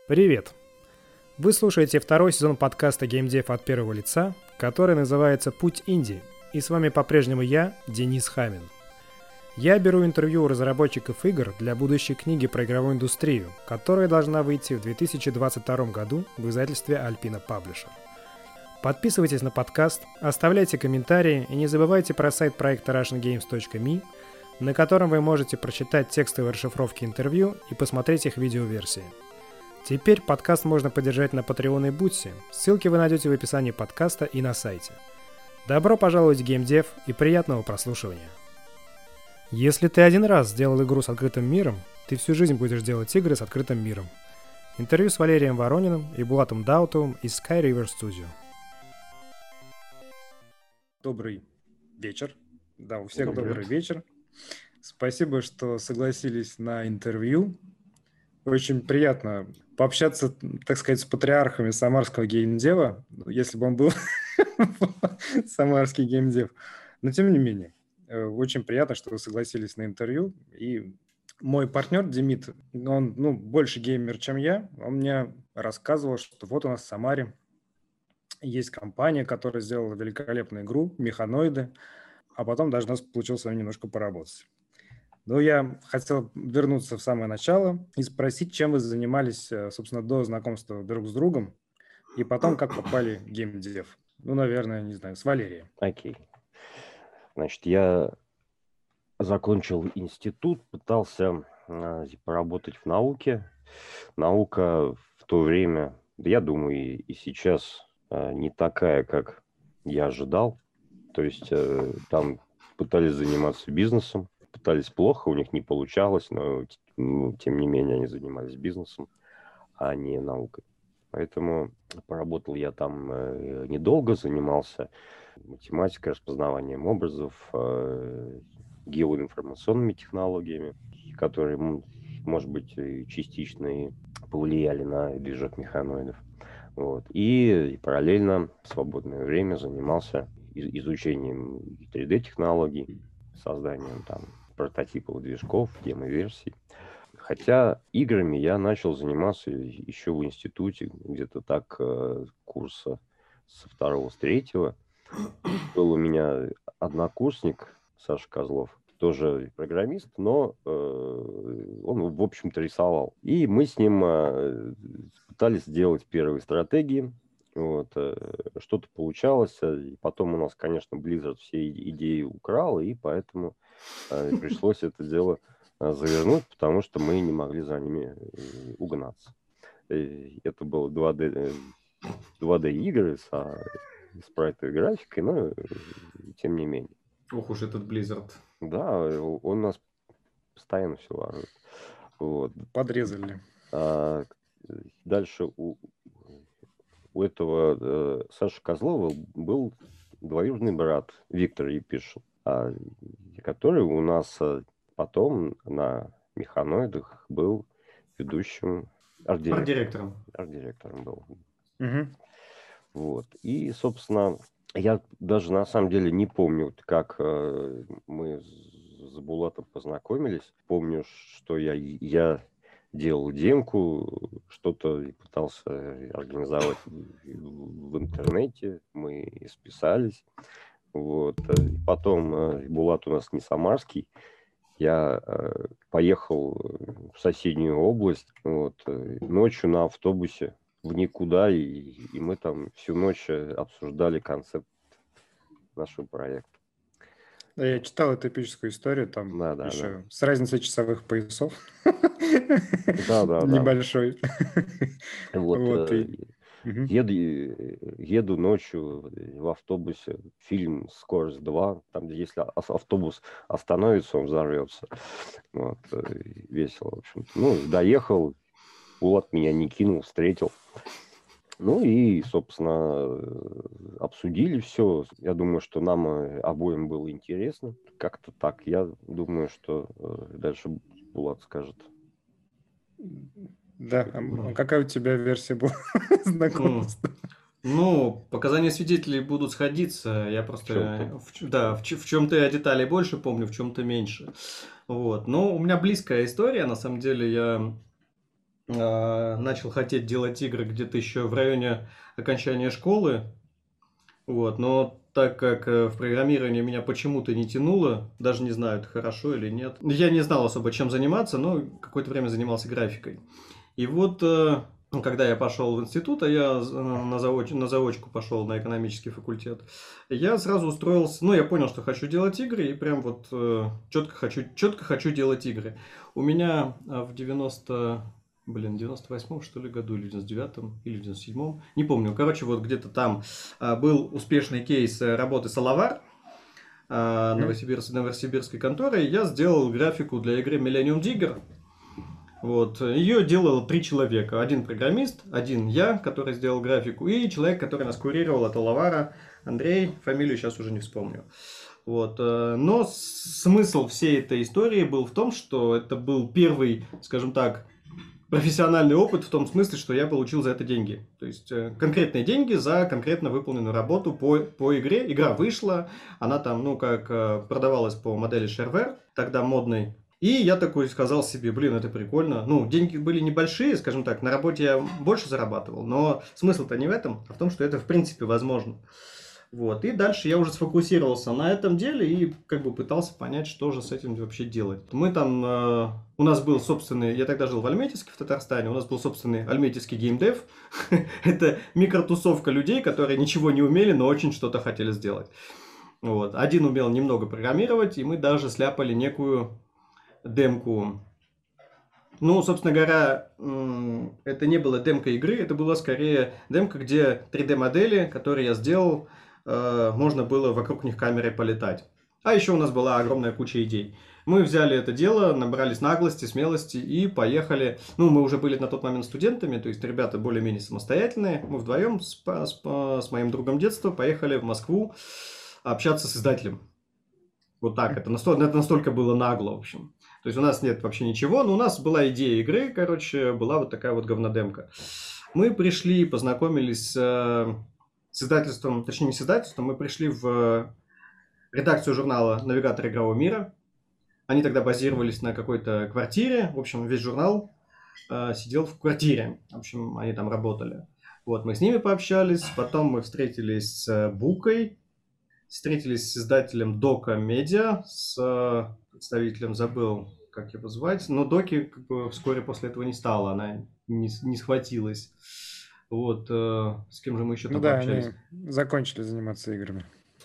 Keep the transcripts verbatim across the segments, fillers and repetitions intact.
Привет! Вы слушаете второй сезон подкаста «Геймдев от первого лица», который называется «Путь Инди», и с вами по-прежнему я, Денис Хамин. Я беру интервью у разработчиков игр для будущей книги про игровую индустрию, которая должна выйти в две тысячи двадцать втором году в издательстве Alpina Publisher. Подписывайтесь на подкаст, оставляйте комментарии и не забывайте про сайт проекта russian games точка me, на котором вы можете прочитать текстовые расшифровки интервью и посмотреть их видеоверсии. Теперь подкаст можно поддержать на Patreon и Бутси. Ссылки вы найдете в описании подкаста и на сайте. Добро пожаловать в геймдев и приятного прослушивания. Если ты один раз сделал игру с открытым миром, ты всю жизнь будешь делать игры с открытым миром. Интервью с Валерием Ворониным и Булатом Даутовым из Sky River Studio. Добрый вечер. Да, у всех добрый, добрый вечер. Спасибо, что согласились на интервью. Очень приятно пообщаться, так сказать, с патриархами самарского геймдева, если бы он был самарский геймдев. Но тем не менее, очень приятно, что вы согласились на интервью. И мой партнер Демид, он ну, больше геймер, чем я, он мне рассказывал, что вот у нас в Самаре есть компания, которая сделала великолепную игру «Механоиды», а потом даже у нас получилось с вами немножко поработать. Но я хотел вернуться в самое начало и спросить, чем вы занимались, собственно, до знакомства друг с другом, и потом, как попали в геймдев. Ну, наверное, не знаю, с Валерием. Окей. Okay. Значит, я закончил институт, пытался э, поработать в науке. Наука в то время, да я думаю, и, и сейчас э, не такая, как я ожидал. То есть э, там пытались заниматься бизнесом. Пытались плохо, у них не получалось, но ну, тем не менее они занимались бизнесом, а не наукой. Поэтому поработал я там э, недолго, занимался математикой, распознаванием образов, э, геоинформационными технологиями, которые, может быть, частично и повлияли на движок механоидов. Вот. И, и параллельно в свободное время занимался изучением три дэ-технологий, созданием там прототипов движков, демо-версий. Хотя играми я начал заниматься еще в институте, где-то так курса со второго, с третьего. Был у меня однокурсник Саша Козлов, тоже программист, но э, он, в общем-то, рисовал. И мы с ним э, пытались сделать первые стратегии. Вот, что-то получалось. И потом у нас, конечно, Blizzard все идеи украл, и поэтому э, пришлось это дело завернуть, потому что мы не могли за ними угнаться. И это было два дэ, два дэ игры со спрайтовой графикой, но тем не менее. Ох уж этот Blizzard. Да, он нас постоянно все ворует. Вот. Подрезали. А дальше у, у этого э, Саши Козлова был двоюродный брат Виктор Епишин, а, который у нас потом на механоидах был ведущим арт-директором. Арт-директором. Арт-директором был. Угу. Вот. И, собственно, я даже на самом деле не помню, как э, мы с Булатом познакомились. Помню, что я, я делал демку, что-то пытался организовать в интернете. Мы списались. Вот. Потом Булат у нас не самарский. Я э, поехал в соседнюю область вот, ночью на автобусе в никуда, и, и мы там всю ночь обсуждали концепт нашего проекта. Да, я читал эту эпическую историю, там да, да, еще да. с разницей часовых поясов. Да, да, Небольшой. Вот, вот э, и... еду, еду ночью в автобусе, фильм «Скорость два», там, если автобус остановится, он взорвется. Вот, весело, в общем-то. Ну, доехал, Булат меня не кинул, встретил. Ну и, собственно, обсудили все. Я думаю, что нам обоим было интересно. Как-то так. Я думаю, что дальше Булат скажет. Да, а какая у тебя версия была знакомства? Ну, показания свидетелей будут сходиться. Я просто, в, да, в, в чем-то я деталей больше помню, в чем-то меньше. Вот. Но у меня близкая история. На самом деле я начал хотеть делать игры где-то еще в районе окончания школы. Вот, но так как в программировании меня почему-то не тянуло, даже не знаю, это хорошо или нет. Я не знал особо, чем заниматься, но какое-то время занимался графикой. И вот, когда я пошел в институт, а я на, заоч... на заочку пошел на экономический факультет, я сразу устроился, ну, я понял, что хочу делать игры, и прям вот четко хочу, четко хочу делать игры. У меня в девяносто... Блин, в девяносто восьмом, что ли, году, или в девяносто девятом, или в девяносто седьмом, не помню. Короче, вот где-то там а, был успешный кейс работы Соловар а, mm-hmm. Новосибирск, новосибирской конторы. Я сделал графику для игры Millennium Digger. Вот. Ее делало три человека. Один программист, один я, который сделал графику, и человек, который нас курировал от Соловара, Андрей, фамилию сейчас уже не вспомню. Вот. Но смысл всей этой истории был в том, что это был первый, скажем так, профессиональный опыт в том смысле, что я получил за это деньги. То есть э, конкретные деньги за конкретно выполненную работу по, по игре. Игра вышла, она там, ну, как э, продавалась по модели Shareware, тогда модной. И я такой сказал себе, блин, это прикольно. Ну, деньги были небольшие, скажем так, на работе я больше зарабатывал, но смысл-то не в этом, а в том, что это в принципе возможно. Вот. И дальше я уже сфокусировался на этом деле и как бы пытался понять, что же с этим вообще делать. Мы там, э, у нас был собственный, я тогда жил в Альметьевске, в Татарстане, у нас был собственный альметьевский геймдев. Это микротусовка людей, которые ничего не умели, но очень что-то хотели сделать. Вот. Один умел немного программировать, и мы даже сляпали некую демку. Ну, собственно говоря, это не было демка игры, это была скорее демка, где три дэ-модели, которые я сделал, можно было вокруг них камерой полетать. А еще у нас была огромная куча идей. Мы взяли это дело, набрались наглости, смелости и поехали. Ну, мы уже были на тот момент студентами, то есть ребята более-менее самостоятельные. Мы вдвоем с, с, с моим другом детства поехали в Москву общаться с издателем. Вот так, это настолько, это настолько было нагло, в общем. То есть у нас нет вообще ничего, но у нас была идея игры, короче, была вот такая вот говнодемка. Мы пришли, познакомились с, с издательством, точнее не с издательством, мы пришли в редакцию журнала «Навигатор игрового мира». Они тогда базировались на какой-то квартире, в общем, весь журнал э, сидел в квартире, в общем, они там работали. Вот, мы с ними пообщались, потом мы встретились с Букой, встретились с издателем Дока Медиа, с представителем, забыл, как его звать, но Доки как бы вскоре после этого не стало, она не, не схватилась. Вот, э, с кем же мы еще там ну да, пообщались? Они закончили заниматься играми.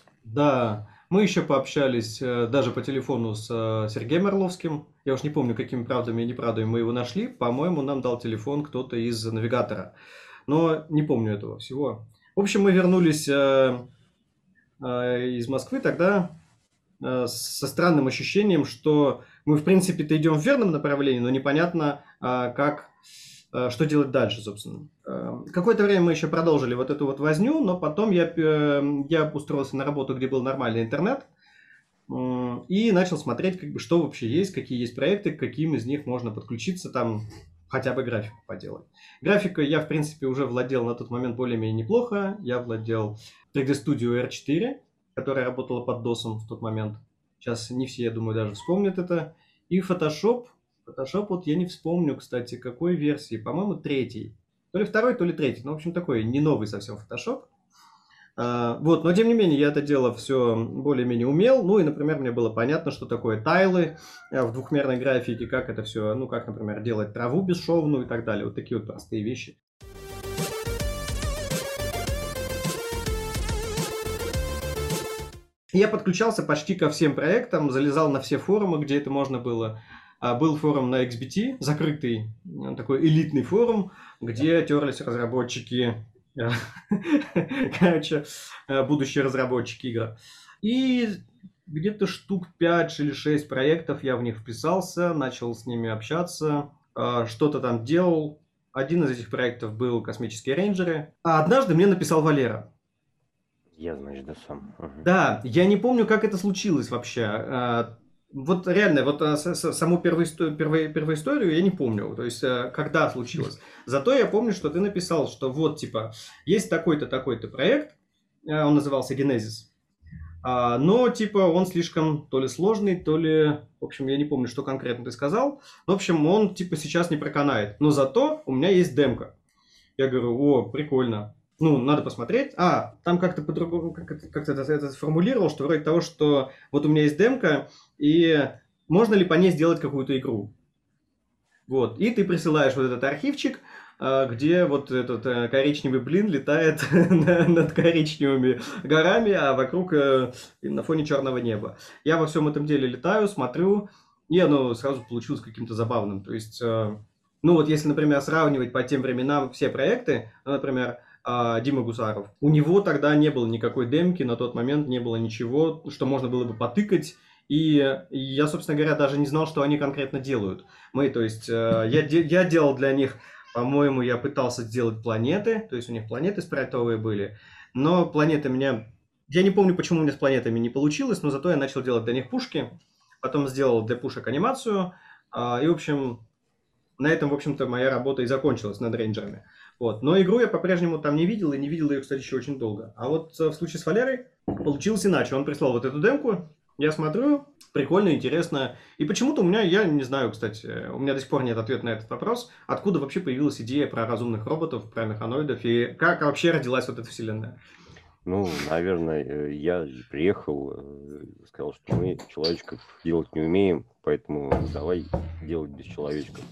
Да, мы еще пообщались э, даже по телефону с э, Сергеем Орловским. Я уж не помню, какими правдами и неправдами мы его нашли. По-моему, нам дал телефон кто-то из навигатора. Но не помню этого всего. В общем, мы вернулись э, э, из Москвы тогда э, со странным ощущением, что мы, в принципе-то, идем в верном направлении, но непонятно, э, как... Что делать дальше, собственно. Какое-то время мы еще продолжили вот эту вот возню, но потом я, я устроился на работу, где был нормальный интернет, и начал смотреть, как бы, что вообще есть, какие есть проекты, к каким из них можно подключиться, там хотя бы графику поделать. Графикой я, в принципе, уже владел на тот момент более-менее неплохо. Я владел три дэ Studio эр четыре, которая работала под досом в тот момент. Сейчас не все, я думаю, даже вспомнят это. И Photoshop. Photoshop, вот я не вспомню, кстати, какой версии, по-моему, третий. То ли второй, то ли третий. Ну, в общем, такой не новый совсем Photoshop. А, вот, но тем не менее, я это дело все более-менее умел. Ну, и, например, мне было понятно, что такое тайлы в двухмерной графике, как это все, ну, как, например, делать траву бесшовную и так далее. Вот такие вот простые вещи. Я подключался почти ко всем проектам, залезал на все форумы, где это можно было. Был форум на икс би ти, закрытый, такой элитный форум, где терлись разработчики, короче, будущие разработчики игр. И где-то штук пять или шесть проектов я в них вписался, начал с ними общаться, что-то там делал. Один из этих проектов был «Космические рейнджеры». А однажды мне написал Валера. Я, значит, да сам. Угу. Да, я не помню, как это случилось вообще. Вот реально, вот саму первоисторию, первоисторию я не помню, то есть когда случилось. Зато я помню, что ты написал, что вот, типа, есть такой-то, такой-то проект, он назывался Genesis. А, но, типа, он слишком то ли сложный, то ли... В общем, я не помню, что конкретно ты сказал. В общем, он, типа, сейчас не проканает. Но зато у меня есть демка. Я говорю, о, прикольно. Ну, надо посмотреть. А, там как-то по-другому, как это, как это, это сформулировал, что вроде того, что вот у меня есть демка, и можно ли по ней сделать какую-то игру. Вот. И ты присылаешь вот этот архивчик, а, где вот этот э, коричневый блин летает на- над коричневыми горами, а вокруг э, на фоне черного неба. Я во всем этом деле летаю, смотрю, и оно сразу получилось каким-то забавным. То есть, э, ну вот если, например, сравнивать по тем временам все проекты, ну, например, а, Дима Гусаров, у него тогда не было никакой демки, на тот момент не было ничего, что можно было бы потыкать, и я, собственно говоря, даже не знал, что они конкретно делают. Мы, то есть, э, я, де- я делал для них, по-моему, я пытался сделать планеты, то есть у них планеты спрайтовые были, но планеты меня... Я не помню, почему у меня с планетами не получилось, но зато я начал делать для них пушки, потом сделал для пушек анимацию, а, и, в общем, на этом, в общем-то, моя работа и закончилась над рейнджерами. Вот. Но игру я по-прежнему там не видел, и не видел ее, кстати, еще очень долго. А вот э, в случае с Валерой получилось иначе. Он прислал вот эту демку, я смотрю, прикольно, интересно. И почему-то у меня, я не знаю, кстати, у меня до сих пор нет ответа на этот вопрос, откуда вообще появилась идея про разумных роботов, про механоидов, и как вообще родилась вот эта вселенная. Ну, наверное, э, я приехал, э, сказал, что мы человечков делать не умеем, поэтому давай делать без человечков.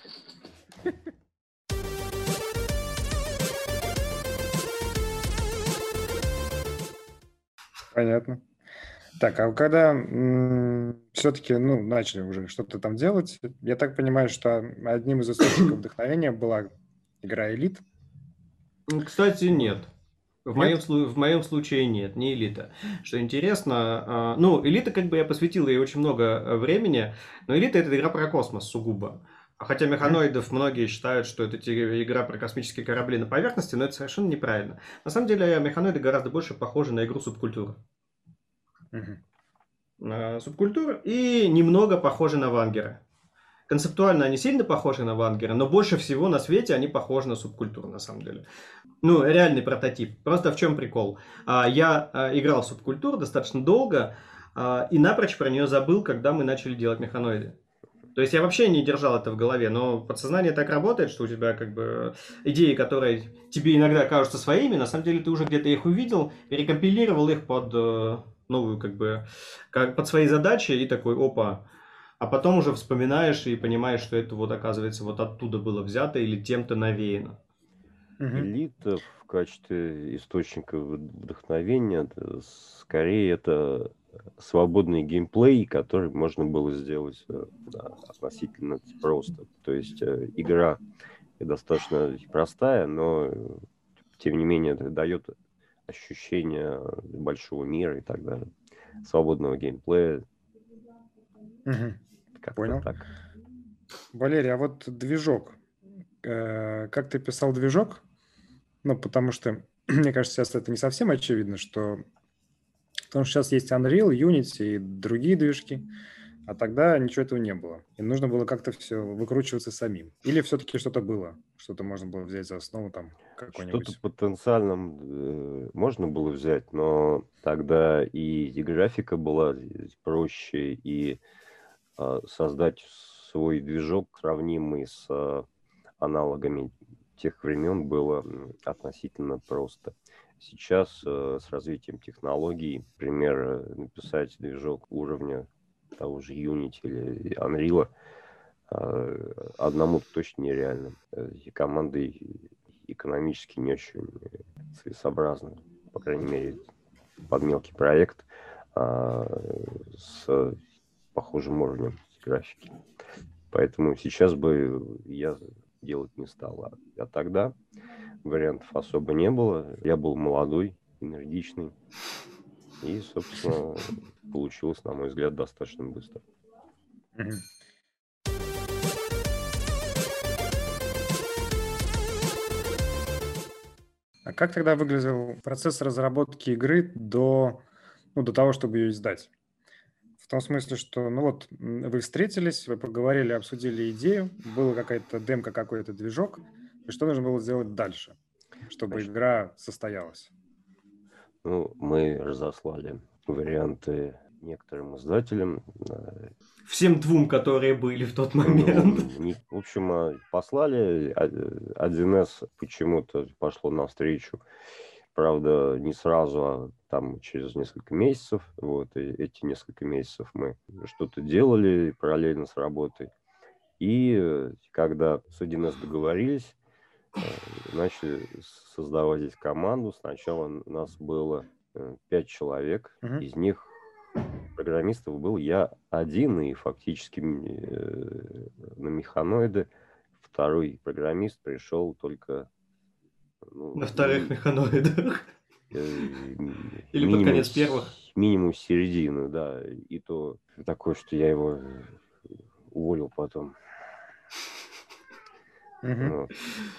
Понятно. Так, а когда все-таки, ну, начали уже что-то там делать, я так понимаю, что одним из источников вдохновения была игра «Элит». М, Кстати, нет. В моем, Нет? слу- в моем случае нет, не элита. Что интересно, а, ну, элита, как бы я посвятил ей очень много э, времени, но элита это игра про космос сугубо. А хотя Мгм. механоидов многие считают, что это те- игра про космические корабли на поверхности, но это совершенно неправильно. На самом деле механоиды гораздо больше похожи на игру субкультур. Мгм. На субкультур и немного похожи на вангеры. Концептуально они сильно похожи на вангера, но больше всего на свете они похожи на субкультуру, на самом деле. Ну, реальный прототип. Просто в чем прикол? А, Я а, играл в субкультуру достаточно долго а, и напрочь про нее забыл, когда мы начали делать механоиды. То есть я вообще не держал это в голове, но подсознание так работает, что у тебя как бы идеи, которые тебе иногда кажутся своими, на самом деле ты уже где-то их увидел, перекомпилировал их под э, новую как бы как, под свои задачи и такой, опа. А потом уже вспоминаешь и понимаешь, что это вот оказывается вот оттуда было взято или тем-то навеяно. Мгм. Элита в качестве источника в- вдохновения, это скорее это свободный геймплей, который можно было сделать э, да, относительно просто. То есть э, игра достаточно простая, но э, тем не менее это дает ощущение большого мира и так далее. Свободного геймплея, Мгм. как-то Понял. так. Валерий, а вот движок. Э, Как ты писал движок? Ну, потому что, мне кажется, сейчас это не совсем очевидно, что... Потому что сейчас есть Unreal, Unity и другие движки, а тогда ничего этого не было. И нужно было как-то все выкручиваться самим. Или все-таки что-то было, что-то можно было взять за основу там Что-то какой-нибудь. потенциально э, можно было взять, но тогда и, и графика была проще, и э, создать свой движок, сравнимый с э, аналогами тех времен, было м, относительно просто. Сейчас э, с развитием технологий, например, э, написать движок уровня того же Unity или Unreal э, одному точно нереально. Э, И команды экономически не очень целесообразно, по крайней мере, под мелкий проект а, с похожим уровнем графики. Поэтому сейчас бы я делать не стал. А, а тогда вариантов особо не было. Я был молодой, энергичный. И, собственно, получилось, на мой взгляд, достаточно быстро. Мгм. А как тогда выглядел процесс разработки игры до, ну, до того, чтобы ее издать? В том смысле, что, ну вот, м, вы встретились, вы поговорили, обсудили идею, была какая-то демка, какой-то движок, и что нужно было сделать дальше, чтобы Значит, игра состоялась? ну, мы разослали варианты некоторым издателям. Всем двум, которые были в тот момент. Ну, не- в общем, послали. один эс почему-то пошло навстречу. Правда, не сразу, а там через несколько месяцев. Вот, и эти несколько месяцев мы что-то делали параллельно с работой. И когда с один эс договорились, начали создавать здесь команду. Сначала у нас было пять человек. Мгм. Из них программистов был я один, и фактически э, на механоиды второй программист пришел только ну, На вторых ми- механоидах. э, Или под минимум конец с- первых. минимум середину, да. И то такое, что я его уволил потом. Мгм. Вот.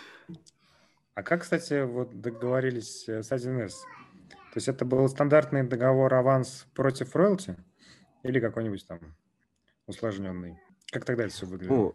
А как, кстати, вот договорились э, с один эс? То есть это был стандартный договор аванс против роялти или какой-нибудь там усложненный? Как тогда это все выглядело? Ну,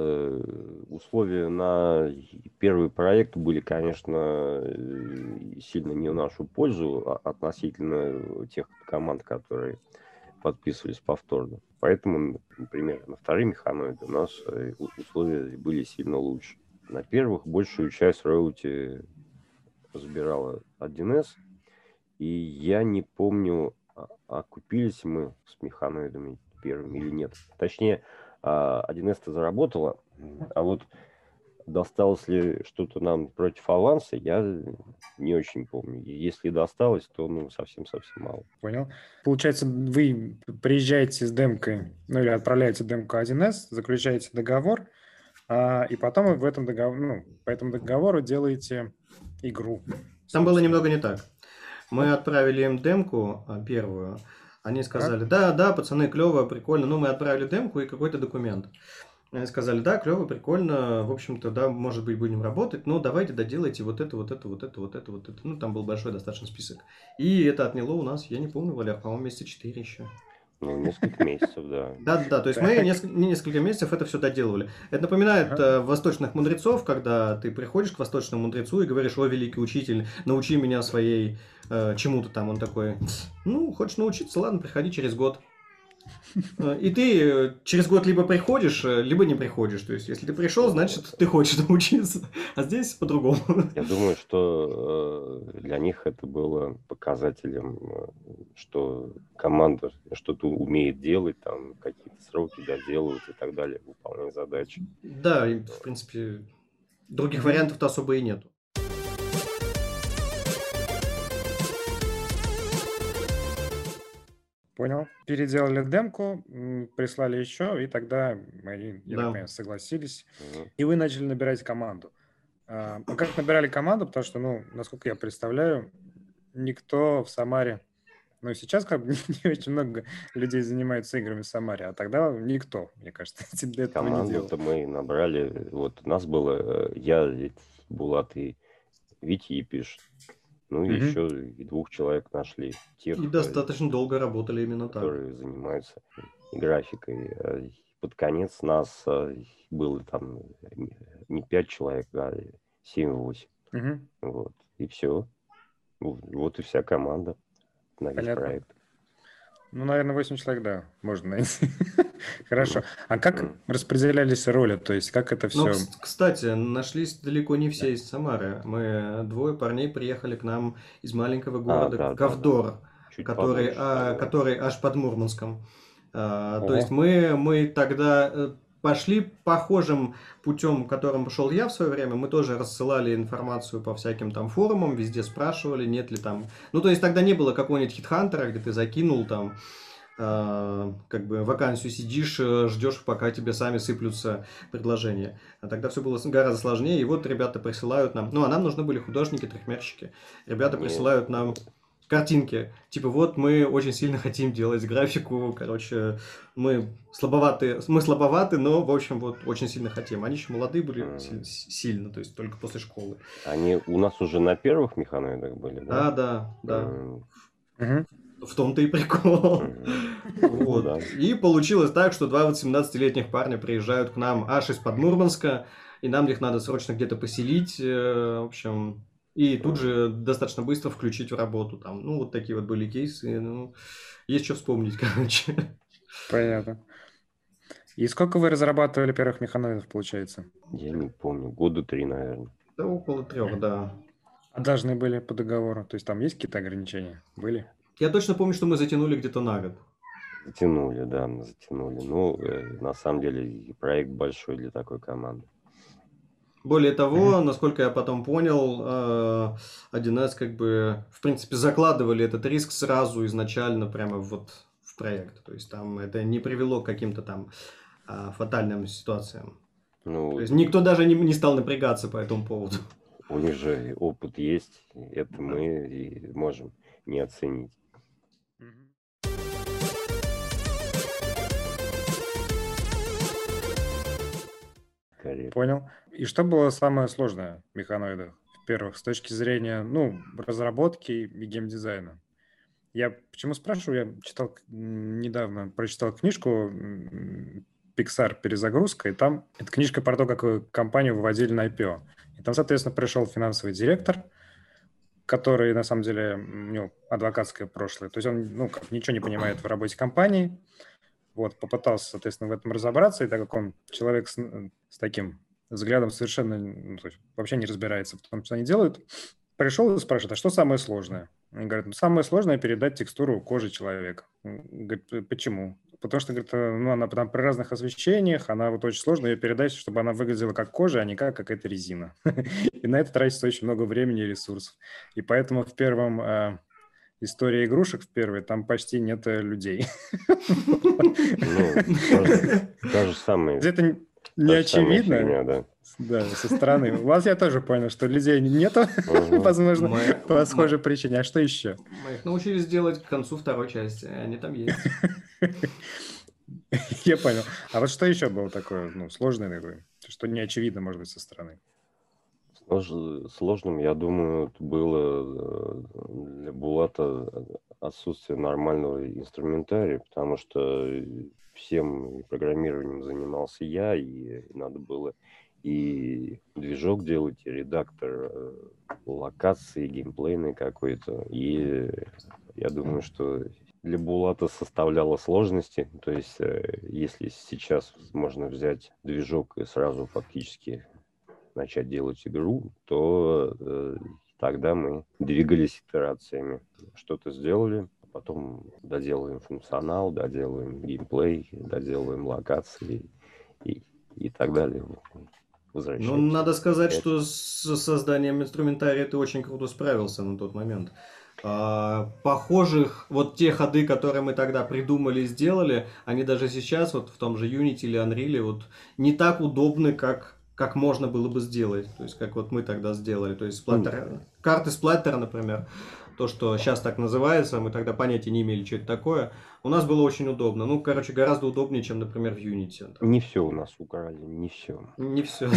э, условия на первый проект были, конечно, э, сильно не в нашу пользу а- относительно тех команд, которые подписывались повторно. Поэтому, например, на вторые механоиды у нас э, у- условия были сильно лучше. На первых большую часть роялти забирала один эс, и я не помню, а- окупились мы с механоидами первыми или нет. Точнее, а, один эс-то заработала, а вот досталось ли что-то нам против аванса, я не очень помню. И если досталось, то ну совсем-совсем мало. Понял. Получается, вы приезжаете с демкой, ну или отправляете демку один эс, заключаете договор, а, и потом вы в этом договоре, ну, по этому договору делаете игру. Там было собственно. немного не так. Мы отправили им демку а, первую. Они сказали, Так. да, да, пацаны, клево, прикольно. Ну, мы отправили демку и какой-то документ. Они сказали, да, клево, прикольно, в общем-то, да, может быть, будем работать, но давайте доделайте вот это, вот это, вот это, вот это, вот это. Ну, там был большой достаточно список. И это отняло у нас, я не помню, Валер, по-моему, месяца четыре еще. Ну, несколько месяцев, да. Да, да, то есть мы Так. несколько, не несколько месяцев это все доделывали. Это напоминает Ага. э, восточных мудрецов, когда ты приходишь к восточному мудрецу и говоришь, о, великий учитель, научи меня своей э, чему-то там. Он такой, ну, хочешь научиться, ладно, приходи через год. Э, И ты э, через год либо приходишь, э, либо не приходишь. То есть, если ты пришел, значит, ты хочешь научиться. А здесь по-другому. Я думаю, что э, для них это было показателем, э, что команда что-то умеет делать, там какие-то сроки доделывать и так далее, выполнять задачи. Да, и, в принципе, других вариантов-то особо и нету. Понял. Переделали демку, м, прислали еще, и тогда мы, я Да. так понимаю, согласились. Мгм. И вы начали набирать команду. А а как набирали команду? Потому что, ну, насколько я представляю, никто в Самаре, ну, и сейчас как бы не очень много людей занимаются играми в Самаре, а тогда никто, мне кажется, этим для этого не делал. Команду-то мы набрали, вот у нас было, э, я, ведь Булат и Витя Епиш, ну и Мгм. еще и двух человек нашли, тех, И э, достаточно долго работали именно так. которые занимаются и графикой. Э, Под конец нас э, было там э, не- не пять человек, а семь-восемь. Мгм. Вот. И все. Вот и вся команда на весь Понятно. проект. Ну, наверное, восемь человек, да, можно найти. Хорошо. Ну, А как м. распределялись роли? То есть, как это Ну, все? кс- кстати, нашлись далеко не все из Самары. Мы двое парней приехали к нам из маленького города да, да, Говдор, Чуть который, подальше, а, да. который аж под Мурманском. А, то Ого. есть мы, мы тогда э, пошли похожим путем, которым пошел я в свое время. Мы тоже рассылали информацию по всяким там форумам, везде спрашивали, нет ли там... Ну, то есть тогда не было какого-нибудь хитхантера, где ты закинул там а, как бы вакансию, сидишь, э, ждешь, пока тебе сами сыплются предложения. А тогда все было с- гораздо сложнее. И вот ребята присылают нам... Ну, а нам нужны были художники, трехмерщики. Ребята Нет. присылают нам картинки. Типа, вот мы очень сильно хотим делать графику. Короче, мы слабоваты, мы слабоваты, но, в общем, вот очень сильно хотим. Они еще молодые были Мгм. си- си- сильно, то есть только после школы. Они у нас уже на первых механоидах были, Да, да? да, да. М, Мгм. В том-то и прикол. мгм. Ну Вот. да. И получилось так, что два вот семнадцатилетних парня приезжают к нам аж из-под Мурманска, и нам их надо срочно где-то поселить. Э, В общем, и тут же достаточно быстро включить в работу. Там, ну, вот такие вот были кейсы. Ну, есть что вспомнить, короче. Понятно. И сколько вы разрабатывали первых механоидов, получается? Я не помню, года три, наверное. Да, около трех, да. А должны были по договору? То есть там есть какие-то ограничения? Были? Я точно помню, что мы затянули где-то на год. Затянули, да, затянули. Ну, э, на самом деле, и проект большой для такой команды. Более того, насколько я потом понял, э, один эс как бы, в принципе, закладывали этот риск сразу изначально прямо вот в проект. То есть там это не привело к каким-то там а, фатальным ситуациям. Ну, То есть никто даже не, не стал напрягаться по этому поводу. у них же опыт есть, это мы и можем не оценить. Корректно. Понял. И что было самое сложное в механоидах? Во-первых, с точки зрения, ну, разработки и геймдизайна. Я почему спрашиваю? Я читал к- м, недавно, прочитал книжку м, Pixar «Перезагрузка», и там эта книжка про то, как э, компанию выводили на ай пи о. И там, соответственно, пришел финансовый директор, который, на самом деле, м, у него адвокатское прошлое. То есть он, ну, как ничего не понимает в работе компании. Вот, попытался, соответственно, в этом разобраться, и так как он человек с, н- с таким взглядом совершенно, ну, то есть вообще не разбирается в том, что они делают, пришел и спрашивает, а что самое сложное? Он говорит, ну, самое сложное передать текстуру кожи человека. Он говорит, «П- почему? Потому что, говорит, э, ну, она там при разных освещениях, она вот очень сложно ее передать, чтобы она выглядела как кожа, а не как какая-то резина. И на это тратится очень много времени и ресурсов. И поэтому в первом э, истории игрушек, в первой, там почти нет э, людей. Ну, тоже та же самая, Это н- не та же самая очевидно, фигня, да. да, со стороны. У вас я тоже понял, что людей нету, Мгм. возможно, Мы, по мы, схожей причине. А что еще? мы их научились делать к концу второй части, они там есть. Я понял. А вот что еще было такое, ну, сложное такое, что не очевидно, может быть, со стороны? Слож- Сложным, я думаю, это было э, для Булата отсутствие нормального инструментария, потому что всем и программированием занимался я, и надо было и движок делать, и редактор э, локации, геймплейный какой-то. И я думаю, что для Булата составляло сложности. То есть, э, если сейчас можно взять движок и сразу фактически начать делать игру, то э, тогда мы двигались итерациями. Что-то сделали, потом доделаем функционал, доделаем геймплей, доделаем локации и, и так далее. Ну, Возвращаемся. надо сказать, Опять. что с созданием инструментария ты очень круто справился на тот момент. А, похожих, вот те ходы, которые мы тогда придумали и сделали, они даже сейчас, вот в том же Unity или Unreal, вот не так удобны, как, как можно было бы сделать. То есть, как вот мы тогда сделали. То есть, сплаттер, карты сплаттера, например, то, что сейчас так называется, мы тогда понятия не имели, что это такое. У нас было очень удобно. Ну, короче, гораздо удобнее, чем, например, в Unity. Там. Не все у нас украли, не все. Не все.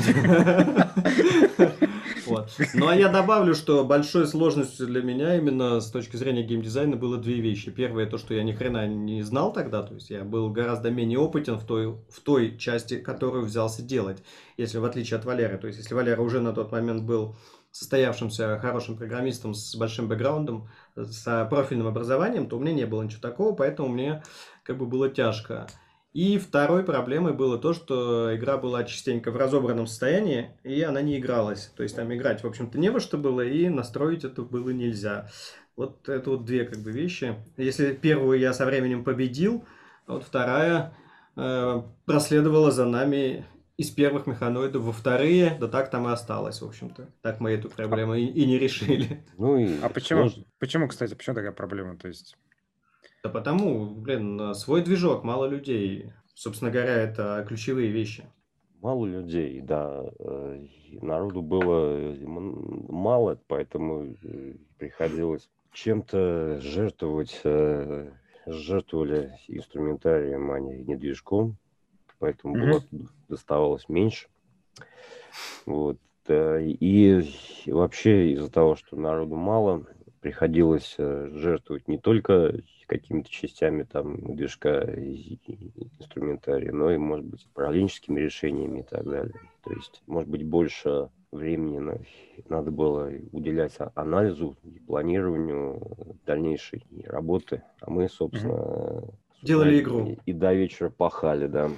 Вот. Ну а я добавлю, что большой сложностью для меня именно с точки зрения геймдизайна было две вещи. Первое, то, что я ни хрена не знал тогда, то есть я был гораздо менее опытен в той, в той части, которую взялся делать, если в отличие от Валеры. То есть если Валера уже на тот момент был состоявшимся хорошим программистом с большим бэкграундом, с профильным образованием, то у меня не было ничего такого, поэтому мне как бы было тяжко. И второй проблемой было то, что игра была частенько в разобранном состоянии, и она не игралась. То есть там играть, в общем-то, не во что было, и настроить это было нельзя. Вот это вот две как бы вещи. Если первую я со временем победил, вот вторая э, проследовала за нами из первых механоидов во вторые, да так там и осталось, в общем-то. Так мы эту проблему и, и не решили. Ну и А почему, слож- почему, кстати, почему такая проблема? То есть, Да потому, блин, свой движок, мало людей. Собственно говоря, это ключевые вещи. мало людей, да. э, и Народу было э, м- мало, поэтому э, приходилось чем-то жертвовать. э, Жертвовали инструментарием, а не не движком, поэтому Мгм. было доставалось меньше. Вот. э, И вообще из-за того, что народу мало, приходилось э, жертвовать не только какими-то частями там движка и и инструментария, но и, может быть, управленческими решениями и так далее. То есть, может быть, больше времени на- надо было уделять а- анализу и планированию дальнейшей работы. А мы, Мгм. собственно, с утра Делали и, игру. и до вечера пахали, да.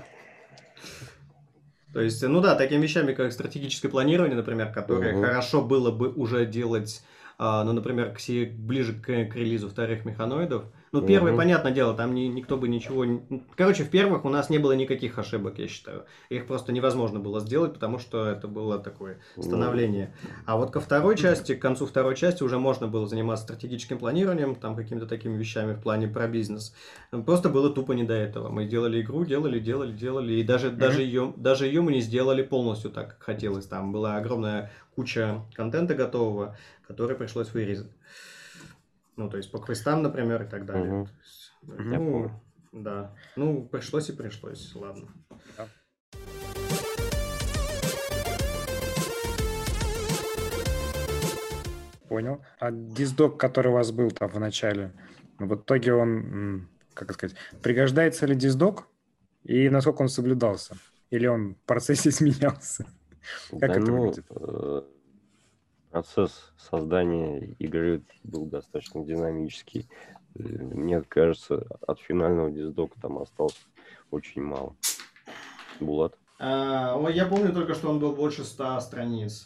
То есть, ну да, такими вещами, как стратегическое планирование, например, которые Мгм. хорошо было бы уже делать, а, ну, например, к се- ближе к, к релизу вторых механоидов. Ну, первый, Мгм. понятное дело, там ни- никто бы ничего... не- Короче, в первых у нас не было никаких ошибок, я считаю. Их просто невозможно было сделать, потому что это было такое Ну, становление. А вот ко второй части, к концу второй части уже можно было заниматься стратегическим планированием, там какими-то такими вещами в плане про бизнес. Просто было тупо не до этого. Мы делали игру, делали, делали, делали, и даже, даже Мгм. ее, даже ее мы не сделали полностью так, как хотелось. Там была огромная куча контента готового, который пришлось вырезать. Ну, то есть по квестам, например, и так далее. Мгм. То есть, Мгм. Я ну, понял. да. Ну, пришлось и пришлось, ладно. Да. Понял. А диздок, который у вас был там в начале, ну, в итоге он, м, как это сказать, пригождается ли диздок и насколько он соблюдался? Или он в процессе изменялся? Как Да, это ну, выглядит? э, процесс создания игры был достаточно динамический. Э, Мне кажется, от финального диздока там осталось очень мало. Булат? А, ой, я помню только, что он был больше ста страниц.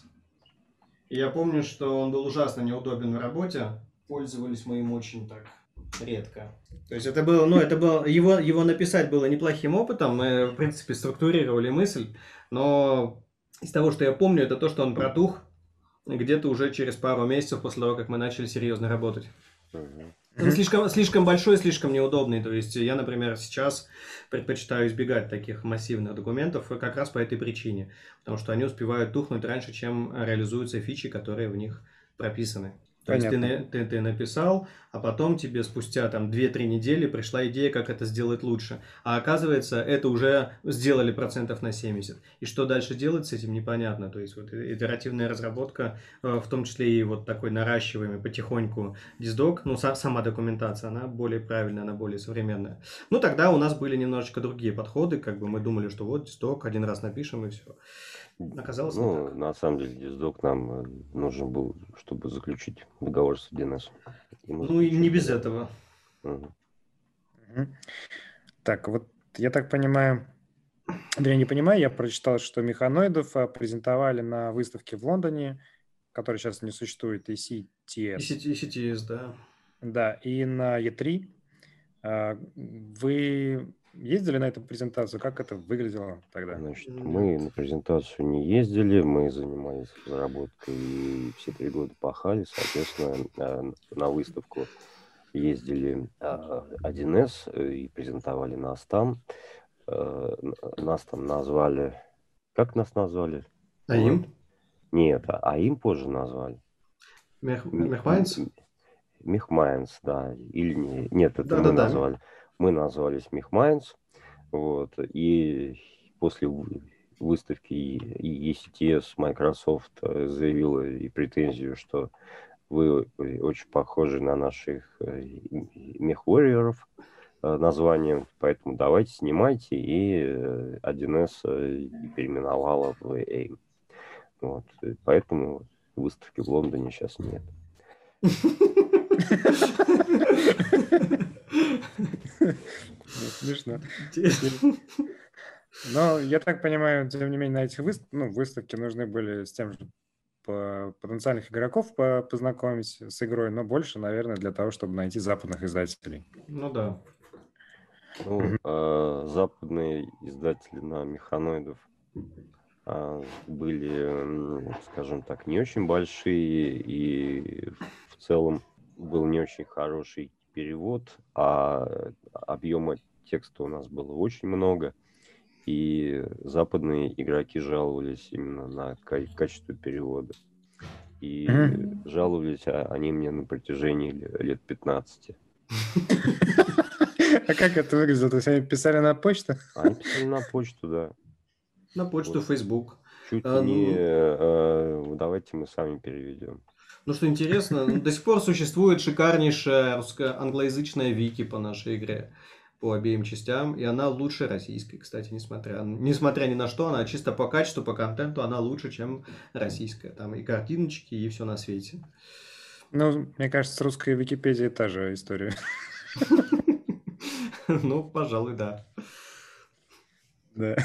И я помню, что он был ужасно неудобен в работе. Пользовались мы им очень так редко. То есть это было, ну, это было, его, его написать было неплохим опытом. Мы, в принципе, структурировали мысль. Но из того, что я помню, это то, что он протух где-то уже через пару месяцев после того, как мы начали серьезно работать. Мгм. Он Мгм. слишком, слишком большой, слишком неудобный. То есть я, например, сейчас предпочитаю избегать таких массивных документов как раз по этой причине. Потому что они успевают тухнуть раньше, чем реализуются фичи, которые в них прописаны. То есть ты, Понятно. на- ты, ты написал, а потом тебе спустя там две-три недели пришла идея, как это сделать лучше. А оказывается, это уже сделали процентов на семьдесят. И что дальше делать с этим, непонятно. То есть вот итеративная разработка, э, в том числе и вот такой наращиваемый потихоньку диздок, ну, са- сама документация, она более правильная, она более современная. Ну, тогда у нас были немножечко другие подходы, как бы мы думали, что вот диздок, один раз напишем и все. Оказалось не Ну, так. на самом деле, диздок нам э, нужен был, чтобы заключить договор с один эс. И мы Ну, и не заключили без договор. этого. Мгм. Мгм. Так, вот я так понимаю, вернее, не понимаю, я прочитал, что механоидов а, презентовали на выставке в Лондоне, которая сейчас не существует, и си ти И эс. си ти эс, да. Да, и на и три. А, Вы ездили на эту презентацию? Как это выглядело тогда? Значит, Нет. мы на презентацию не ездили, мы занимались разработкой и все три года пахали. Соответственно, э, на выставку ездили э, один эс и презентовали нас там. Э, н- Нас там назвали... Как нас назвали? А Булат? им? Нет, а а им позже назвали. Мех, Ми- Мехмайнс? м- Мехмайнс, да. Или не... Нет, это мы Да-да-да. назвали. Мы назвались Мехмайнс. Вот. И после вы- выставки и и си ти эс Microsoft э, заявила и претензию, что вы э, очень похожи на наших мехварриоров названием, поэтому давайте снимайте, и э, один эс э, и переименовала в эйм. Вот. И поэтому выставки в Лондоне сейчас нет. Смешно. Интересно. Но я так понимаю, тем не менее, на этих выс- ну, выставки нужны были с тем же по- потенциальных игроков по- познакомить с игрой, но больше, наверное, для того, чтобы найти западных издателей. Ну да. Ну, Мгм. э, западные издатели на механоидов а, были, м, скажем так, не очень большие, и в целом был не очень хороший перевод, а объема текста у нас было очень много, и западные игроки жаловались именно на ка- качество перевода. И Мгм. жаловались а- они мне на протяжении ле- лет пятнадцати. А как это выглядело? То есть они писали на почту? Они писали на почту, да. На почту, Вот. Facebook. Чуть А, ли не ну, э, давайте мы сами переведем. ну, что интересно, до сих пор существует шикарнейшая русско-англоязычная вики по нашей игре. по обеим частям, и она лучше российской, кстати, несмотря, несмотря ни на что, она чисто по качеству, по контенту, она лучше, чем российская. Там и картиночки, и все на свете. Ну, мне кажется, с русской Википедией та же история. Ну, пожалуй, да. Да.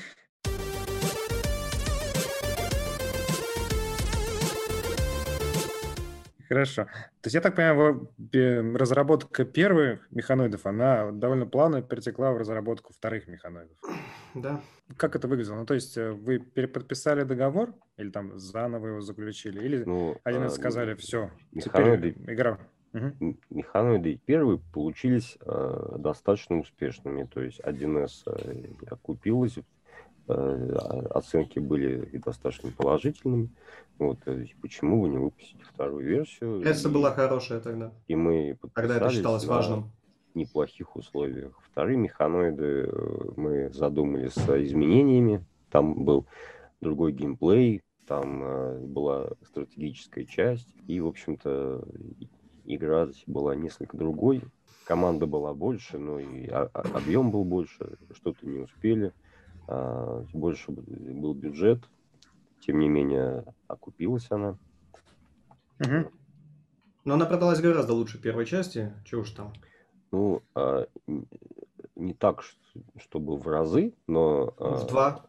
Хорошо. То есть я так понимаю, разработка первых механоидов, она довольно плавно перетекла в разработку вторых механоидов. Да. Как это выглядело? Ну, то есть вы переподписали договор или там заново его заключили? Или Ну, один раз а, сказали, все, механоиды, теперь игра... Угу. м- механоиды первые получились э, достаточно успешными. То есть один эс э, окупилась, э, о- оценки были и достаточно положительными. Вот, то есть почему бы не выпустить вторую версию? Кажется, И, была хорошая тогда. и мы Тогда это подписались считалось на важным. неплохих условиях. Вторые механоиды э, мы задумали с изменениями. Там был другой геймплей, там э, была стратегическая часть. И, в общем-то, и- игра была несколько другой. Команда была больше, но и о- о- объем был больше. Что-то не успели. а, Больше б- был бюджет. Тем не менее, окупилась она. Угу. Но она продалась гораздо лучше первой части. Чего уж там. Ну, а, н- не так, ш- чтобы в разы, но... В а, два.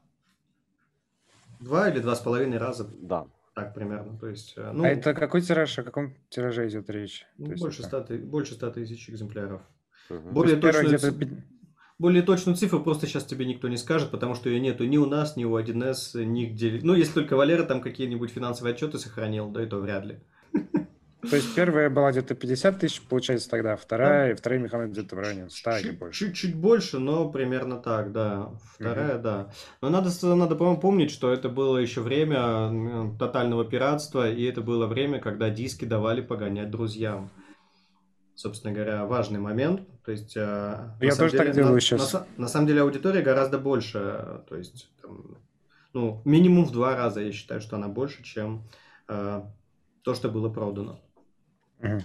Два или два с половиной раза. Да, Так примерно. То есть, э, А ну, это какой тираж, о каком тираже идет речь? ну, То есть больше это... ста, ты- больше ста тысяч экземпляров. мгм. То Более есть первая точную, где-то... ц- пи- более точную цифру просто сейчас тебе никто не скажет, потому что ее нету ни у нас, ни у один эс, нигде. Ну, если только Валера там какие-нибудь финансовые отчеты сохранил, да и то вряд ли. То есть первая была где-то пятьдесят тысяч, получается, тогда, Да. вторая, и вторая механоид где-то в районе ста или Чуть- больше. Чуть-чуть больше, но примерно так, да. Мгм. Вторая, да. Но надо, с- надо, по-моему, помнить, что это было еще время м, тотального пиратства, и это было время, когда диски давали погонять друзьям. Собственно говоря, важный момент. То есть, э, на Я самом тоже так деле, делаю на, на сейчас. са- на самом деле аудитория гораздо больше. э, То есть, там, ну, минимум в два раза я считаю, что она больше, чем э, то, что было продано. Мгм.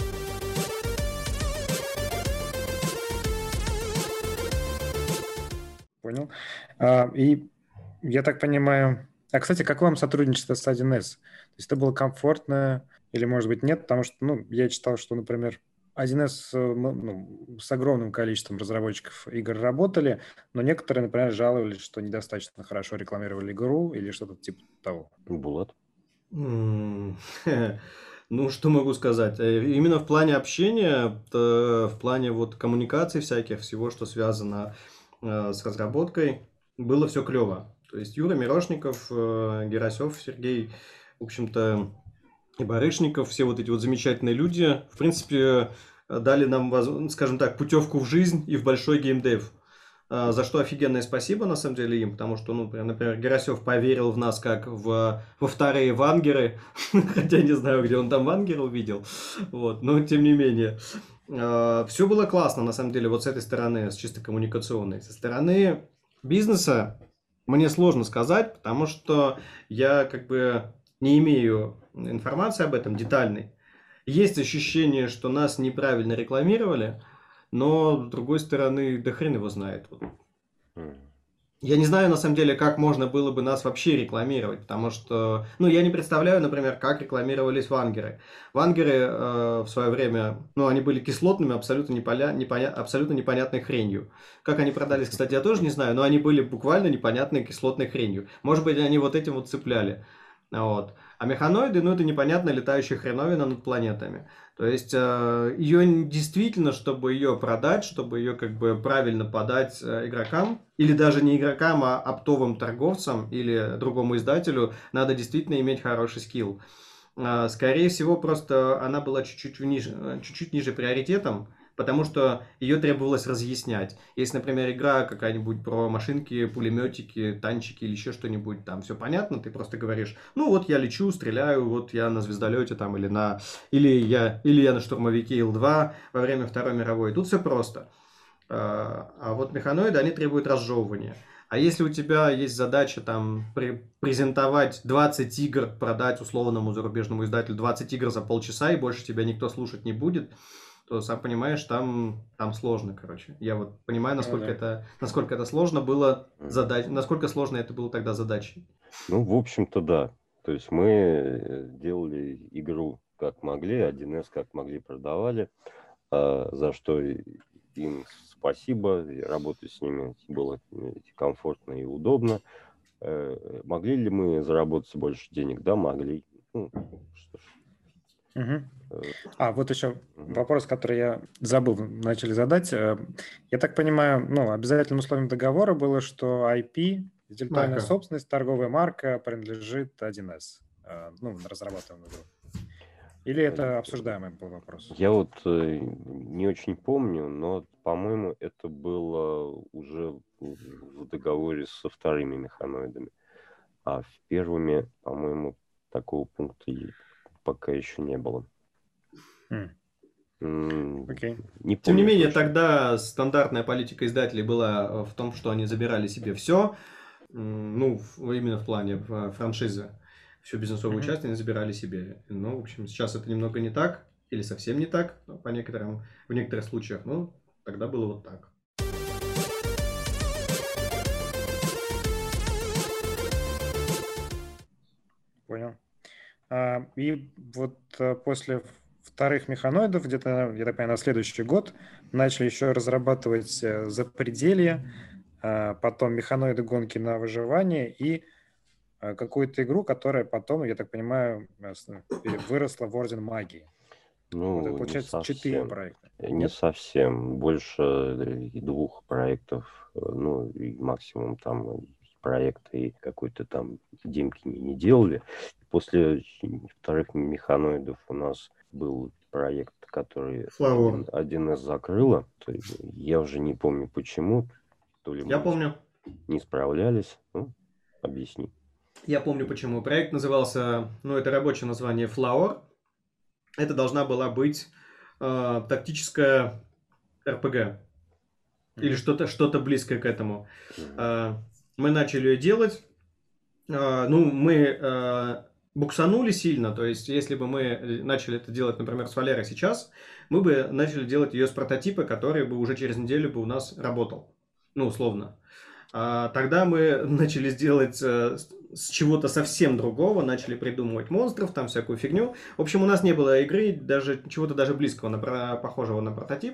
Понял. А, и я так понимаю... А, кстати, как вам сотрудничество с один эс? То есть это было комфортно или, может быть, нет? Потому что, ну, я читал, что, например, один эс э, м- ну, с огромным количеством разработчиков игр работали, но некоторые, например, жаловались, что недостаточно хорошо рекламировали игру или что-то типа того. Булат. М, Ну, что могу сказать? Э, Именно в плане общения, т- в плане вот коммуникаций всяких, всего, что связано э, с разработкой, было все клево. То есть Юра Мирошников, э, Герасев Сергей, в общем-то, и Барышников, все вот эти вот замечательные люди, в принципе, э, дали нам, воз- скажем так, путевку в жизнь и в большой геймдев. А, За что офигенное спасибо, на самом деле, им, потому что, ну, например, например, Герасев поверил в нас как в, во вторые вангеры, хотя не знаю, где он там вангера увидел, вот, но тем не менее. Все было классно, на самом деле, вот с этой стороны, с чисто коммуникационной. Со стороны бизнеса мне сложно сказать, потому что я как бы не имею информации об этом детальной. Есть ощущение, что нас неправильно рекламировали, но, с другой стороны, да хрен его знает. Вот. М. Я не знаю, на самом деле, как можно было бы нас вообще рекламировать, потому что, ну, я не представляю, например, как рекламировались вангеры. Вангеры э, в свое время, ну, они были кислотными, абсолютно, непоня... непоня- абсолютно непонятной хренью. Как они продались, кстати, я тоже не знаю, но они были буквально непонятной кислотной хренью. Может быть, они вот этим вот цепляли. Вот. А механоиды, ну, это непонятная летающая хреновина над планетами. То есть э, ее действительно, чтобы ее продать, чтобы ее как бы правильно подать э, игрокам, или даже не игрокам, а оптовым торговцам или другому издателю, надо действительно иметь хороший скилл. Э, скорее всего, просто она была чуть-чуть ниже, э, чуть-чуть ниже приоритетом, потому что ее требовалось разъяснять. Если, например, игра какая-нибудь про машинки, пулеметики, танчики или еще что-нибудь, там все понятно, ты просто говоришь, ну вот я лечу, стреляю, вот я на звездолете там или на или я или я на штурмовике Ил два во время Второй мировой. Тут все просто. А а вот механоиды, они требуют разжевывания. А если у тебя есть задача там пре- презентовать двадцать игр, продать условному зарубежному издателю двадцать игр за полчаса, и больше тебя никто слушать не будет, то, сам понимаешь, там, там сложно, короче. Я вот понимаю, Ну насколько да. это, насколько это сложно было Мгм. задач, насколько сложно это было тогда задачей. Ну, в общем-то, да. То есть мы э, делали игру как могли, один эс как могли продавали, а, за что и- им спасибо. И работать с ними было э, комфортно и удобно. Э, Могли ли мы заработать больше денег? Да, могли. Ну, что ж. Мгм. э, А, вот еще мгм. вопрос, который я забыл, начали задать. Э, Я так понимаю, ну, обязательным условием договора было, что ай пи, интеллектуальная Марка. собственность, торговая марка принадлежит один эс, э, ну, на разрабатываемую игру. Или Э, это обсуждаемый был вопрос? Я вот э, не очень помню, но, по-моему, это было уже в в договоре со вторыми механоидами. А в первыми, по-моему, такого пункта и пока еще не было. М, М, Окей. Не Тем не помню менее, точно. тогда стандартная политика издателей была э, в том, что они забирали себе все, ну, в- именно в плане э, франшизы, всю бизнесовую Мгм. часть они забирали себе. Ну, в общем, сейчас это немного не так, или совсем не так, ну, по некоторым, в некоторых случаях, ну, тогда было вот так. Понял. А, И вот э, после вторых механоидов, где-то, я так понимаю, на следующий год начали еще разрабатывать э, «Запределье», а, потом механоиды гонки на выживание и э, какую-то игру, которая потом, я так понимаю, э, с- пере- выросла в Орден Магии. Вот это Ну, не получается четыре совсем. проекта. Э, Не Нет? совсем. Больше э, и двух проектов, э, ну, и максимум там э, проекта и какой-то там демки не, не делали. После вторых механоидов у нас был проект, который один, Флаур. один эс закрыло. То есть я уже не помню почему. То ли Я мы не, помню. не справлялись. Ну, объясни. Я помню, почему. Проект назывался, ну, это рабочее название Flower. Это должна была быть э, тактическая эр пи джи. Или Мгм. что-то что близкое к этому. Мгм. Э, мы начали ее делать. Э, ну, мы э, буксанули сильно. То есть, если бы мы начали это делать, например, с Валерой сейчас, мы бы начали делать ее с прототипа, который бы уже через неделю бы у нас работал. Ну, условно. А тогда мы начали сделать э, с с чего-то совсем другого, начали придумывать монстров, там всякую фигню. В общем, у нас не было игры, даже чего-то даже близкого, на, про- похожего на прототип.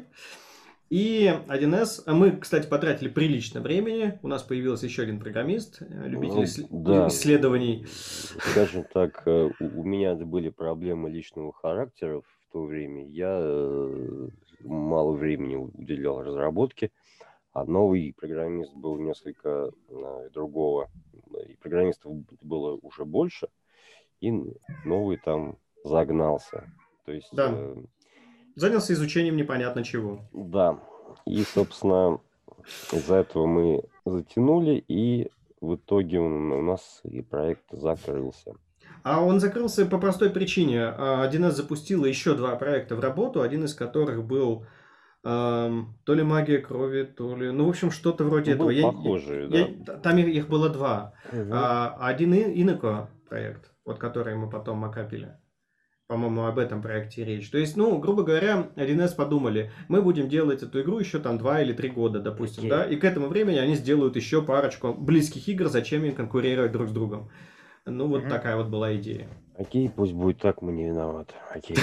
И один эс, а мы, кстати, потратили прилично времени. У нас появился еще один программист, э, любитель Ну, иссле- да, исследований. скажем так, э, у у меня были проблемы личного характера в то время. Я э, мало времени у- уделял разработке, а новый программист был несколько э, другого. И программистов б- было уже больше, и н- новый там загнался. То есть, Да, э, занялся изучением непонятно чего. да. И, собственно, из-за этого мы затянули, и в итоге он- у нас и проект закрылся. А он закрылся по простой причине. А, один эс запустила еще два проекта в работу, один из которых был ам, то ли магия крови, то ли... Ну, в общем, что-то вроде Ну, этого. был Я, я- похожий, да. я- там их их было два. Мгм. А, один и- Иноко проект, вот который мы потом окапили. По-моему, об этом проекте речь. То есть, ну, грубо говоря, один эс подумали, мы будем делать эту игру еще там два или три года, допустим, Окей. да, и к этому времени они сделают еще парочку близких игр, зачем им конкурировать друг с другом. Ну, вот Мгм. такая вот была идея. Окей, пусть будет так, мы не виноваты. Окей.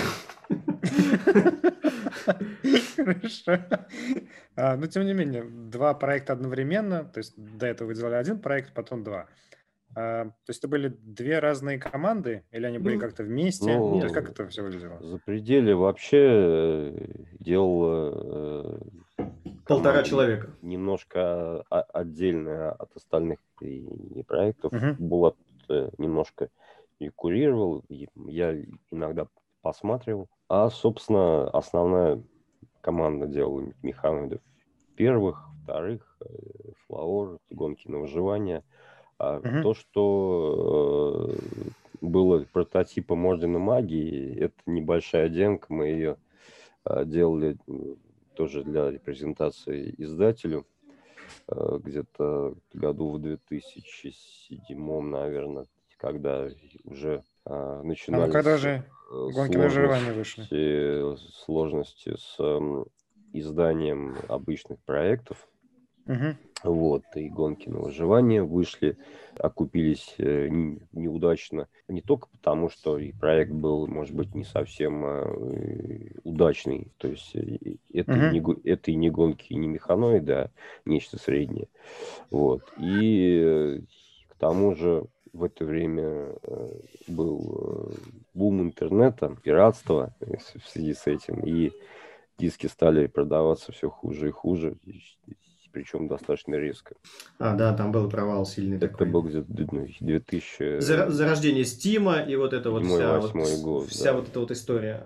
Хорошо. А, Но тем не менее, два проекта одновременно, то есть до этого вы делали один проект, потом два. А, То есть это были две разные команды, или они были Ну, как-то вместе? То есть как Ну, это все выглядело? за пределе вообще э, делала э, полтора команда не- человека. немножко о- отдельная от остальных и, и проектов. Мгм. Булат э, немножко и курировал, и я иногда посматривал. А, собственно, основная команда делала механоидов первых, вторых, э, флаор, гонки на выживание. А Мгм. то, что э, было прототипом Ордена Магии, это небольшая демка, мы ее э, делали м, тоже для презентации издателю э, где-то году в две тысячи седьмом, наверное, когда уже э, А ну начинались когда же Гонки на выживание вышли. сложности, сложности с эм, изданием обычных проектов. Угу. Вот, и гонки на выживание вышли, окупились э, не- неудачно. Не только потому, что и проект был, может быть, не совсем э, удачный. То есть э, и- это, и не, Угу. го- это и не гонки, и не механоиды, а нечто среднее. Вот. И э, к тому же в это время э, был э, бум интернета, пиратства э, с- в связи с этим. И диски стали продаваться все хуже и хуже, причем достаточно резко. А, да, там был провал сильный Это такой. был где-то ну, две тысячи За- Зарождение Стима и вот эта вот вся, вот, седьмой-восьмой год, вся да. вот эта вот история.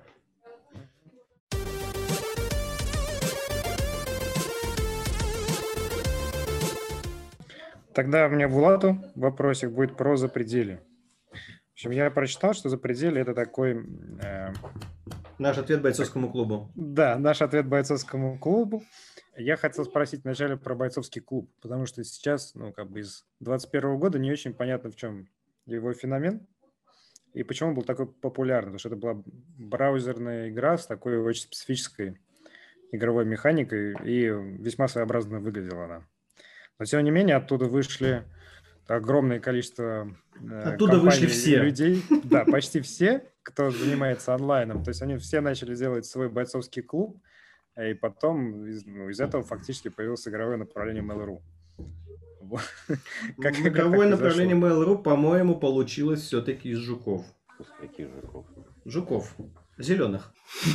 Тогда у меня Булату вопросик будет про «Запределье». В общем, я прочитал, что «Запределье» — это такой... э, Наш ответ бойцовскому клубу. Да, наш ответ бойцовскому клубу. Я хотел спросить вначале про бойцовский клуб, потому что сейчас, ну, как бы из двадцать первого года не очень понятно, в чем его феномен и почему он был такой популярный. Потому что это была браузерная игра с такой очень специфической игровой механикой, и весьма своеобразно выглядела она. Но, тем не менее, оттуда вышли огромное количество э, Оттуда вышли компаний и все. людей. Да, почти все, кто занимается онлайном. То есть они все начали делать свой бойцовский клуб, и потом из, ну, из этого фактически появилось игровое направление Mail.ru. Вот. Как- как так Игровое произошло? направление Mail.ru, по-моему, получилось все-таки из жуков. Из каких жуков? Жуков. Зеленых.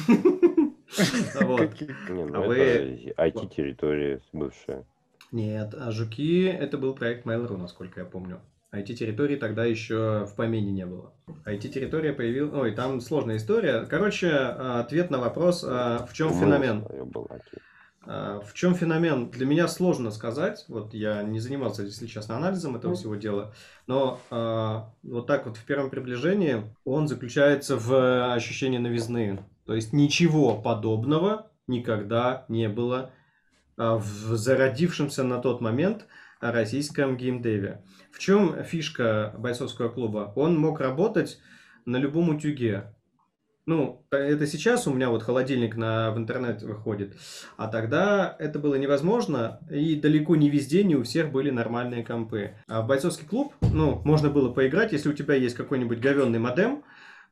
Вот. Какие- Не, ну А это вы- ай ти-территория бывшая. Нет, а жуки это был проект Mail.ru, насколько я помню. ай ти-территории тогда еще в помине не было. ай ти-территория появилась... Ой, там сложная история. Короче, а, ответ на вопрос, а, в чем Ну, феномен. свое было, окей. А, В чем феномен? Для меня сложно сказать. Вот я не занимался, если честно, анализом этого всего дела. Но а, вот так вот в первом приближении он заключается в ощущении новизны. То есть ничего подобного никогда не было а, в зародившемся на тот момент российском геймдеве. В чем фишка бойцовского клуба? Он мог работать на любом утюге. Ну, это сейчас у меня вот холодильник на, в интернет выходит, а тогда это было невозможно, и далеко не везде, не у всех были нормальные компы. А в бойцовский клуб, ну, можно было поиграть, если у тебя есть какой-нибудь говенный модем,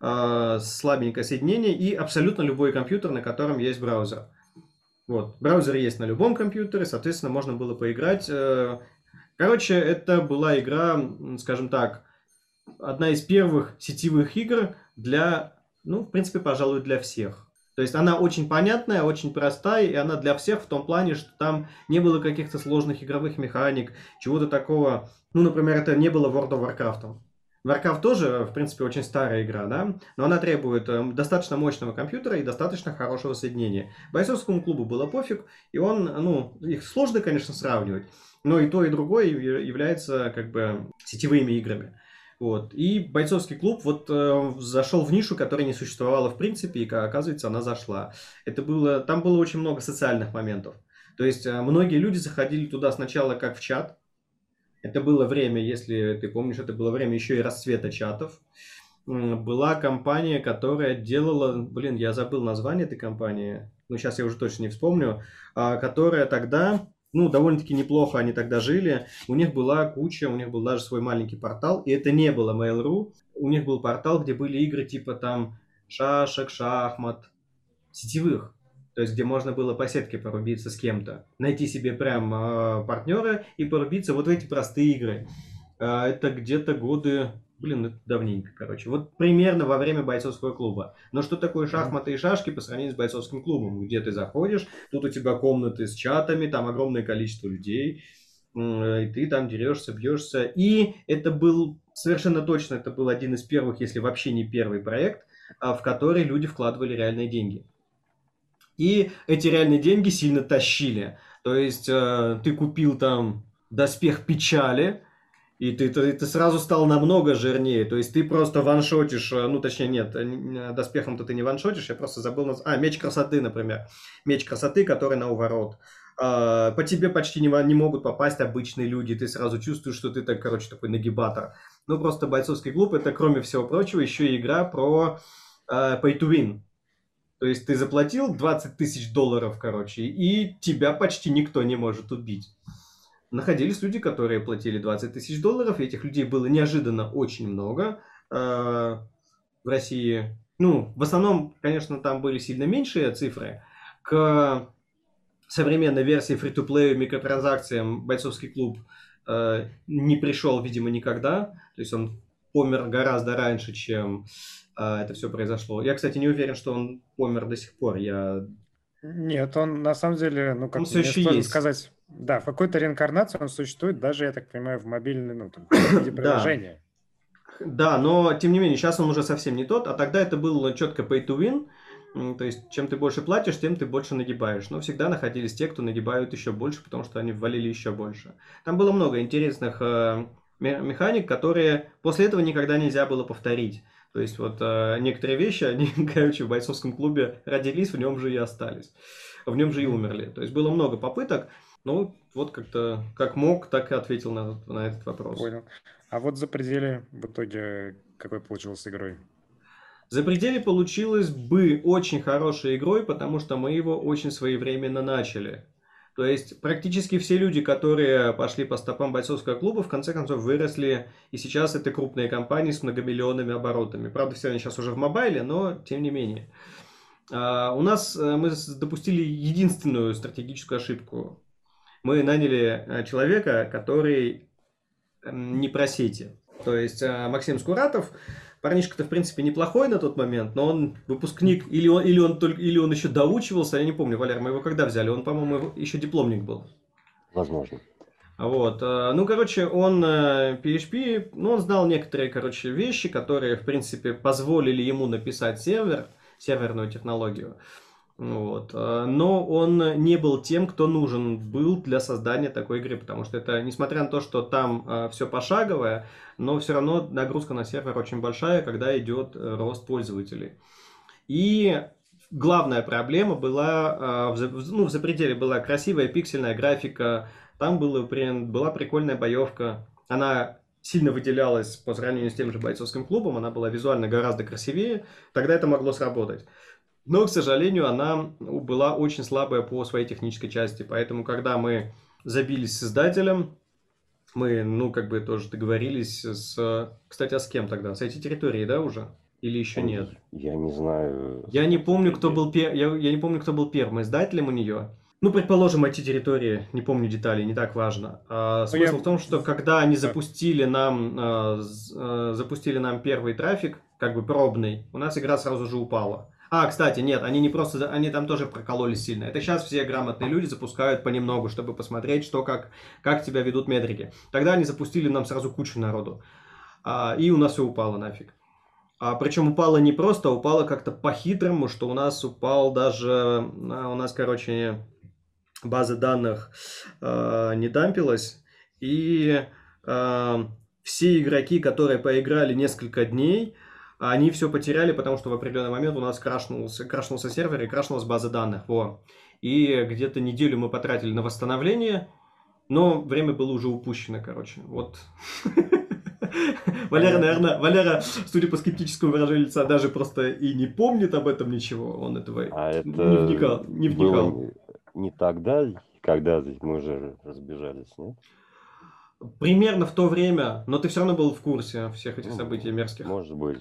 э, слабенькое соединение и абсолютно любой компьютер, на котором есть браузер. Вот, браузер есть на любом компьютере, соответственно, можно было поиграть. э. Короче, это была игра, м, скажем так, одна из первых сетевых игр для, ну, в принципе, пожалуй, для всех. То есть она очень понятная, очень простая, и она для всех в том плане, что там не было каких-то сложных игровых механик, чего-то такого. Ну, например, это не было World of Warcraft. Warcraft тоже, в принципе, очень старая игра, да, но она требует э, достаточно мощного компьютера и достаточно хорошего соединения. Бойцовскому клубу было пофиг, и он, ну, их сложно, конечно, сравнивать, но и то, и другое яв- является, как бы, сетевыми играми. Вот. И бойцовский клуб вот э, зашел в нишу, которая не существовала в принципе, и, как оказывается, она зашла. Это было, там было очень много социальных моментов. То есть э, многие люди заходили туда сначала как в чат. Это было время, если ты помнишь, это было время еще и расцвета чатов. М, Была компания, которая делала, блин, я забыл название этой компании, ну сейчас я уже точно не вспомню, а, которая тогда, ну, довольно-таки неплохо они тогда жили. У них была куча, у них был даже свой маленький портал, и это не было Mail.ru. У них был портал, где были игры типа там шашек, шахмат, сетевых. То есть, где можно было по сетке порубиться с кем-то. Найти себе прям э, партнера и порубиться вот в эти простые игры. Э, это где-то годы... Блин, это давненько, короче. Вот примерно во время бойцовского клуба. Но что такое шахматы и шашки по сравнению с бойцовским клубом? Где ты заходишь, тут у тебя комнаты с чатами, там огромное количество людей, м, и ты там дерешься, бьешься. И это был, совершенно точно, это был один из первых, если вообще не первый проект, а, в который люди вкладывали реальные деньги. И эти реальные деньги сильно тащили. То есть э, ты купил там доспех печали, и ты, ты, ты сразу стал намного жирнее. То есть ты просто ваншотишь, э, ну точнее нет, э, не- доспехом-то ты не ваншотишь, я просто забыл назвать. А, меч красоты, например. Меч красоты, который на уворот. А, по тебе почти не, во- не могут попасть обычные люди. Ты сразу чувствуешь, что ты так, короче, такой нагибатор. Ну просто бойцовский клуб, это кроме всего прочего еще и игра про uh, pay to win. То есть ты заплатил двадцать тысяч долларов, короче, и тебя почти никто не может убить. Находились люди, которые платили двадцать тысяч долларов, и этих людей было неожиданно очень много э, в России. Ну, в основном, конечно, там были сильно меньшие цифры. К современной версии фри-то-плей, микротранзакциям бойцовский клуб э, не пришел, видимо, никогда. То есть он помер гораздо раньше, чем э, это все произошло. Я, кстати, не уверен, что он помер до сих пор. Я... Нет, он на самом деле, ну, как Он все мне еще сложно есть. сказать, да, в какой-то реинкарнации он существует, даже, я так понимаю, в мобильной, ну, там, в виде приложения. Да, но, тем не менее, сейчас он уже совсем не тот, а тогда это был четко pay to win. То есть, чем ты больше платишь, тем ты больше нагибаешь. Но всегда находились те, кто нагибают еще больше, потому что они ввалили еще больше. Там было много интересных э, механик, которые после этого никогда нельзя было повторить. То есть, вот э, некоторые вещи, они, короче, в бойцовском клубе родились, в нем же и остались. В нем же и умерли. То есть, было много попыток. Ну, вот как-то, как мог, так и ответил на, на этот вопрос. Понял. А вот «Запределье» в итоге какой получилась игрой? «Запределье» получилось бы очень хорошей игрой, потому что мы его очень своевременно начали. То есть практически все люди, которые пошли по стопам бойцовского клуба, в конце концов выросли, и сейчас это крупные компании с многомиллионными оборотами. Правда, все они сейчас уже в мобайле, но тем не менее. А, у нас мы допустили единственную стратегическую ошибку. Мы наняли человека, который не про сети. То есть Максим Скуратов, парнишка-то, в принципе, неплохой на тот момент, но он выпускник, или он, или он, только, или он еще доучивался, я не помню, Валер, мы его когда взяли? Он, по-моему, еще дипломник был. Возможно. Вот. Ну, короче, он пи эйч пи, ну, он знал некоторые, короче, вещи, которые, в принципе, позволили ему написать сервер, серверную технологию. Вот. Но он не был тем, кто нужен был для создания такой игры, потому что это, несмотря на то, что там э, все пошаговое, но все равно нагрузка на сервер очень большая, когда идет рост пользователей. И главная проблема была, э, в, ну, в «Запределье» была красивая пиксельная графика, там было, была прикольная боевка, она сильно выделялась по сравнению с тем же бойцовским клубом, она была визуально гораздо красивее, тогда это могло сработать. Но, к сожалению, она была очень слабая по своей технической части. Поэтому, когда мы забились с издателем, мы, ну, как бы тоже договорились с... Кстати, а с кем тогда? С ай ти-территорией, да, уже? Или еще нет? Я не знаю. Я не помню, кто был, пер... я, я не помню, кто был первым издателем у нее. Ну, предположим, ай ти-территории, не помню деталей, не так важно. А, смысл я... в том, что когда они запустили нам, а, а, запустили нам первый трафик, как бы пробный, у нас игра сразу же упала. А, кстати, нет, они не просто, они там тоже прокололись сильно. Это сейчас все грамотные люди запускают понемногу, чтобы посмотреть, что как, как тебя ведут метрики. Тогда они запустили нам сразу кучу народу. А, и у нас все упало нафиг. А, причем упало не просто, а упало как-то по-хитрому, что у нас упал даже, у нас, короче, база данных а, не дампилась. И а, все игроки, которые поиграли несколько дней, они все потеряли, потому что в определенный момент у нас крашнулся, крашнулся сервер и крашнулась база данных. Во. И где-то неделю мы потратили на восстановление, но время было уже упущено, короче. Вот. Валера, наверное, Валера, судя по скептическому выражению лица, даже просто и не помнит об этом ничего. Он этого не вникал. Не вникал. Не тогда, когда мы уже разбежались, нет? Примерно в то время, но ты все равно был в курсе всех этих событий мерзких. Может быть.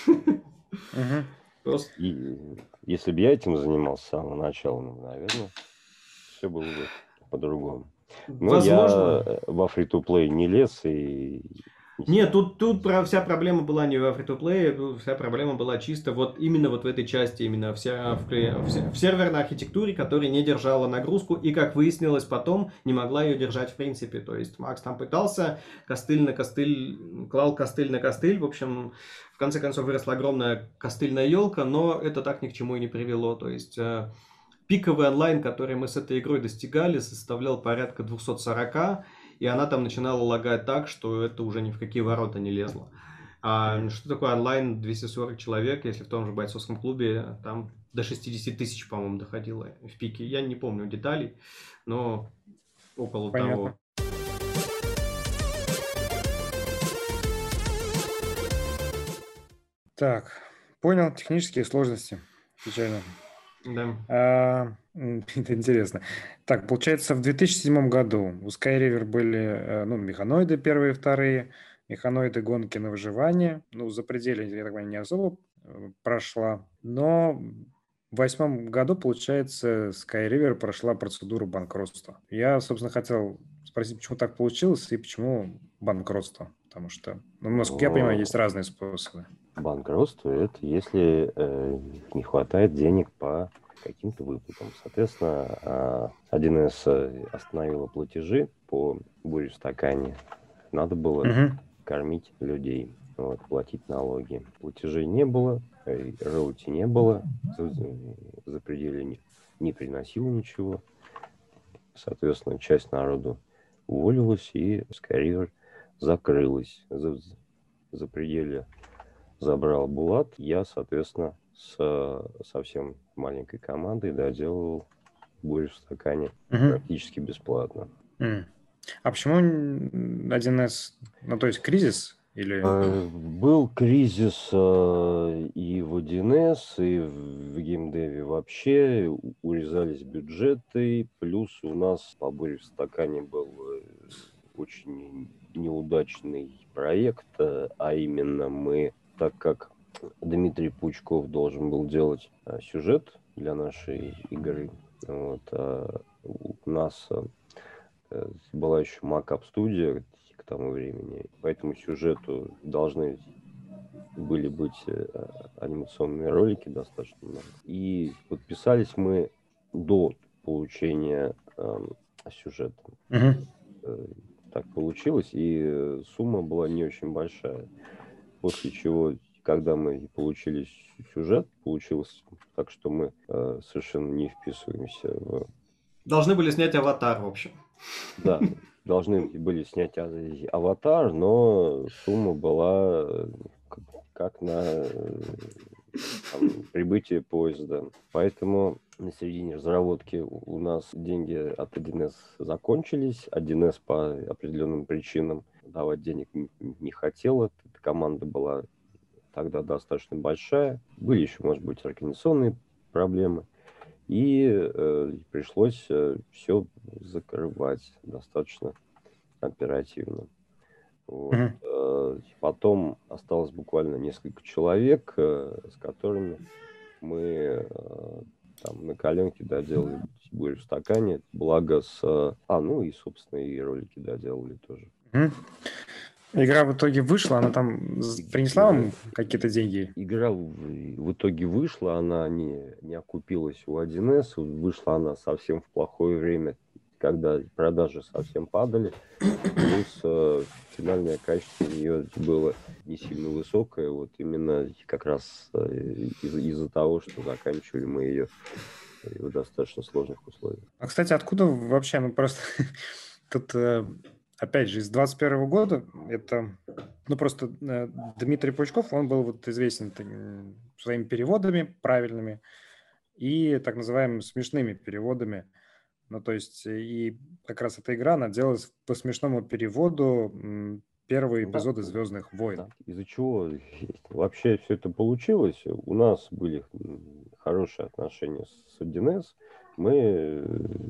Просто... И, если бы я этим занимался с самого начала, ну, наверное, все было бы по-другому. Но Возможно. Я во фри-то-плей не лез и... Нет, тут, тут вся проблема была не во фри-то-плее, вся проблема была чисто вот именно вот в этой части, именно вся в, в, в серверной архитектуре, которая не держала нагрузку и, как выяснилось потом, не могла ее держать в принципе. То есть Макс там пытался, костыль на костыль, клал костыль на костыль, в общем, в конце концов выросла огромная костыльная елка, но это так ни к чему и не привело. То есть э, пиковый онлайн, который мы с этой игрой достигали, составлял порядка двести сорок. И она там начинала лагать так, что это уже ни в какие ворота не лезло. А что такое онлайн двести сорок человек, если в том же бойцовском клубе там до шестьдесят тысяч, по-моему, доходило в пике. Я не помню деталей, но около Понятно. того. Так, Понял, технические сложности. Печально. Да. А, м, это интересно. Так, получается, в две тысячи седьмом году у Skyriver были э, ну, механоиды первые и вторые, механоиды гонки на выживание. Ну, за пределы, я так понимаю, не особо э, прошла. Но в восьмом году, получается, Skyriver прошла процедуру банкротства. Я, собственно, хотел спросить, почему так получилось и почему банкротство. Потому что, ну, насколько я понимаю, есть Но разные способы. банкротство – это если э, не хватает денег по каким-то выплатам. Соответственно, а, один эс остановила платежи по буре в стакане. Надо было Мгм. кормить людей, вот, платить налоги. Платежей не было, э, роути не было, за, за пределы не, не приносило ничего. Соответственно, часть народу уволилась, и Skyriver закрылась. За, за пределы забрал Булат. Я, соответственно, с совсем маленькой командой доделал бурю в стакане Мгм. практически бесплатно. М. А почему м, один эс, ну, то есть кризис или... Э, Был кризис э, и в один эс, и в геймдеве вообще. У- Урезались бюджеты. Плюс у нас по буре в стакане был э, очень неудачный проект, э, а именно мы, так как Дмитрий Пучков должен был делать э, сюжет для нашей игры, вот, а у нас э, э, была еще Макап студия к тому времени, по этому сюжету должны были быть э, анимационные ролики достаточно много. И подписались мы до получения эм, сюжета. Мгм. Э, Так получилось, и э, сумма была не очень большая. После чего, когда мы получили сю- сюжет, получилось так, что мы э, совершенно не вписываемся в... Должны были снять аватар, в общем. Да, должны были снять а- аватар, но сумма была э, к- как на э, там, прибытие поезда. Поэтому на середине разработки у у нас деньги от один эс закончились. один эс по определенным причинам давать денег не, не хотела. Эта команда была тогда достаточно большая. Были еще, может быть, организационные проблемы. И э, пришлось э, все закрывать достаточно оперативно. Вот. Мгм. Э, Потом осталось буквально несколько человек, э, с которыми мы э, там на коленке доделали бурю в стакане. Благо с... э, А, ну и, собственно, и ролики доделали тоже. Мгм. Игра в итоге вышла, она там з- И- принесла Игра, вам какие-то деньги? игра в, в итоге вышла, она не, не окупилась у один эс, вышла она совсем в плохое время, когда продажи совсем падали. Плюс э, финальное качество у нее было не сильно высокое, вот именно как раз э, из- из-за того, что заканчивали мы ее в достаточно сложных условиях. А, кстати, откуда вообще, ну просто тут, э, опять же, из двадцать первого года, это, ну просто э, Дмитрий Пучков, он был вот известен таким своими переводами правильными и так называемыми смешными переводами. Ну, то есть, э, и как раз эта игра, она делалась по смешному переводу м, первого Да, эпизода «Звездных войн». да. Из-за чего вообще все это получилось? У нас были м, хорошие отношения с один эс. Мы э,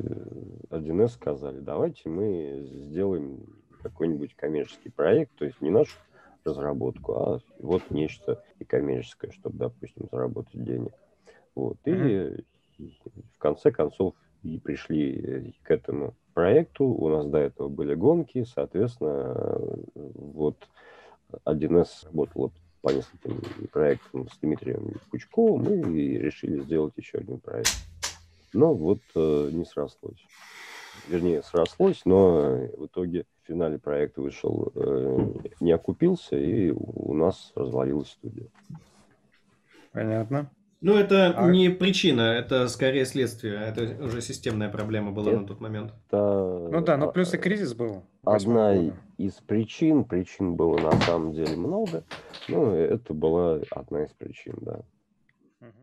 один эс сказали, давайте мы сделаем какой-нибудь коммерческий проект, то есть не нашу разработку, а вот нечто и коммерческое, чтобы, допустим, заработать денег. Вот. Мгм. И в конце концов и пришли к этому проекту. У нас до этого были гонки, соответственно, вот один эс работала по нескольким проектам с Дмитрием Пучковым и решили сделать еще один проект. Но вот э, не срослось. Вернее, срослось, но в итоге в финале проект вышел, э, не окупился, и у нас развалилась студия. Понятно. Ну, это А, не причина, это скорее следствие. Это уже системная проблема была на тот момент. ну Это да, но а, плюс и кризис был в восьмом одна году. из причин, причин было на самом деле много, но это была одна из причин, да. Мгм.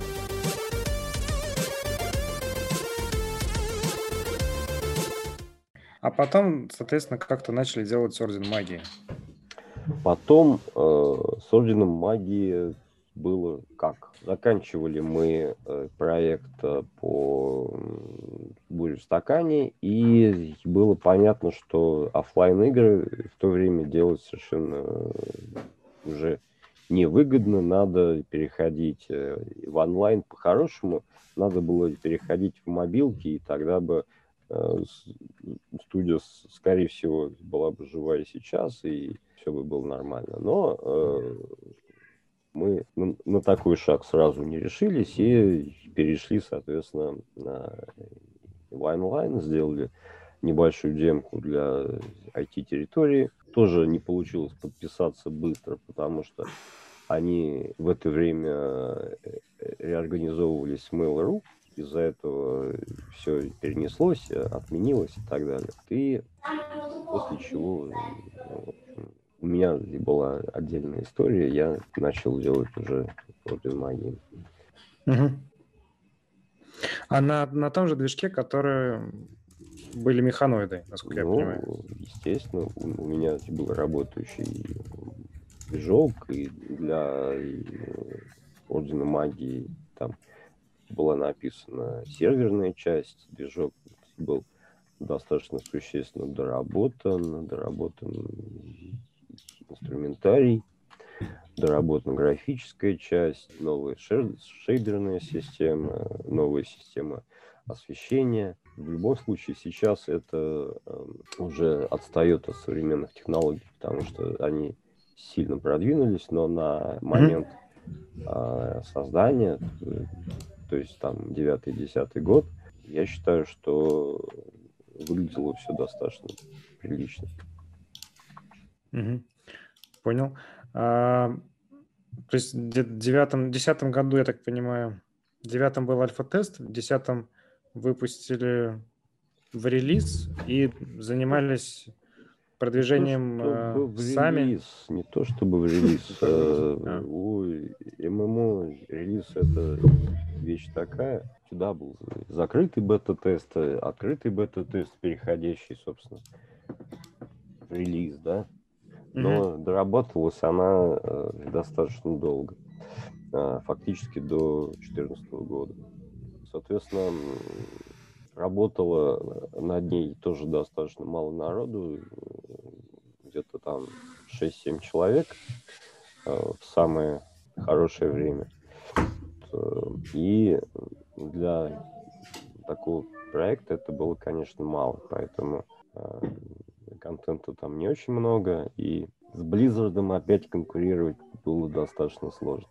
А потом, соответственно, как-то начали делать Орден Магии. Потом э, с Орденом Магии было как? Заканчивали мы проект по «Буре в стакане», и было понятно, что офлайн игры в то время делать совершенно уже невыгодно, надо переходить в онлайн. По-хорошему, надо было переходить в мобилки, и тогда бы студия, скорее всего, была бы жива и сейчас, и все бы было нормально. Но э, мы на, на такой шаг сразу не решились и перешли, соответственно, на в онлайн, сделали небольшую демку для ай ти-территории. Тоже не получилось подписаться быстро, потому что они в это время реорганизовывались с Mail.ru, из-за этого все перенеслось, отменилось и так далее. И после чего у меня была отдельная история, я начал делать уже Орден Магии. Угу. А на, на том же движке, которые были механоиды, насколько ну, я понимаю. Естественно, у, у меня был работающий движок, и для и Ордена Магии там была написана серверная часть, движок был достаточно существенно доработан, доработан инструментарий, доработана графическая часть, новая шейдерная система, новая система освещения. В любом случае сейчас это э, уже отстает от современных технологий, потому что они сильно продвинулись, но на момент э, создания, то есть там девятый-десятый год, я считаю, что выглядело все достаточно прилично. Угу. Понял. А, то есть в девятом, десятом году, я так понимаю, в девятом был альфа-тест, в десятом выпустили в релиз и занимались продвижением не то, чтобы э, в сами. Релиз, не то чтобы в релиз. А. Ой, ММО релиз это вещь такая. Сюда был закрытый бета-тест, открытый бета-тест, переходящий, собственно, в релиз, да. Но угу. Дорабатывалась она э, достаточно долго, э, фактически до две тысячи четырнадцатого года. Соответственно, работало над ней тоже достаточно мало народу, где-то там шесть-семь человек э, в самое хорошее время. И для такого проекта это было, конечно, мало, поэтому э, контента там не очень много, и с Blizzard'ом опять конкурировать было достаточно сложно.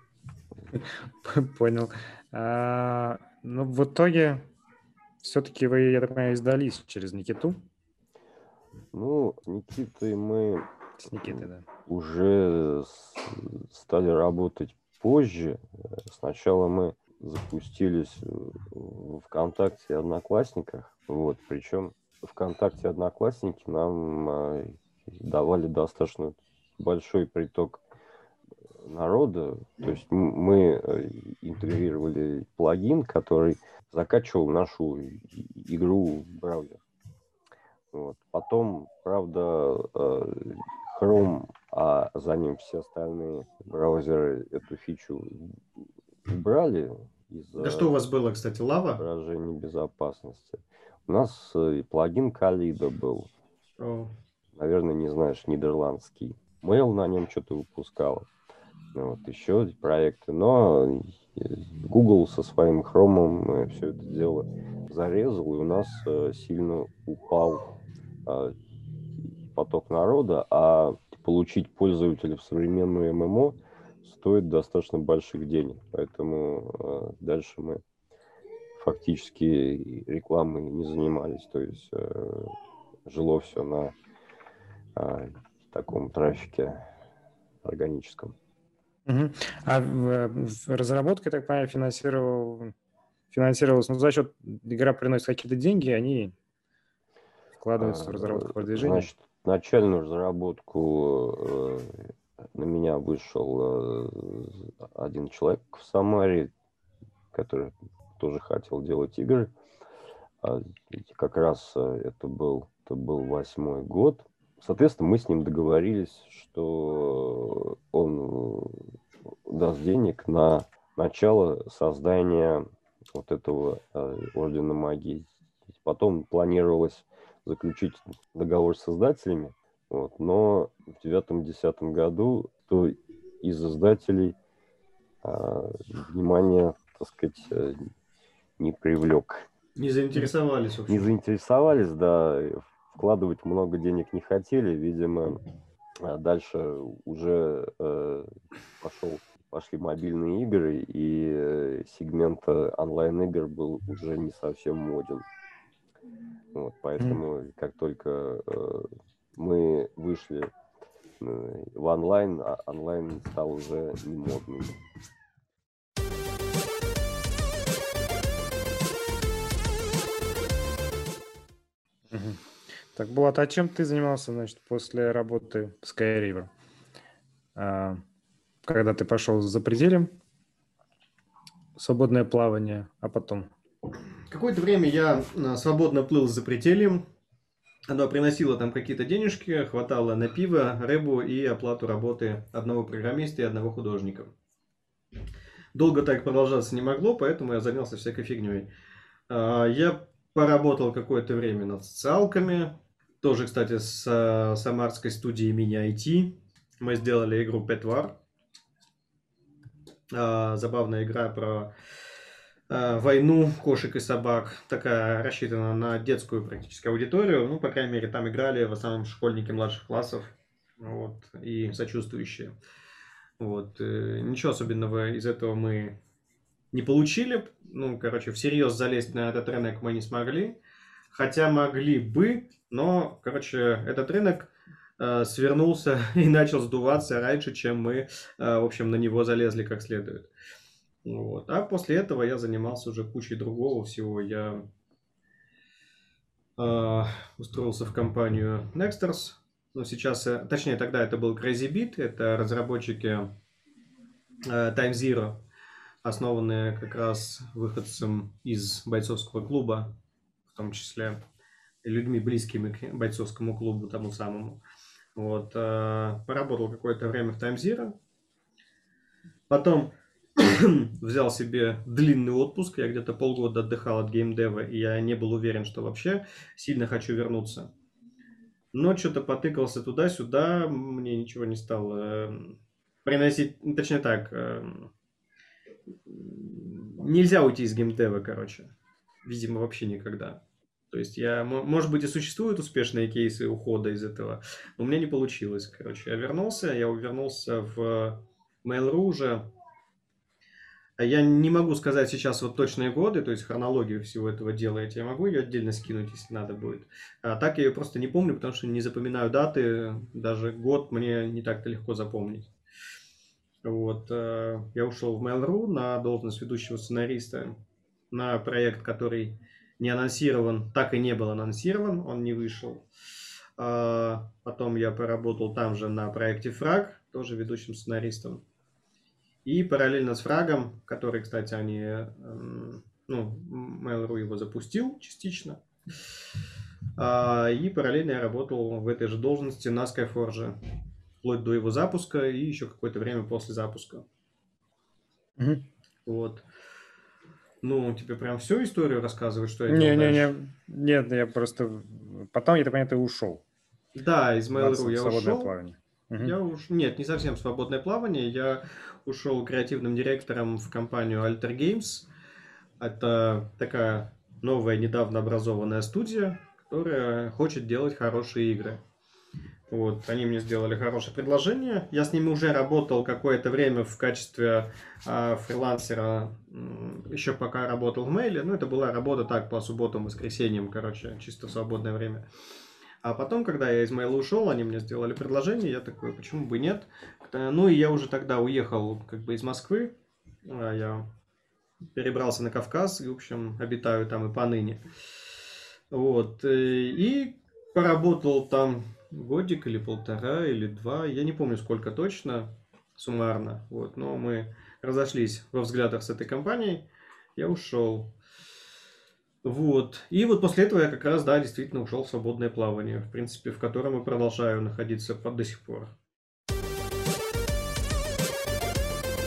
Понял. А, ну, в итоге все-таки вы, я так понимаю, издались через Никиту? Ну, с Никитой мы с Никитой, да. уже стали работать позже. Сначала мы запустились в ВКонтакте и Одноклассниках. Вот, причем ВКонтакте и Одноклассники нам давали достаточно большой приток народа. То есть мы интегрировали плагин, который закачивал нашу игру в браузер. Вот. Потом, правда, Chrome, а за ним все остальные браузеры эту фичу убрали из-за да что у вас было, кстати, Lava? Поражения безопасности. У нас и плагин Kalido был. Oh. Наверное, не знаешь, нидерландский. Mail на нем что-то выпускал. Вот, еще проекты. Но Google со своим Chrome все это дело зарезал, и у нас сильно упал поток народа, а получить пользователя в современную ММО стоит достаточно больших денег. Поэтому э, дальше мы фактически рекламой не занимались. То есть э, жило все на э, таком трафике органическом. Угу. А в, в разработке, я так понимаю, финансировал, финансировалась, ну, за счет игра приносит какие-то деньги, они вкладываются в разработку продвижения? Значит, начальную разработку э, на меня вышел э, один человек в Самаре, который тоже хотел делать игры. А, как раз это был, это был восьмой год. Соответственно, мы с ним договорились, что он даст денег на начало создания вот этого э, Ордена Магии. Потом планировалось заключить договор с издателями, вот, но в девятом-десятом году кто из издателей э, внимание, так сказать, э, не привлек. Не заинтересовались вообще. Не заинтересовались, да, вкладывать много денег не хотели, видимо, дальше уже э, пошел, пошли мобильные игры, и э, сегмент онлайн-игр был уже не совсем моден. Вот, поэтому, как только э, мы вышли э, в онлайн, а онлайн стал уже не модным. Так, Булат, а чем ты занимался, значит, после работы в Skyriver? А, когда ты пошел за пределем, свободное плавание, а потом? Какое-то время я свободно плыл за пределем. Оно приносило там какие-то денежки, хватало на пиво, рыбу и оплату работы одного программиста и одного художника. Долго так продолжаться не могло, поэтому я занялся всякой фигней. Я поработал какое-то время над социалками. Тоже, кстати, с самарской студией Mini-ай ти. Мы сделали игру Pet War. Забавная игра про войну кошек и собак. Такая рассчитана на детскую практически аудиторию. Ну, по крайней мере, там играли в основном школьники младших классов. Вот, и сочувствующие. Вот. Ничего особенного из этого мы не получили. Ну, короче, всерьез залезть на этот рынок мы не смогли. Хотя могли бы, но, короче, этот рынок э, свернулся и начал сдуваться раньше, чем мы, э, в общем, на него залезли как следует. Вот. А после этого я занимался уже кучей другого всего. Я э, устроился в компанию Nexters. Ну, сейчас, э, точнее, тогда это был Crazy Beat, это разработчики э, Time Zero, основанные как раз выходцем из бойцовского клуба, в том числе людьми, близкими к бойцовскому клубу тому самому. Вот, э, поработал какое-то время в Time Zero. Потом взял себе длинный отпуск. Я где-то полгода отдыхал от геймдева, и я не был уверен, что вообще сильно хочу вернуться. Но что-то потыкался туда-сюда, мне ничего не стало приносить, точнее так, нельзя уйти из геймдева, короче. Видимо, вообще никогда. То есть я, может быть, и существуют успешные кейсы ухода из этого, но у меня не получилось, короче. Я вернулся, я вернулся в Mail.ru уже. Я не могу сказать сейчас вот точные годы, то есть хронологию всего этого дела. Я могу ее отдельно скинуть, если надо будет. А так я ее просто не помню, потому что не запоминаю даты. Даже год мне не так-то легко запомнить. Вот. Я ушел в Mail.ru на должность ведущего сценариста на проект, который не анонсирован, так и не был анонсирован, он не вышел. Потом я поработал там же на проекте Фраг, тоже ведущим сценаристом. И параллельно с Фрагом, который, кстати, они, ну, Mail.ru его запустил частично. И параллельно я работал в этой же должности на Skyforge, вплоть до его запуска и еще какое-то время после запуска. Mm-hmm. Вот. Ну, тебе прям всю историю рассказывать, что я не, делал не, дальше? Не, нет, я просто... Потом, я так понимаю, ты ушел. Да, из Mail.ru я ушел. Плавание. Угу. Я уж... Нет, не совсем свободное плавание. Я ушел креативным директором в компанию Alter Games. Это такая новая, недавно образованная студия, которая хочет делать хорошие игры. Вот, они мне сделали хорошее предложение. Я с ними уже работал какое-то время в качестве э, фрилансера, э, еще пока работал в Мейле. Ну, это была работа так, по субботам, воскресеньям, короче, чисто в свободное время. А потом, когда я из Мейла ушел, они мне сделали предложение, я такой, почему бы нет. Ну, и я уже тогда уехал как бы из Москвы. Я перебрался на Кавказ и, в общем, обитаю там и поныне. Вот, и поработал там годик или полтора, или два, я не помню сколько точно, суммарно, вот, но мы разошлись во взглядах с этой компанией, я ушел, вот, и вот после этого я как раз, да, действительно ушел в свободное плавание, в принципе, в котором и продолжаю находиться до сих пор.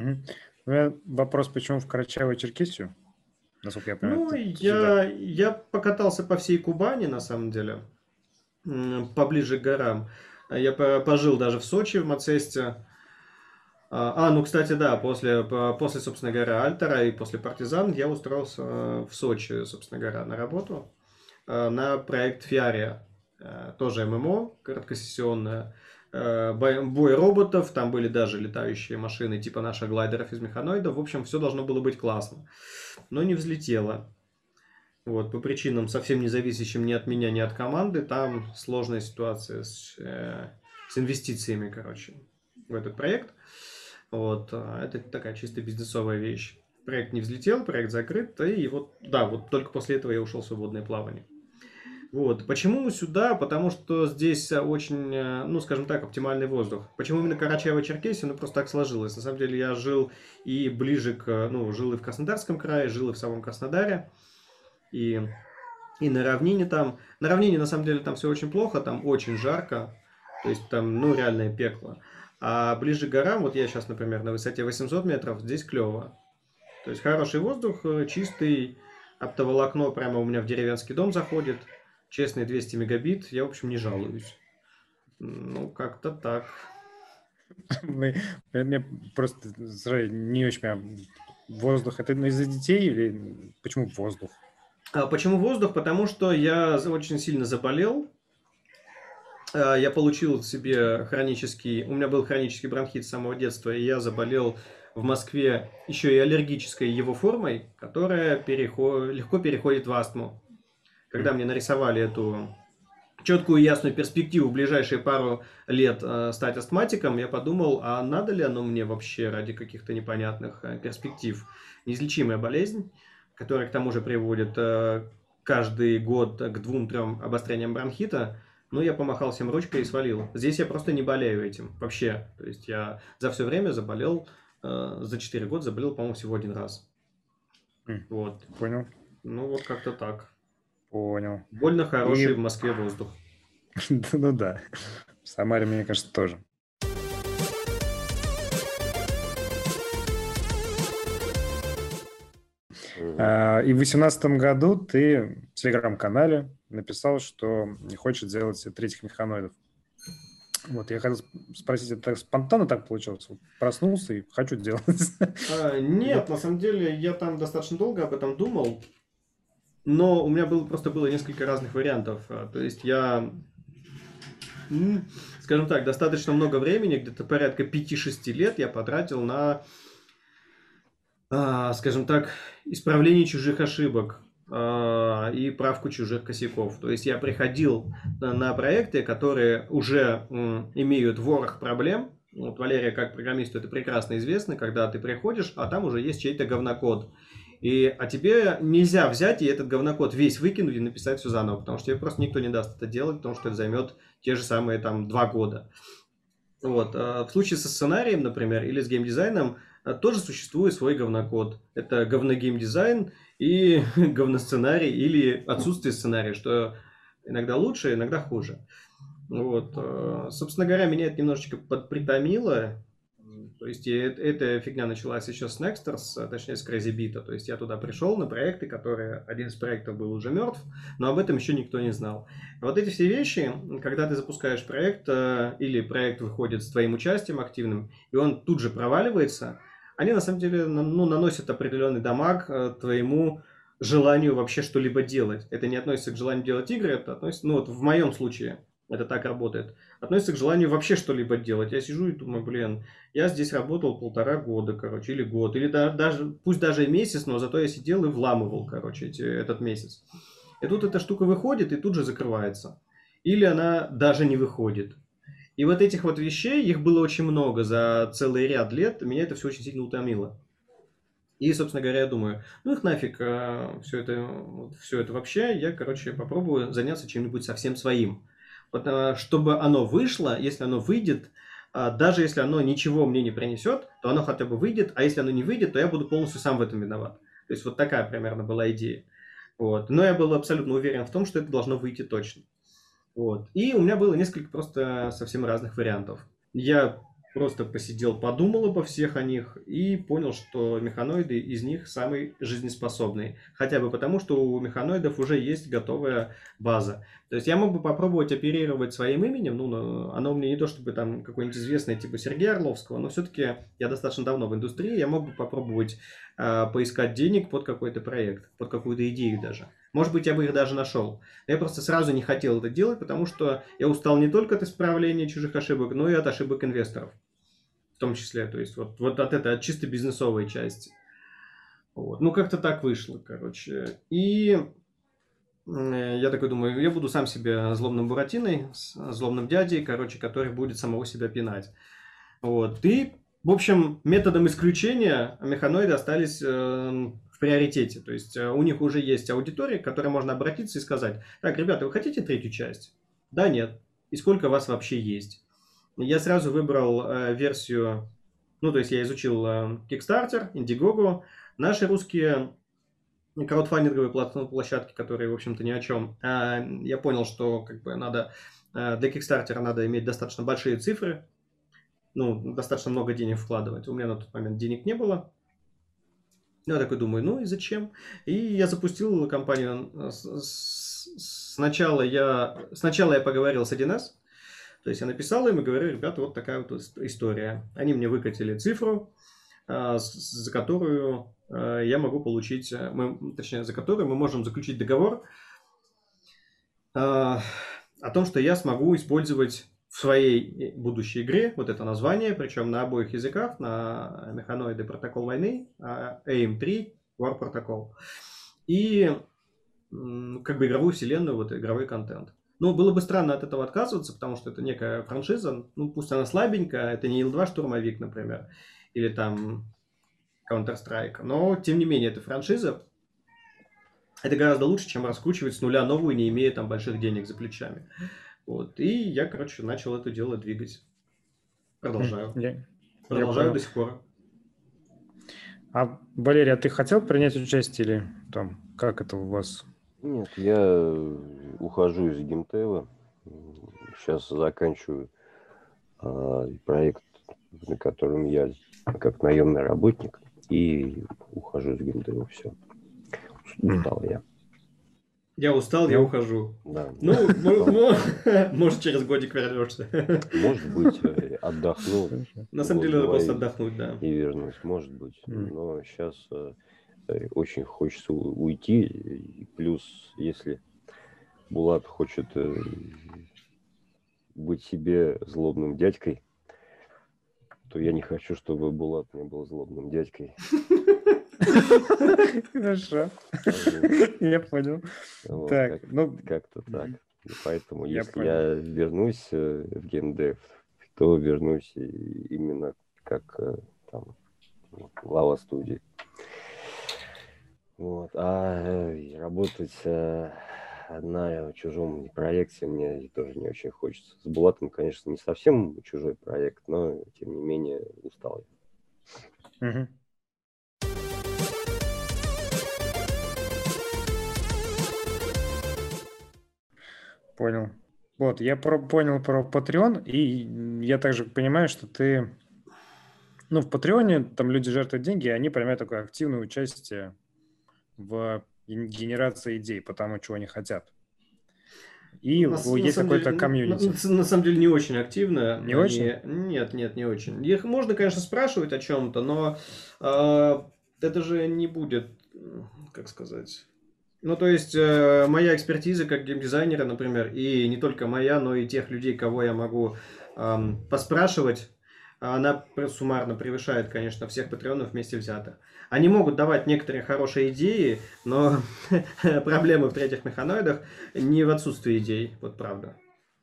Мгм. У меня вопрос, почему в Карачаево-Черкесию? Насколько я понимаю, Ну, ты сюда. я, я покатался по всей Кубани, на самом деле, м, поближе к горам. А Я по- пожил даже в Сочи, в Мацесте. А, а, ну, кстати, да, после, по- после, собственно говоря, Альтера и после Партизан я устроился э, в Сочи, собственно говоря, на работу э, на проект Фиария. Э, Тоже ММО, короткосессионное. Э, бой бой роботов, там были даже летающие машины типа наших глайдеров из механоидов. В общем, все должно было быть классно. Но не взлетело. Вот, по причинам, совсем не зависящим ни от меня, ни от команды. Там сложная ситуация с, э, с инвестициями, короче, в этот проект. Вот, а, это такая чисто бизнесовая вещь. Проект не взлетел, проект закрыт, и вот, да, вот только после этого я ушел в свободное плавание. Вот. Почему сюда? Потому что здесь а, очень, э, ну, скажем так, оптимальный воздух. Почему именно Карачаево-Черкесия? Ну, просто так сложилось. На самом деле я жил и ближе к, ну, жил и в Краснодарском крае, жил и в самом Краснодаре, и, и на равнине там. На равнине, на самом деле, там все очень плохо, там очень жарко, то есть там, ну, реальное пекло. А ближе к горам, вот я сейчас, например, на высоте восемьсот метров, здесь клево. То есть хороший воздух, э, чистый, оптоволокно прямо у меня в деревенский дом заходит, честный двести мегабит, я, в общем, не жалуюсь. Ну, как-то так. Мы- Мне просто сразу не очень понимаю, воздух. Это ну, из-за детей или почему воздух? А почему воздух? Потому что я за- очень сильно заболел. А, Я получил себе хронический, у меня был хронический бронхит с самого детства, и я заболел в Москве еще и аллергической его формой, которая перехо- легко переходит в астму. Когда М. мне нарисовали эту четкую и ясную перспективу в ближайшие пару лет э, стать астматиком, я подумал, а надо ли оно мне вообще ради каких-то непонятных э, перспектив? Неизлечимая болезнь, которая к тому же приводит э, каждый год к двум-трем обострениям бронхита. Ну, я помахал всем ручкой и свалил. Здесь я просто не болею этим вообще. То есть я за все время заболел, э, за четыре года заболел, по-моему, всего один раз. М. Вот. Понял, Ну, вот как-то так. понял. Больно хороший в И Москве воздух. ну да, в Самаре, мне кажется, тоже. Мгм. А, И в восемнадцатом году ты в телеграм-канале написал, что не хочешь делать третьих механоидов. Вот, я хотел сп- спросить, это так спонтанно так получилось? Вот проснулся и хочу делать. А, Или... нет, на самом деле я там достаточно долго об этом думал, но у меня был, просто было несколько разных вариантов. А, То есть я, м, скажем так, достаточно много времени, где-то порядка пяти-шести лет я потратил на, а, скажем так, исправление чужих ошибок а, и правку чужих косяков. То есть я приходил на, на проекты, которые уже м, имеют ворох проблем. Вот Валерия, как программисту, это прекрасно известно, когда ты приходишь, а там уже есть чей-то говнокод. И, а тебе нельзя взять и этот говнокод весь выкинуть и написать все заново, потому что тебе просто никто не даст это делать, потому что это займет те же самые там два года. Вот. а В случае со сценарием, например, или с геймдизайном, а, тоже существует свой говнокод. Это говногеймдизайн и говносценарий или отсутствие сценария, что иногда лучше, иногда хуже. Вот. а, Собственно говоря, меня это немножечко подпритомило. М, То есть и эт- эта фигня началась еще с Nexters, а точнее с CrazyBit. То есть я туда пришел на проекты, которые... Один из проектов был уже мертв, но об этом еще никто не знал. Вот эти все вещи, когда ты запускаешь проект, э, или проект выходит с твоим участием активным, и он тут же проваливается, они на самом деле на- ну, наносят определенный дамаг э, твоему желанию вообще что-либо делать. Это не относится к желанию делать игры, это относится, ну вот в моем случае это так работает, относится к желанию вообще что-либо делать. Я сижу и думаю, блин, я здесь работал полтора года, короче, или год, или да- даже, пусть даже и месяц, но зато я сидел и вламывал, короче, эти- этот месяц. И тут эта штука выходит и тут же закрывается. Или она даже не выходит. И вот этих вот вещей, их было очень много за целый ряд лет, меня это все очень сильно утомило. И, собственно говоря, я думаю, ну их нафиг, все это, все это вообще, я, короче, попробую заняться чем-нибудь совсем своим. Вот, а, чтобы оно вышло, если оно выйдет, а, даже если оно ничего мне не принесет, то оно хотя бы выйдет, а если оно не выйдет, то я буду полностью сам в этом виноват. То есть вот такая примерно была идея. Вот. Но я был абсолютно уверен в том, что это должно выйти точно. Вот. И у меня было несколько просто совсем разных вариантов. Я просто посидел, подумал обо всех о них и понял, что механоиды из них самый жизнеспособный. Хотя бы потому, что у механоидов уже есть готовая база. То есть я мог бы попробовать оперировать своим именем, ну, оно у меня не то чтобы там какой-нибудь известный типа Сергея Орловского, но все-таки я достаточно давно в индустрии, я мог бы попробовать э, поискать денег под какой-то проект, под какую-то идею даже. Может быть, я бы их даже нашел. Но я просто сразу не хотел это делать, потому что я устал не только от исправления чужих ошибок, но и от ошибок инвесторов. В том числе, то есть вот, вот от этой, от чисто бизнесовой части. Вот. Ну, как-то так вышло, короче. И э, я такой думаю, я буду сам себе злобным буратиной, злобным дядей, короче, который будет самого себя пинать. Вот. И, в общем, методом исключения механоиды остались э, в приоритете. То есть э, у них уже есть аудитория, к которой можно обратиться и сказать: так, ребята, вы хотите третью часть? Да, нет. И сколько вас вообще есть? Я сразу выбрал э, версию, ну, то есть я изучил э, Kickstarter, Indiegogo, наши русские краудфандинговые площадки, которые, в общем-то, ни о чем. А, я понял, что как бы надо, э, для Kickstarter надо иметь достаточно большие цифры, ну, достаточно много денег вкладывать. У меня на тот момент денег не было. Я такой думаю, ну и зачем? И я запустил компанию. Сначала я, сначала я поговорил с один эс. То есть я написал им и говорю: ребята, вот такая вот история. Они мне выкатили цифру, за которую я могу получить, мы, точнее, за которую мы можем заключить договор о том, что я смогу использовать в своей будущей игре вот это название, причем на обоих языках, на механоиды Протокол войны, эй эм три War Protocol, и как бы игровую вселенную, вот игровой контент. Ну, было бы странно от этого отказываться, потому что это некая франшиза. Ну, пусть она слабенькая, это не ил два штурмовик, например, или там Counter-Strike. Но, тем не менее, это франшиза. Это гораздо лучше, чем раскручивать с нуля новую, не имея там больших денег за плечами. Вот. И я, короче, начал это дело двигать. Продолжаю. Я, Продолжаю я до сих пор. А, Валерий, а ты хотел принять участие или там, как это у вас? Нет, я ухожу из геймдева. Сейчас заканчиваю а, проект, на котором я как наемный работник, и ухожу из геймдева. Все. Устал я. Я устал, я ухожу. Да. Ну, может, через годик вернешься. Может быть, отдохну. На самом деле, надо просто отдохнуть, да. И вернусь, может быть. Но сейчас очень хочется уйти. И плюс, если Булат хочет быть себе злобным дядькой, то я не хочу, чтобы Булат не был злобным дядькой. Хорошо. Я понял. Вот, так, как, ну, как-то так. Поэтому, я если понял. Я вернусь в геймдев, то вернусь именно как там глава студии. Вот. А работать на чужом проекте мне тоже не очень хочется. С Булатом, конечно, не совсем чужой проект, но тем не менее устал я. Угу. Понял. Вот, я про, понял про Patreon, и я также понимаю, что ты... Ну, в Патреоне там люди жертвуют деньги, и они принимают такое активное участие в генерации идей по тому, чего они хотят. И на, есть какой-то комьюнити. На, на, на самом деле не очень активно. Не они... очень? Нет, нет, не очень. Их можно, конечно, спрашивать о чем-то, но э, это же не будет, как сказать... Ну, то есть, э, моя экспертиза как геймдизайнера, например, и не только моя, но и тех людей, кого я могу э, поспрашивать, она суммарно превышает, конечно, всех патреонов вместе взятых. Они могут давать некоторые хорошие идеи, но проблемы в третьих механоидах не в отсутствии идей, вот правда.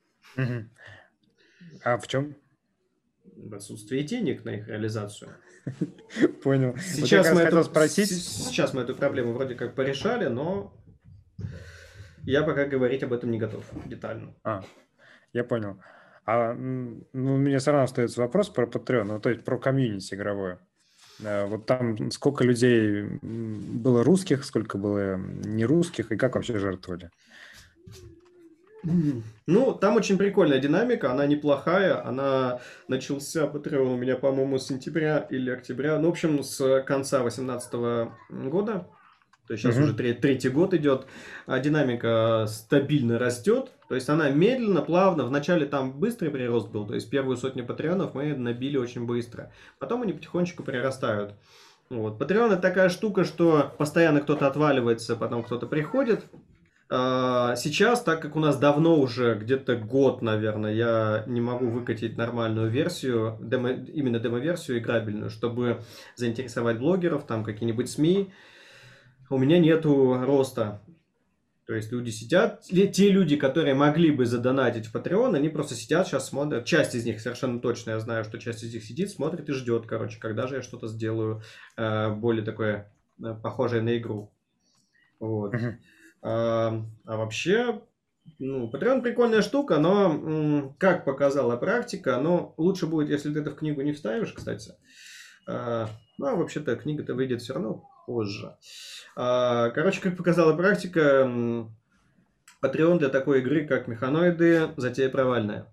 А в чем? В отсутствии денег на их реализацию. Понял. Сейчас, вот мы эту, спросить... сейчас мы эту проблему вроде как порешали, но я пока говорить об этом не готов детально. А, я понял. А ну, у меня все равно остается вопрос про Patreon, ну, то есть про комьюнити игровое. Вот там сколько людей было русских, сколько было не русских, и как вообще жертвовали? Ну, там очень прикольная динамика, она неплохая, она начался Patreon у меня, по-моему, с сентября или октября, ну, в общем, с конца две тысячи восемнадцатого года, то есть сейчас уже Мгм. тре- третий год идет, а динамика стабильно растет, то есть она медленно, плавно, вначале там быстрый прирост был, то есть первую сотню патреонов мы набили очень быстро, потом они потихонечку прирастают. Вот. Patreon это такая штука, что постоянно кто-то отваливается, потом кто-то приходит. А, Сейчас, так как у нас давно уже, где-то год, наверное, я не могу выкатить нормальную версию, демо, именно демо-версию играбельную, чтобы заинтересовать блогеров, там какие-нибудь СМИ, у меня нету роста. То есть люди сидят, ли- те люди, которые могли бы задонатить в Patreon, они просто сидят, сейчас смотрят. Часть из них совершенно точно, я знаю, что часть из них сидит, смотрит и ждет, короче, когда же я что-то сделаю э, более такое э, похожее на игру. Вот. Мгм. А, а вообще, ну, Patreon прикольная штука, но, м, как показала практика, но лучше будет, если ты это в книгу не вставишь, кстати. А, ну, а вообще-то книга-то выйдет все равно позже. А, короче, как показала практика, м, Patreon для такой игры, как Механоиды, затея провальная.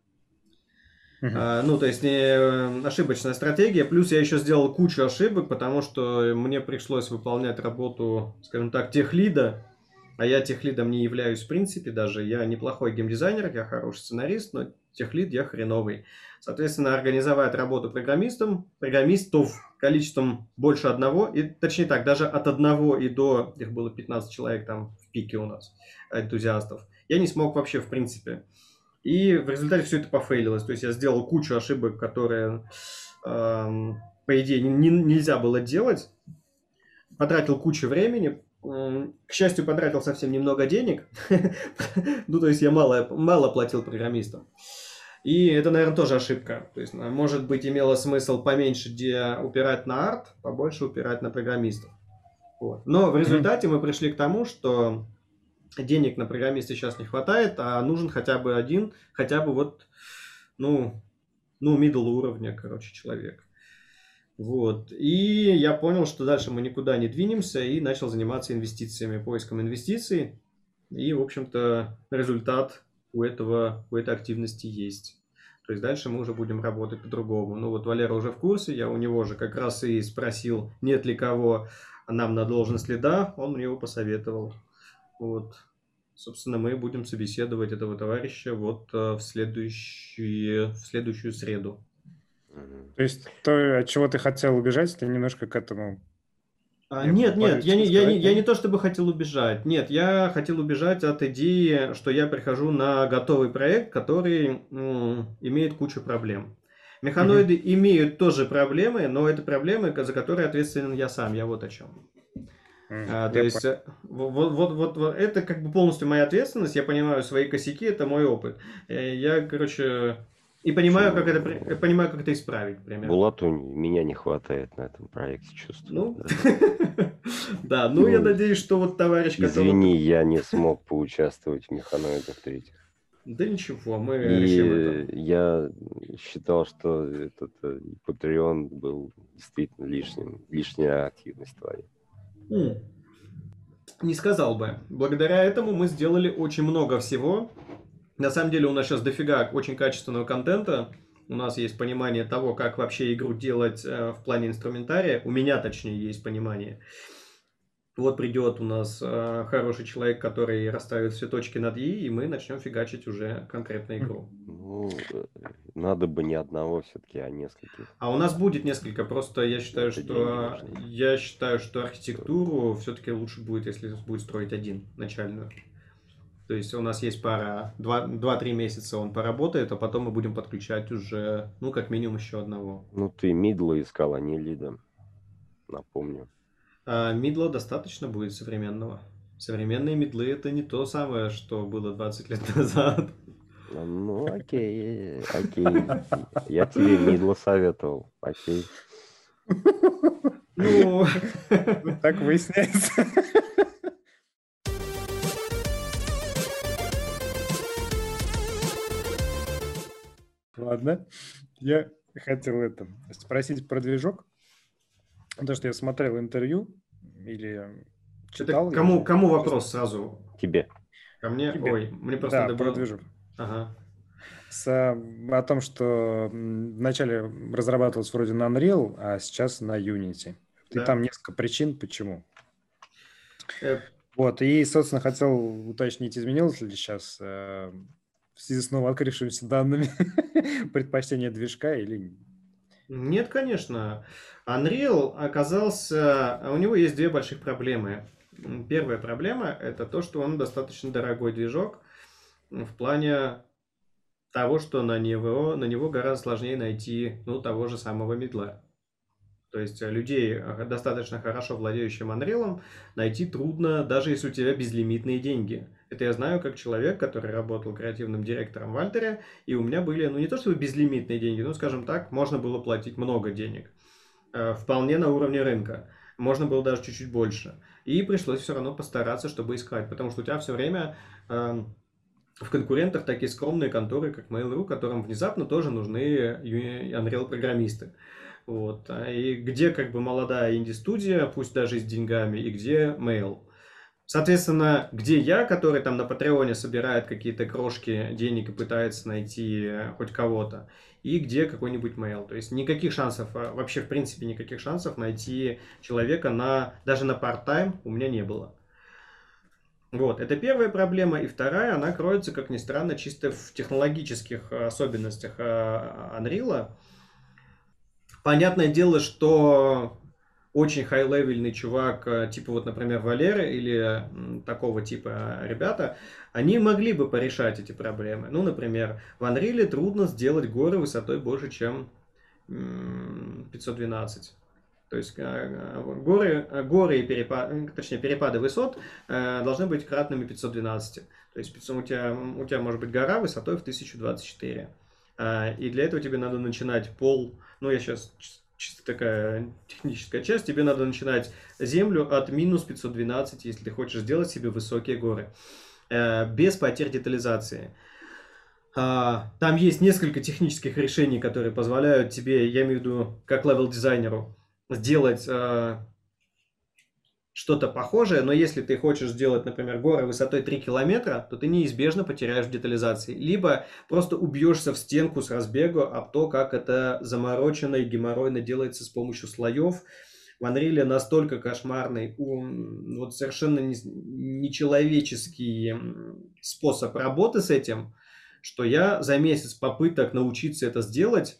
Мгм. А, ну, то есть не э, ошибочная стратегия. Плюс я еще сделал кучу ошибок, потому что мне пришлось выполнять работу, скажем так, техлида. А я техлидом не являюсь в принципе даже. Я неплохой геймдизайнер, я хороший сценарист, но техлид я хреновый. Соответственно, организовать работу программистам, программистов количеством больше одного, и, точнее так, даже от одного и до, их было пятнадцать человек там в пике у нас, энтузиастов, я не смог вообще в принципе. И в результате все это пофейлилось. То есть я сделал кучу ошибок, которые, эм, по идее, не- не- нельзя было делать. Потратил кучу времени. М, К счастью, потратил совсем немного денег. Ну, то есть я мало, мало платил программистам. И это, наверное, тоже ошибка. То есть, а, может быть, имело смысл поменьше где упирать на арт, побольше упирать на программистов. Вот. Но в Мгм. результате мы пришли к тому, что денег на программиста сейчас не хватает, а нужен хотя бы один, хотя бы вот, ну, ну, middle уровня, короче, человек. Вот. И я понял, что дальше мы никуда не двинемся, и начал заниматься инвестициями, поиском инвестиций. И, в общем-то, результат у этого, у этой активности есть. То есть дальше мы уже будем работать по-другому. Ну вот Валера уже в курсе, я у него же как раз и спросил, нет ли кого нам на должность лида, он мне его посоветовал. Вот. Собственно, мы будем собеседовать этого товарища вот э, в следующую, в следующую среду. Мгм. То есть то, от чего ты хотел убежать, ты немножко к этому А, не нет, нет, я боишься не, я, не, сказать, я нет? не то чтобы хотел убежать. Нет, я хотел убежать от идеи, что я прихожу на готовый проект, который м, имеет кучу проблем. Мгм. Механоиды имеют тоже проблемы, но это проблемы, ко- за которые ответственен я сам. Я вот о чем. М, А, то Я понял. есть, э, вот, вот, вот, вот это как бы полностью моя ответственность. Я понимаю свои косяки, это мой опыт. Э, Я, короче, и понимаю, как это, при- Почему понимаю, как это исправить примерно. Булату меня не хватает на этом проекте, чувствую. Ну, Да. да, ну я Ну, надеюсь, что вот товарищ, которого ты... извини, я не смог поучаствовать в механоидах третьих. Да ничего, мы решим это. И я считал, что этот э, Patreon был действительно лишним, лишняя активность твоя. М, Не сказал бы. Благодаря этому мы сделали очень много всего. На самом деле у нас сейчас дофига очень качественного контента. У нас есть понимание того, как вообще игру делать э, в плане инструментария. У меня, точнее, есть понимание. Вот придет у нас э, хороший человек, который расставит все точки над «и», и мы начнем фигачить уже конкретную М. игру. Ну, э, надо бы не одного все-таки, а нескольких. А у нас будет несколько, просто я считаю, Это деньги что нужны. я считаю, что архитектуру все-таки лучше будет, если будет строить один начальную. То есть у нас есть пара, два-три месяца он поработает, а потом мы будем подключать уже, ну, как минимум еще одного. Ну, ты мидла искал, а не лида, напомню. А мидла достаточно будет современного. Современные мидлы это не то самое, что было двадцать лет назад. Ну, окей, окей. Я тебе мидла советовал, окей. Ну, Так выясняется. Ладно. Я хотел это спросить про движок. Потому что я смотрел интервью или это читал, я кому, уже, кому честно. вопрос сразу? Тебе. Ко мне? Тебе. Ой, мне просто Да, надо про было... движок. Ага. С, а, о том, что м, вначале разрабатывалось вроде на Unreal, а сейчас на Unity. И Да. там несколько причин, почему. Э, Вот, и, собственно, хотел уточнить, изменилось ли сейчас э, в связи с новооткрывшимися данными предпочтение движка или... Нет, конечно. Unreal оказался... У него есть две больших проблемы. М, Первая проблема – это то, что он достаточно дорогой движок м, в плане того, что на него, на него гораздо сложнее найти, ну, того же самого мидла. То есть э, людей, э, достаточно хорошо владеющим Unreal, найти трудно, даже если у тебя безлимитные деньги. Это я знаю как человек, который работал креативным директором в Альтере, и у меня были, ну не то чтобы безлимитные деньги, ну скажем так, можно было платить много денег. Э, Вполне на уровне рынка. Можно было даже чуть-чуть больше. И пришлось все равно постараться, чтобы искать, потому что у тебя все время эм, в конкурентах такие скромные конторы, как Mail.ru, которым внезапно тоже нужны ю- Unreal-программисты. Вот. А И где как бы молодая инди-студия, пусть даже и с деньгами, и где Mail. Соответственно, где я, который там на Патреоне собирает какие-то крошки денег и пытается найти э, хоть кого-то, и где какой-нибудь Mail. То есть никаких шансов, а, вообще в принципе никаких шансов найти человека на, даже на part-time у меня не было. Вот, это первая проблема. И вторая, она кроется, как ни странно, чисто в технологических э, особенностях э, Unreal. Понятное дело, что очень хай-левельный чувак, э, типа вот, например, Валеры или м, такого типа ребята, они могли бы порешать эти проблемы. Ну, например, в Unreal трудно сделать горы высотой больше, чем м, пятьсот двенадцать. То есть э, э, горы, э, горы и перепады, точнее, перепады высот э, должны быть кратными пятьсот двенадцать. То есть пятьсот у тебя, у тебя может быть гора высотой в тысяча двадцать четыре. А, И для этого тебе надо начинать пол, ну я сейчас чисто такая техническая часть, тебе надо начинать землю от минус пятьсот двенадцать, если ты хочешь сделать себе высокие горы, э, без потерь детализации. А, Там есть несколько технических решений, которые позволяют тебе, я имею в виду, как левел-дизайнеру, сделать э, что-то похожее, но если ты хочешь сделать, например, горы высотой три километра, то ты неизбежно потеряешь в детализации. Либо просто убьешься в стенку с разбегу об то, как это заморочено и геморройно делается с помощью слоев. В Unreal настолько кошмарный, ум, вот совершенно не- нечеловеческий м, способ работы с этим, что я за месяц попыток научиться это сделать,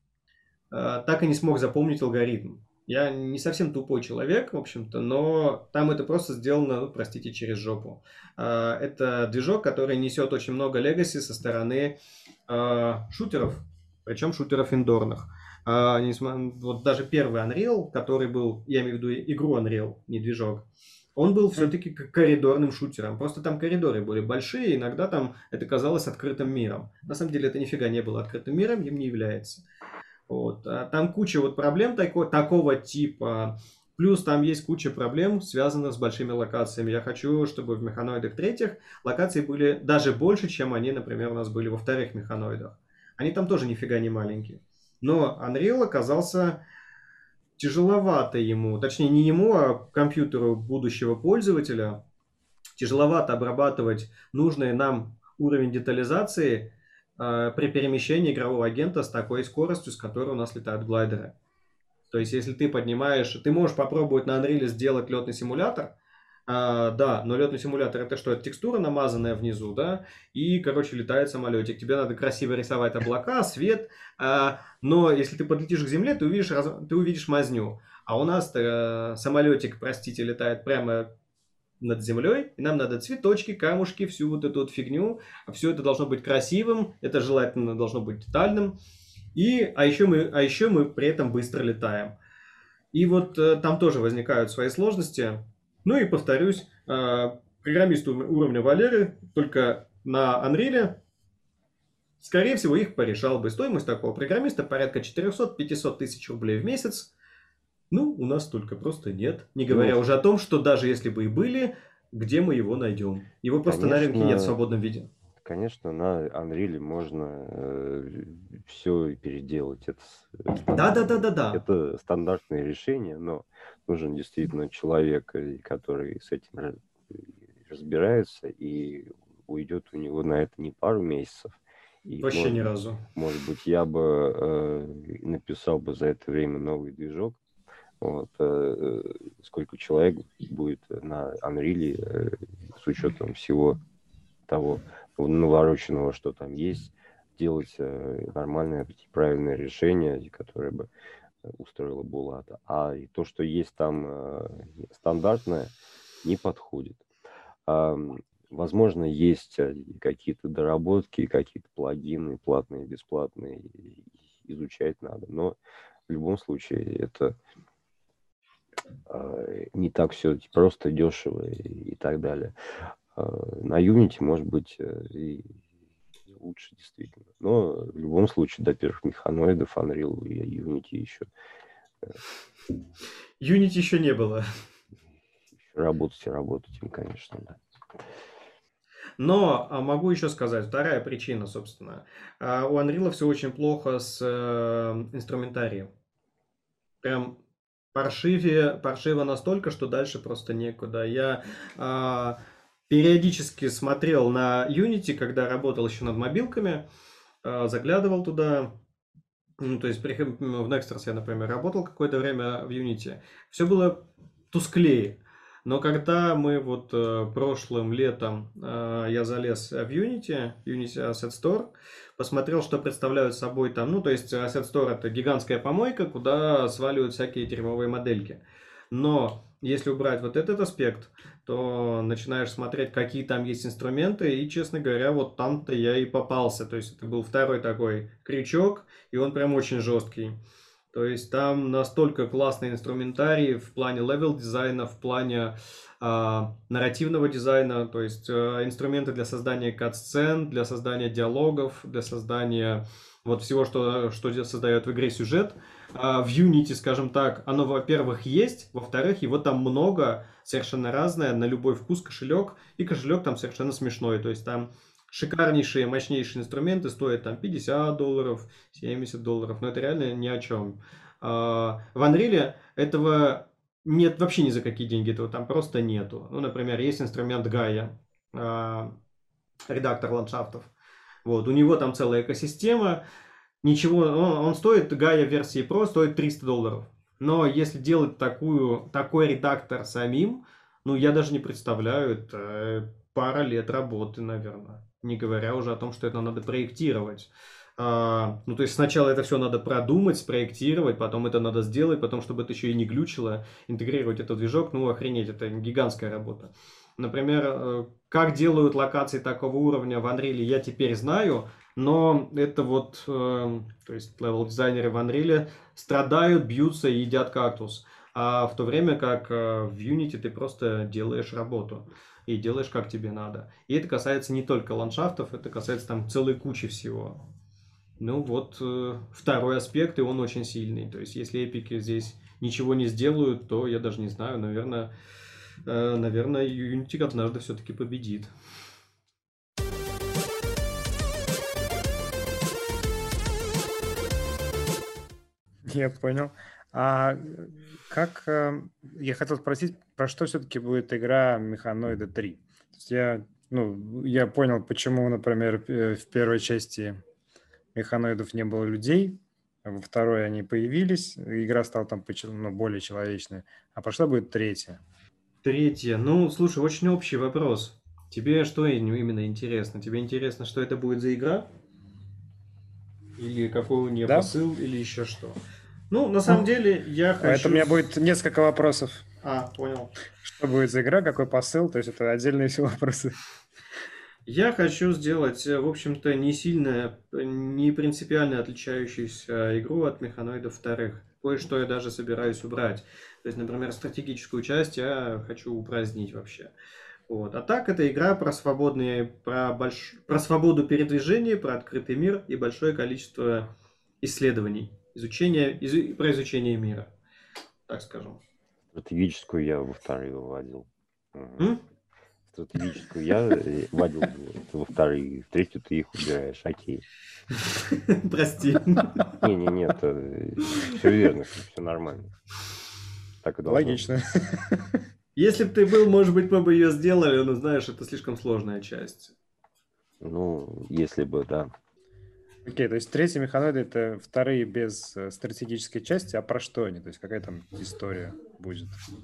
э, так и не смог запомнить алгоритм. Я не совсем тупой человек, в общем-то, но там это просто сделано, ну, простите, через жопу. Э, Это движок, который несет очень много легаси со стороны э, шутеров, причем шутеров индорных. А, несма- Вот даже первый Unreal, который был, я имею в виду игру Unreal, не движок, он был все-таки коридорным шутером. Просто там коридоры были большие, иногда там это казалось открытым миром. На самом деле это нифига не было открытым миром, им не является. Вот. А там куча вот проблем тако, такого типа. Плюс там есть куча проблем, связанных с большими локациями. Я хочу, чтобы в механоидах третьих локации были даже больше, чем они, например, у нас были во вторых механоидах. Они там тоже нифига не маленькие. Но Unreal оказался тяжеловато ему, точнее не ему, а компьютеру будущего пользователя, тяжеловато обрабатывать нужный нам уровень детализации э, при перемещении игрового агента с такой скоростью, с которой у нас летают глайдеры. То есть, если ты поднимаешь, ты можешь попробовать на Unreal сделать летный симулятор, а, да, но летный симулятор это что? Это текстура намазанная внизу, да, и, короче, летает самолетик. Тебе надо красиво рисовать облака, свет, а, но если ты подлетишь к земле, ты увидишь, раз- ты увидишь мазню. А у нас э, самолетик, простите, летает прямо над землей, и нам надо цветочки, камушки, всю вот эту вот фигню. Все это должно быть красивым, это желательно должно быть детальным. И, а еще мы, а еще мы при этом быстро летаем. И вот э, там тоже возникают свои сложности. Ну и повторюсь, э, программист уровня Валеры только на Unreal, скорее всего, их порешал бы. Стоимость такого программиста порядка четыреста-пятьсот тысяч рублей в месяц. Ну, у нас только просто нет. Не говоря Ну, уже о том, что даже если бы и были, где мы его найдем? Его просто на рынке нет в конечно, свободном виде. конечно, на Unreal можно все переделать. Это, с- э, стандарт- Да-да-да-да-да. это стандартное решение, но нужен действительно человек, э, который с этим ра- разбирается и уйдет у него на это не пару месяцев. И, Вообще может, ни разу. Может быть, я бы э, написал бы за это время новый движок. Вот, э, сколько человек будет на Unreal э, с учетом всего того навороченного, что там есть, делать э, нормальное, правильное решение, которое бы устроило Булата. А и то, что есть там э, стандартное, не подходит. А, возможно, есть какие-то доработки, какие-то плагины, платные, бесплатные, изучать надо. Но в любом случае это э, не так все просто, дешево и, и так далее. Э, на Unity, может быть, и лучше действительно. Но в любом случае, до первых механоидов, Unreal и Unity еще... Unity еще не было. Работать и работать им, конечно, да. Но а могу еще сказать, вторая причина, собственно. А, у Unreal все очень плохо с э, инструментарием. Прям паршивее, паршиво настолько, что дальше просто некуда. Я а, периодически смотрел на Unity, когда работал еще над мобилками, а, заглядывал туда. Ну, то есть при- в Nexters я, например, работал какое-то время в Unity. Все было тусклее. Но когда мы вот э, прошлым летом э, я залез в Unity, Unity Asset Store, посмотрел, что представляют собой там, ну, то есть Asset Store это гигантская помойка, куда сваливают всякие дерьмовые модельки. Но если убрать вот этот аспект, то начинаешь смотреть, какие там есть инструменты, и, честно говоря, вот там-то я и попался. То есть это был второй такой крючок, и он прям очень жесткий. То есть там настолько классный инструментарий в плане левел-дизайна, в плане э, нарративного дизайна, то есть э, инструменты для создания кат-сцен, для создания диалогов, для создания вот всего, что, что создает в игре сюжет. Э, в Unity, скажем так, оно, во-первых, есть, во-вторых, его там много, совершенно разное, на любой вкус кошелек, и кошелек там совершенно смешной, то есть там шикарнейшие, мощнейшие инструменты стоят там пятьдесят долларов, семьдесят долларов, но это реально ни о чем. В Unreal этого нет вообще ни за какие деньги, этого там просто нету. Ну, например, есть инструмент Gaia, редактор ландшафтов. Вот, у него там целая экосистема, ничего, он, он стоит, Gaia версии Pro стоит триста долларов. Но если делать такую, такой редактор самим, ну, я даже не представляю, это пара лет работы, наверное. Не говоря уже о том, что это надо проектировать. А, ну, то есть сначала это все надо продумать, спроектировать, потом это надо сделать, потом, чтобы это еще и не глючило, интегрировать этот движок, ну, охренеть, это гигантская работа. Например, как делают локации такого уровня в Unreal, я теперь знаю, но это вот, э, то есть левел-дизайнеры в Unreal страдают, бьются и едят кактус. А в то время как э, в Unity ты просто делаешь работу и делаешь как тебе надо. И это касается не только ландшафтов, это касается там целой кучи всего. Ну вот э, второй аспект, и он очень сильный. То есть если эпики здесь ничего не сделают, то я даже не знаю, наверное, э, наверное, Unity однажды все-таки победит. Я понял. А как э, я хотел спросить, про что все-таки будет игра Механоида три? То есть я, ну, я понял, почему, например, э, в первой части Механоидов не было людей, а во второй они появились, игра стала там почел- ну, более человечной. А про что будет третья? Третье. Ну, слушай, очень общий вопрос. Тебе что именно интересно? Тебе интересно, что это будет за игра? Или какой у нее Да? посыл, или еще что? Ну, на самом деле, я хочу... Это у меня будет несколько вопросов. А, понял. Что будет за игра, какой посыл? То есть это отдельные все вопросы. Я хочу сделать, в общем-то, не сильно, не принципиально отличающуюся игру от Механоидов вторых. Кое-что я даже собираюсь убрать. То есть, например, стратегическую часть я хочу упразднить вообще. Вот. А так, это игра про свободные, про, больш... про свободу передвижения, про открытый мир и большое количество исследований. Изучение, из... про изучение мира, так скажем. Стратегическую я во вторые выводил. М? Стратегическую я вводил во вторые, в третью ты их убираешь, окей. Прости. Не-не-не, это все верно, все нормально. Так и должно быть. Логично. Если бы ты был, может быть, мы бы ее сделали, но знаешь, это слишком сложная часть. Ну, если бы, да. Окей, то есть третьи механоиды — это вторые без э, стратегической части, а про что они? То есть какая там история будет?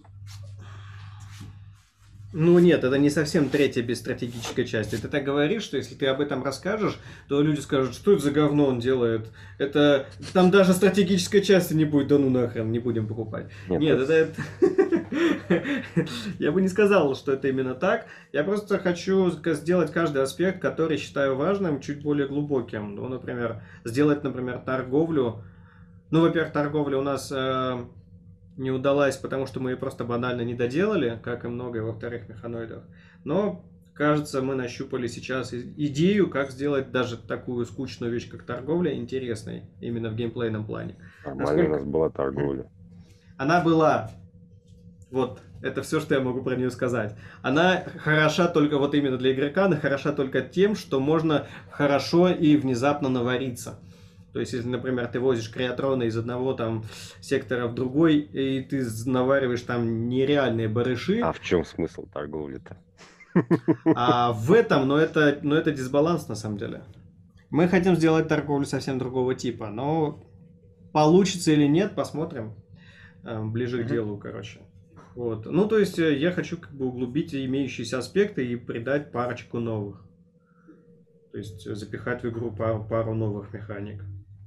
Ну нет, это не совсем третья без стратегической части. Ты так говоришь, что если ты об этом расскажешь, то люди скажут, что это за говно он делает. Это там даже стратегической части не будет, да ну нахрен, не будем покупать. Нет, Нет, это это... это- Я бы не сказал, что это именно так. Я просто хочу ска- сделать каждый аспект, который считаю важным, чуть более глубоким. Ну, например, сделать, например, торговлю. Ну, во-первых, торговля у нас э, не удалась, потому что мы ее просто банально не доделали, как и многое во вторых механоидах. Но, кажется, мы нащупали сейчас и- идею, как сделать даже такую скучную вещь, как торговля, интересной, именно в геймплейном плане. нормально у нас Насколько была торговля. она была, вот, это все, что я могу про нее сказать. Она хороша только вот именно для игрока, она хороша только тем, что можно хорошо и внезапно навариться. То есть, если, например, ты возишь креатрона из одного там сектора в другой, и ты з- навариваешь там нереальные барыши, А в чем смысл торговли-то? а в этом, ну это, ну это дисбаланс на самом деле. Мы хотим сделать торговлю совсем другого типа, но получится или нет, посмотрим. Э, Ближе к Мгм. делу, короче. Вот. Ну, то есть, э, я хочу как бы углубить имеющиеся аспекты и придать парочку новых. То есть, э, запихать в игру пару, пару новых механик.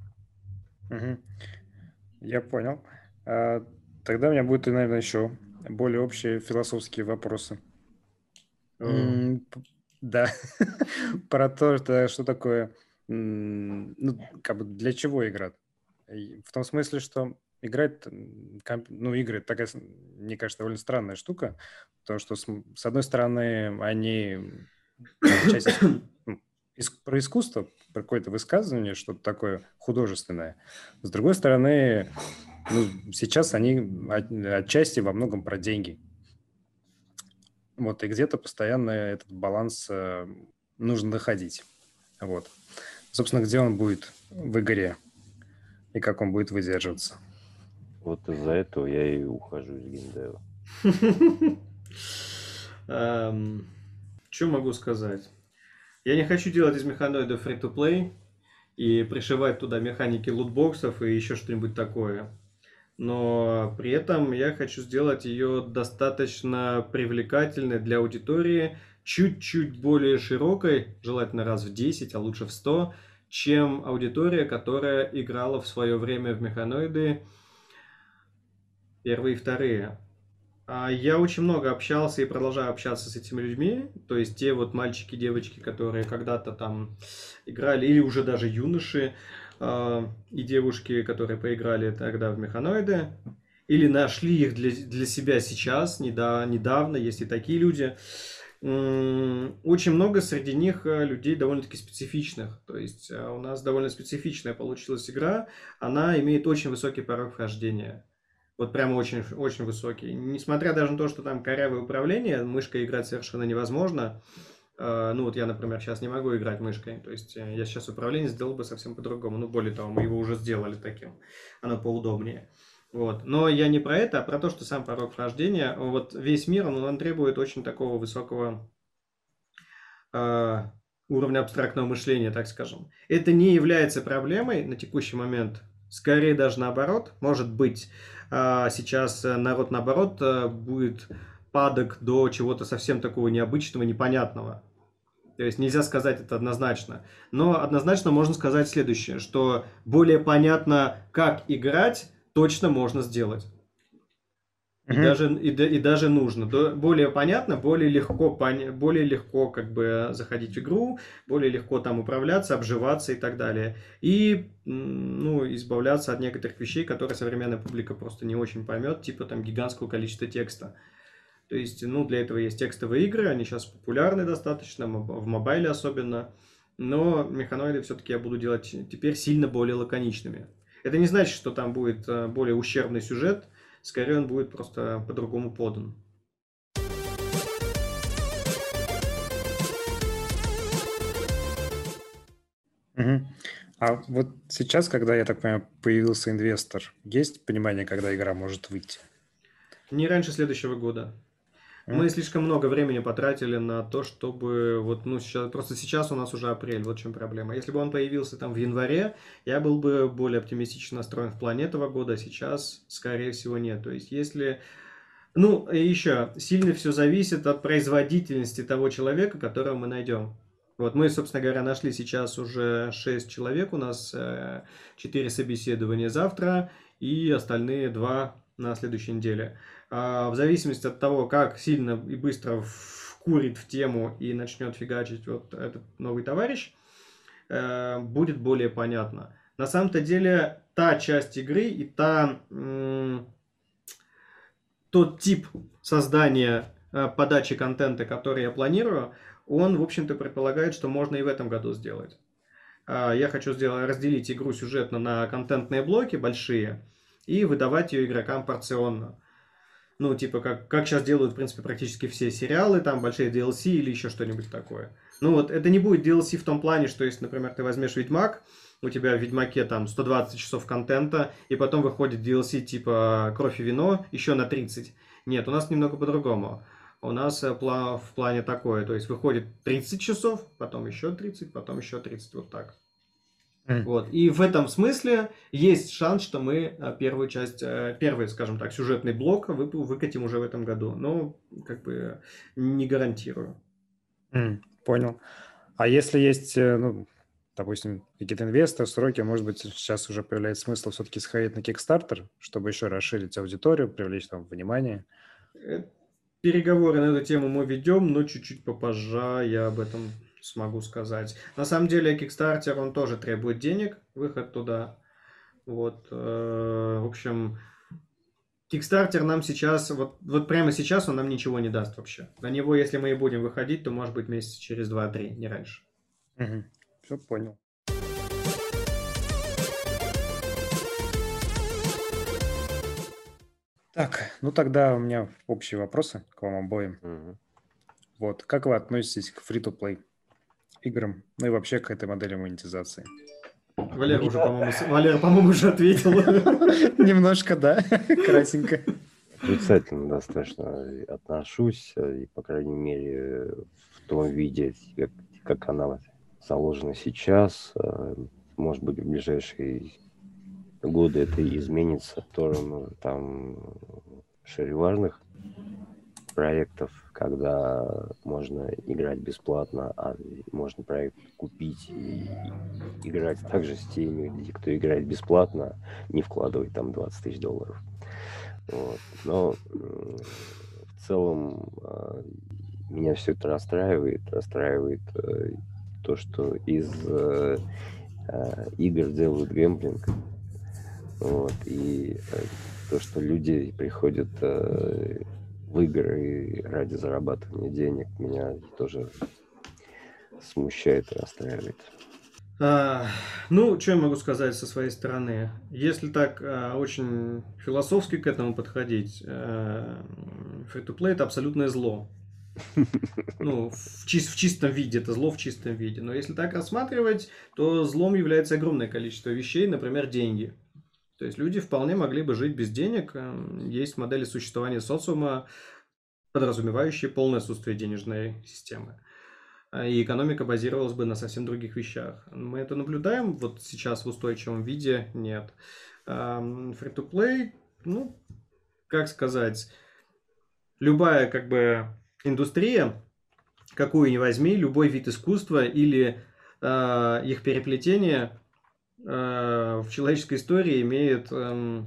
Мгм. Я понял. А, тогда у меня будут, наверное, еще более общие философские вопросы. Э, М, п- Да, про то, что, что такое, м, ну, как бы для чего игра? И в том смысле, что играть, м, комп- ну, игры — это такая, с- мне кажется, довольно странная штука, потому что, с, м- с одной стороны, они как бы часть иск- ну, иск- про искусство, про какое-то высказывание, что-то такое художественное. С другой стороны, ну, сейчас они от- отчасти во многом про деньги. Вот, и где-то постоянно этот баланс э, нужно находить. Вот. Собственно, где он будет в игре и как он будет выдерживаться. Вот из-за этого я и ухожу из геймдева. Что могу сказать? Я не хочу делать из механоидов free-to-play и пришивать туда механики лутбоксов и еще что-нибудь такое. Но при этом я хочу сделать ее достаточно привлекательной для аудитории, чуть-чуть более широкой, желательно раз в десять, а лучше в сто, чем аудитория, которая играла в свое время в механоиды первые и вторые. А Я очень много общался и продолжаю общаться с этими людьми, то есть те вот мальчики, девочки, которые когда-то там играли, или уже даже юноши а, и девушки, которые поиграли тогда в механоиды, или нашли их для, для себя сейчас, неда- недавно, есть и такие люди. М, Очень много среди них э, людей довольно-таки специфичных, то есть э, у нас довольно специфичная получилась игра, она имеет очень высокий порог вхождения. Вот прям очень, очень высокий. Несмотря даже на то, что там корявое управление, мышкой играть совершенно невозможно. Э, Ну вот я, например, сейчас не могу играть мышкой. То есть э, я сейчас управление сделал бы совсем по-другому. Ну, более того, мы его уже сделали таким. Оно поудобнее. Вот. Но я не про это, а про то, что сам порог вхождения, вот весь мир, он, он требует очень такого высокого э, уровня абстрактного мышления, так скажем. Это не является проблемой на текущий момент. Скорее даже наоборот. Может быть, э, сейчас э, народ наоборот э, будет падок до чего-то совсем такого необычного, непонятного. То есть нельзя сказать это однозначно. Но однозначно можно сказать следующее, что более понятно, как играть, точно можно сделать. И Мгм. даже, и, да- и даже нужно. До- более понятно, более легко, поня- более легко как бы заходить в игру, более легко там управляться, обживаться и так далее. И м, ну, избавляться от некоторых вещей, которые современная публика просто не очень поймет, типа там гигантского количества текста. То есть, ну, для этого есть текстовые игры, они сейчас популярны достаточно, моб- в мобайле особенно. Но механоиды все-таки я буду делать теперь сильно более лаконичными. Это не значит, что там будет э, более ущербный сюжет, скорее он будет просто по-другому подан. Мгм. А вот сейчас, когда, я так понимаю, появился инвестор, есть понимание, когда игра может выйти? Не раньше следующего года. Мы слишком много времени потратили на то, чтобы вот, ну, сейчас, просто сейчас у нас уже апрель, вот в чем проблема. Если бы он появился там в январе, я был бы более оптимистично настроен в плане этого года, а сейчас, скорее всего, нет. То есть, если... Ну, и еще, сильно все зависит от производительности того человека, которого мы найдем. Вот мы, собственно говоря, нашли сейчас уже шесть человек, у нас четыре собеседования завтра и остальные два на следующей неделе. В зависимости от того, как сильно и быстро вкурит в тему и начнет фигачить вот этот новый товарищ, будет более понятно. На самом-то деле, та часть игры и та, тот тип создания подачи контента, который я планирую, он, в общем-то, предполагает, что можно и в этом году сделать. Я хочу сделать, разделить игру сюжетно на контентные блоки большие и выдавать ее игрокам порционно. Ну, типа, как, как сейчас делают, в принципе, практически все сериалы, там, большие ди эл си или еще что-нибудь такое. Ну, вот, это не будет ди эл си в том плане, что если, например, ты возьмешь Ведьмак, у тебя в Ведьмаке там сто двадцать часов контента, и потом выходит ди эл си типа «Кровь и вино» еще на тридцать. Нет, у нас немного по-другому. У нас в плане такое, то есть выходит тридцать часов, потом еще тридцать, потом еще тридцать, вот так. Mm. Вот. И в этом смысле есть шанс, что мы первую часть, первый, скажем так, сюжетный блок выкатим уже в этом году. Но как бы не гарантирую. Mm, понял. А если есть, ну, допустим, какие-то инвесторы, сроки, может быть, сейчас уже появляется смысл все-таки сходить на Kickstarter, чтобы еще расширить аудиторию, привлечь там внимание? Переговоры на эту тему мы ведем, но чуть-чуть попозже я об этом смогу сказать. На самом деле, Kickstarter, он тоже требует денег, выход туда. Вот, э, в общем, Kickstarter нам сейчас, вот, вот прямо сейчас он нам ничего не даст вообще. На него, если мы и будем выходить, то может быть месяца через два-три, не раньше. Угу. Все понял. Так, ну тогда у меня общие вопросы к вам обоим. Мгм. Вот, как вы относитесь к free-to-play играм, ну и вообще к этой модели монетизации? Валера уже, по-моему, с- Валера, по-моему, уже ответил. Немножко, да, кратенько. Отрицательно достаточно отношусь, э, и, по крайней мере, в том виде, как, как она заложена сейчас. э, Может быть, в ближайшие годы это изменится в сторону там шире важных проектов, когда можно играть бесплатно, а можно проект купить и играть также с теми, где кто играет бесплатно, не вкладывать там двадцать тысяч долларов. Вот. Но м, в целом а, меня все это расстраивает, расстраивает э, то, что из э, э, игр делают гэмблинг. Вот, и э, то, что люди приходят э, в игры ради зарабатывания денег, меня тоже смущает и расстраивает. А, ну, что я могу сказать со своей стороны? Если так а, очень философски к этому подходить, а, free-to-play это абсолютное зло. Ну, в, чис- в чистом виде, это зло в чистом виде. Но если так рассматривать, то злом является огромное количество вещей, например, деньги. То есть люди вполне могли бы жить без денег. Эм, Есть модели существования социума, подразумевающие полное отсутствие денежной системы. А, И экономика базировалась бы на совсем других вещах. Мы это наблюдаем вот сейчас в устойчивом виде? Нет. Ам, Free-to-play, ну, как сказать, любая как бы индустрия, какую ни возьми, любой вид искусства или а, их переплетение а, в человеческой истории имеет, эм,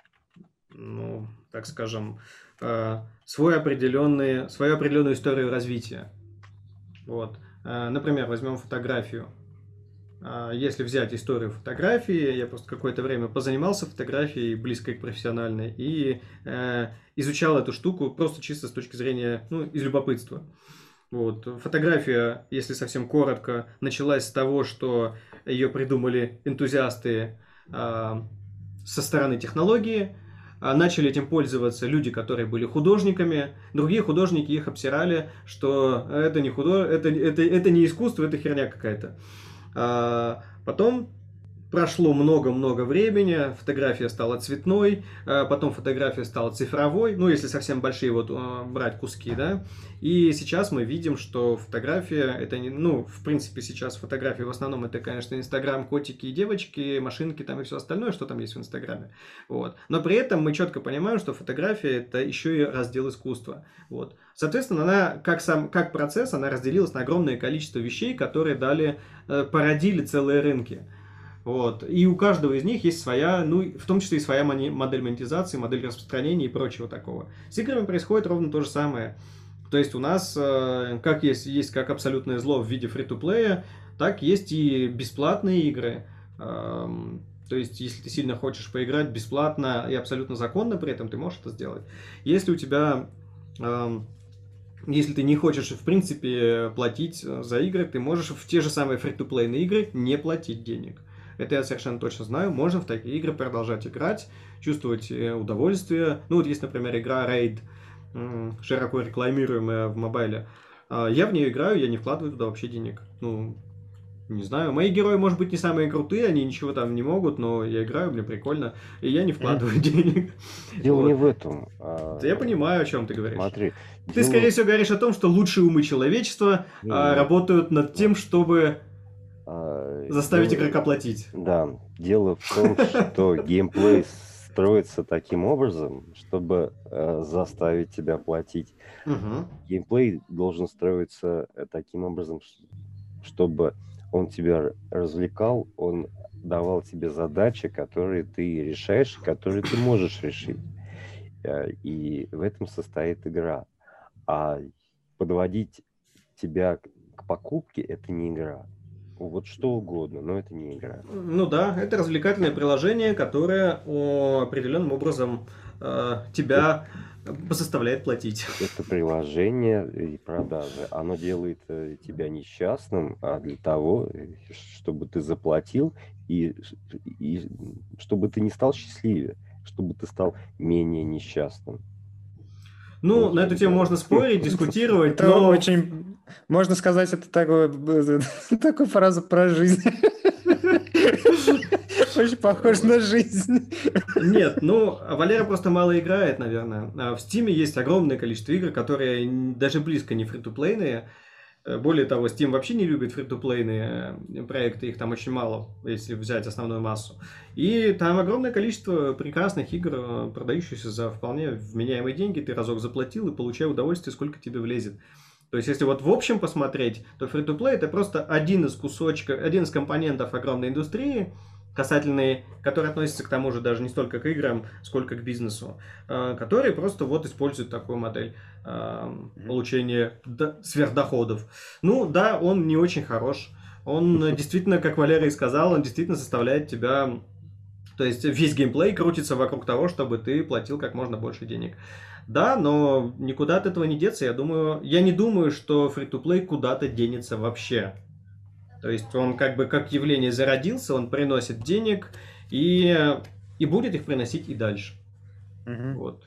ну, так скажем, а, свой определенный, свою определенную историю развития. Вот. А, Например, возьмем фотографию. А, Если взять историю фотографии, я просто какое-то время позанимался фотографией, близкой к профессиональной, и э, изучал эту штуку просто чисто с точки зрения, ну, из любопытства. Вот. Фотография, если совсем коротко, началась с того, что ее придумали энтузиасты а, со стороны технологии. А Начали этим пользоваться люди, которые были художниками. Другие художники их обсирали, что это не, худо... это, это, это не искусство, это херня какая-то. А Потом прошло много-много времени, фотография стала цветной, потом фотография стала цифровой, ну, если совсем большие вот брать куски, да, и сейчас мы видим, что фотография, это не, ну, в принципе, сейчас фотографии в основном это, конечно, Инстаграм, котики и девочки, машинки там и все остальное, что там есть в Инстаграме, вот, но при этом мы четко понимаем, что фотография это еще и раздел искусства, вот, соответственно, она, как сам, как процесс, она разделилась на огромное количество вещей, которые дали, породили целые рынки. Вот. И у каждого из них есть своя, ну, в том числе и своя модель монетизации, модель распространения и прочего такого. С играми происходит ровно то же самое. То есть у нас, как есть, есть как абсолютное зло в виде фри-то-плея, так есть и бесплатные игры. То есть, если ты сильно хочешь поиграть бесплатно и абсолютно законно при этом, ты можешь это сделать. Если у тебя... Если ты не хочешь, в принципе, платить за игры, ты можешь в те же самые фри-то-плейные игры не платить денег. Это я совершенно точно знаю. Можно в такие игры продолжать играть, чувствовать удовольствие. Ну, вот есть, например, игра Raid, широко рекламируемая в мобайле. Я в нее играю, я не вкладываю туда вообще денег. Ну, не знаю. Мои герои, может быть, не самые крутые, они ничего там не могут, но я играю, мне прикольно, и я не вкладываю денег. Дело Вот. не в этом. Да я понимаю, о чем ты говоришь. Смотри. Ты, дело- скорее всего, говоришь о том, что лучшие умы человечества Не, а, не. работают над тем, чтобы а, заставить дело- игрока платить. Да, дело в том, что геймплей строится таким образом, чтобы э, заставить тебя платить. Мгм. Геймплей должен строиться э, таким образом, ш- чтобы он тебя р- развлекал, он давал тебе задачи, которые ты решаешь, которые ты можешь решить. Э, И в этом состоит игра. А подводить тебя к к покупке — это не игра. Вот что угодно, но это не игра. Ну да, это развлекательное приложение, которое о, определенным образом э, тебя заставляет платить. Это приложение и продажи. Оно делает э, тебя несчастным, а для того, э, чтобы ты заплатил и, ш- и чтобы ты не стал счастливее, чтобы ты стал менее несчастным. Ну, Вот, на эту тему да. можно спорить, дискутировать, Это но... очень, можно сказать, это такое, такую фразу про жизнь. Очень похож на жизнь. Нет, ну, Валера просто мало играет, наверное. А в Steam есть огромное количество игр, которые н- даже близко не фри-то-плейные. Э, Более того, Steam вообще не любит фри-то-плейные э, проекты, их там очень мало, если взять основную массу. И там огромное количество прекрасных игр, э, продающихся за вполне вменяемые деньги. Ты разок заплатил и получай удовольствие, сколько тебе влезет. То есть, если вот в общем посмотреть, то фри-то-плей это просто один из кусочков, один из компонентов огромной индустрии, касательные, которые относятся к тому же даже не столько к играм, сколько к бизнесу, э, которые просто вот используют такую модель э, получения до- сверхдоходов. Ну да, он не очень хорош. Он э, действительно, как Валерий сказал, он действительно заставляет тебя... То есть весь геймплей крутится вокруг того, чтобы ты платил как можно больше денег. Да, но никуда от этого не деться. Я думаю, я не думаю, что фри-то-плей куда-то денется вообще. То есть он как бы как явление зародился, он приносит денег и, и будет их приносить и дальше. Мгм. Вот.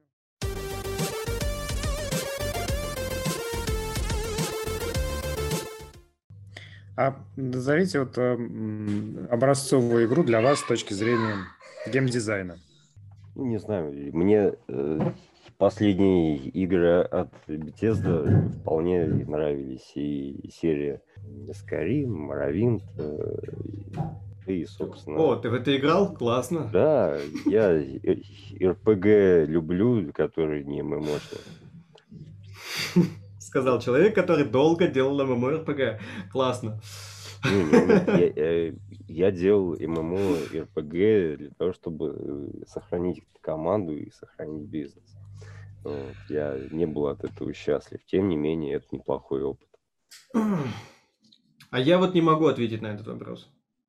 А назовите вот э, м, образцовую игру для вас с точки зрения геймдизайна. Ну, не знаю, мне э, последние игры от Bethesda вполне нравились. И серия Skyrim, Morrowind, э, и, собственно... О, ты в это играл? Классно. Да, я эр пи джи люблю, которые не ММОшные. Сказал человек, который долго делал MMORPG. Классно. Не, не, не, я, э, я делал ММО эр пи джи для того, чтобы э, сохранить команду и сохранить бизнес. Вот, я не был от этого счастлив. Тем не менее, это неплохой опыт. А я вот не могу ответить на этот вопрос.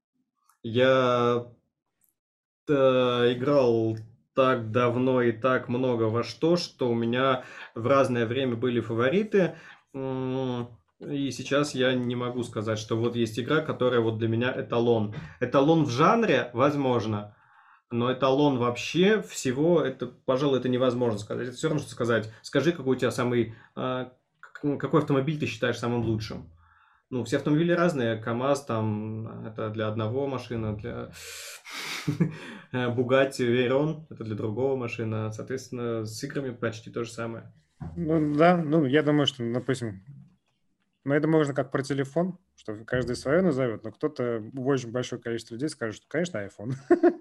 Я э, играл так давно и так много во что, что у меня в разное время были фавориты. М, И сейчас я не могу сказать, что вот есть игра, которая вот для меня эталон. Эталон в жанре, возможно, но эталон вообще всего, это, пожалуй, это невозможно сказать. Это все равно, что сказать, скажи, какой у тебя самый, а, к- какой автомобиль ты считаешь самым лучшим. Ну, все автомобили разные. КамАЗ там это для одного машина, для Bugatti Veyron это для другого машина. Соответственно, с играми почти то же самое. Ну да, ну я думаю, что, допустим, ну это можно как про телефон, что каждый свое назовет, но кто-то, очень большое количество людей скажет, что, конечно, iPhone.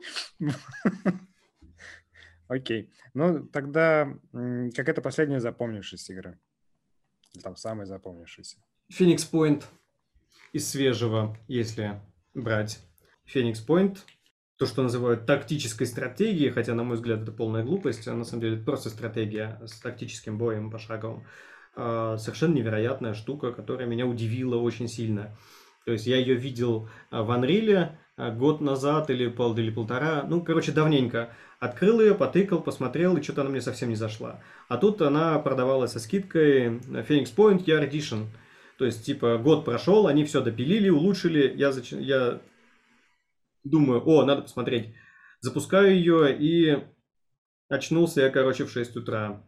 Окей. Ну тогда м, какая-то последняя запомнившаяся игра? Или там самая запомнившаяся? Phoenix Point из свежего, если брать Phoenix Point, то, что называют тактической стратегией, хотя, на мой взгляд, это полная глупость, а на самом деле это просто стратегия с тактическим боем пошаговым. А, Совершенно невероятная штука, которая меня удивила очень сильно. То есть я ее видел а, в Unreal а, год назад или, пол, или полтора, ну, короче, давненько. Открыл ее, потыкал, посмотрел, и что-то она мне совсем не зашла. А тут она продавалась со скидкой Phoenix Point Year Edition. То есть, типа, год прошел, они все допилили, улучшили. Я, зач... я думаю, о, надо посмотреть. Запускаю ее, и очнулся я, короче, в шесть утра.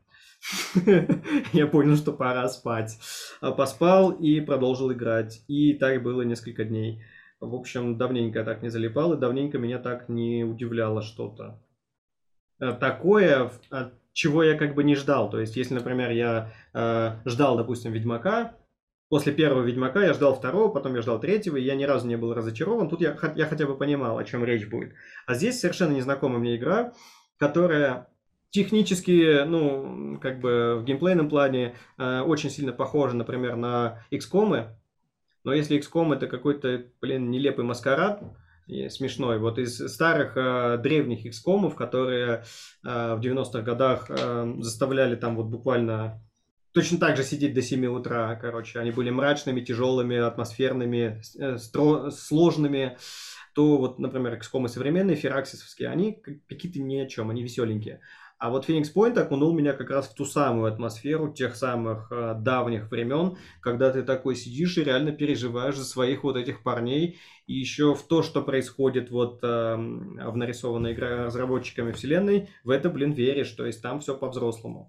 Я понял, что пора спать. А Поспал и продолжил играть. И так было несколько дней. В общем, давненько я так не залипал, и давненько меня так не удивляло что-то. Э, Такое, в- от чего я как бы не ждал. То есть, если, например, я э, ждал, допустим, Ведьмака, после первого Ведьмака я ждал второго, потом я ждал третьего, и я ни разу не был разочарован. Тут я, хот- я хотя бы понимал, о чем речь будет. А здесь совершенно незнакомая мне игра, которая технически, ну, как бы в геймплейном плане э, очень сильно похожа, например, на икс ком. Но если икс ком это какой-то, блин, нелепый маскарад, и смешной, вот из старых э, древних икс комов, которые э, в девяностых годах э, заставляли там вот буквально точно так же сидеть до семи утра, короче, они были мрачными, тяжелыми, атмосферными, с- э, стро- сложными, то вот, например, икс ком современные, фераксисовские, они как- какие-то ни о чем, они веселенькие. А вот Phoenix Point окунул меня как раз в ту самую атмосферу тех самых э, давних времен, когда ты такой сидишь и реально переживаешь за своих вот этих парней, и еще в то, что происходит вот эм, в нарисованной игре разработчиками вселенной, в это, блин, веришь, то есть там все по-взрослому.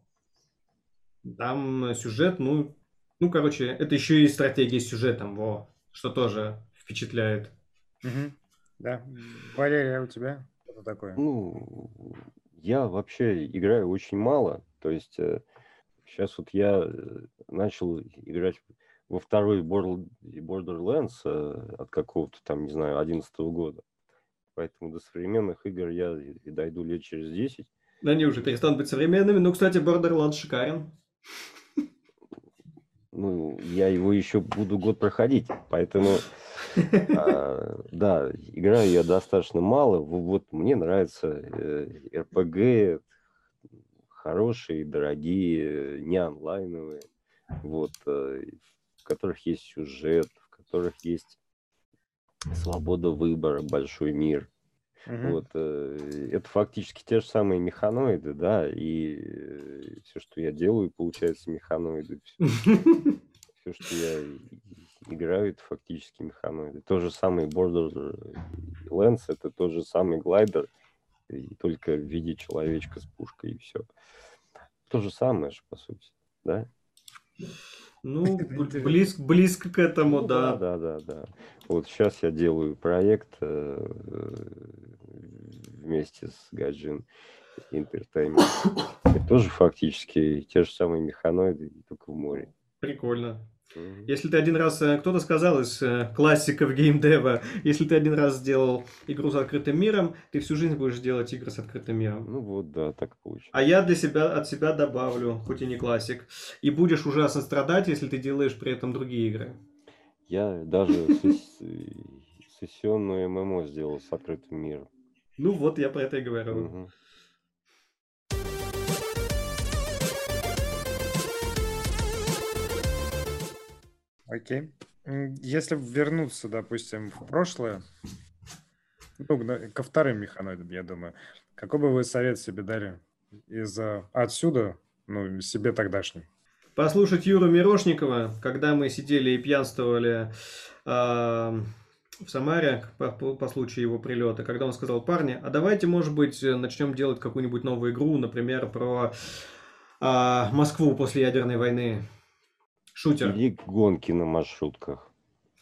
Там э, сюжет, ну, ну, короче, это еще и стратегия с сюжетом, во, что тоже впечатляет. Мгм. Да. Валерия, а у тебя что такое? Ну, я вообще играю очень мало. То есть э, сейчас вот я э, начал играть во второй Border- Borderlands э, от какого-то там, не знаю, одиннадцатого года. Поэтому до современных игр я и и дойду лет через десять. Они уже перестанут быть современными, но, кстати, Borderlands шикарен. Ну, я его еще буду год проходить, поэтому, а, да, играю я достаточно мало. В- Вот мне нравятся э, эр пи джи, хорошие, дорогие, не онлайновые, вот, э, в которых есть сюжет, в которых есть свобода выбора, большой мир. Мгм. Вот, э, это фактически те же самые механоиды, да, и все, что я делаю, получается механоиды. Все, что я и- играю, это фактически механоиды. То же самое Borderlands, это тот же самый глайдер, и только в виде человечка с пушкой, и все. То же самое же, по сути, да? Ну, Это б- интересно. близ- близко к этому, Ну да, да. да, да, да. Вот сейчас я делаю проект э, вместе с Gaijin Entertainment. Это тоже фактически те же самые механоиды, только в море. Прикольно. Мгм. Если ты один раз, э, кто-то сказал из э, классиков геймдева, если ты один раз сделал игру с открытым миром, ты всю жизнь будешь делать игры с открытым миром. Ну вот, да, так А получается. я для себя, от себя добавлю, хоть и не классик, и будешь ужасно страдать, если ты делаешь при этом другие игры. Я даже сес- сессионную эм эм о сделал с открытым миром. Ну вот, я про это и говорю. Мгм. Окей. М, Если вернуться, допустим, в прошлое, ну, на- ко вторым механоидам, я думаю, какой бы вы совет себе дали из э, отсюда, ну, себе тогдашний? Послушать Юру Мирошникова, когда мы сидели и пьянствовали а, в Самаре по, по- по случаю его прилета, когда он сказал: парни, а давайте, может быть, э, начнем делать какую-нибудь новую игру, например, про а, Москву после ядерной войны. Шутер. Или гонки на маршрутках.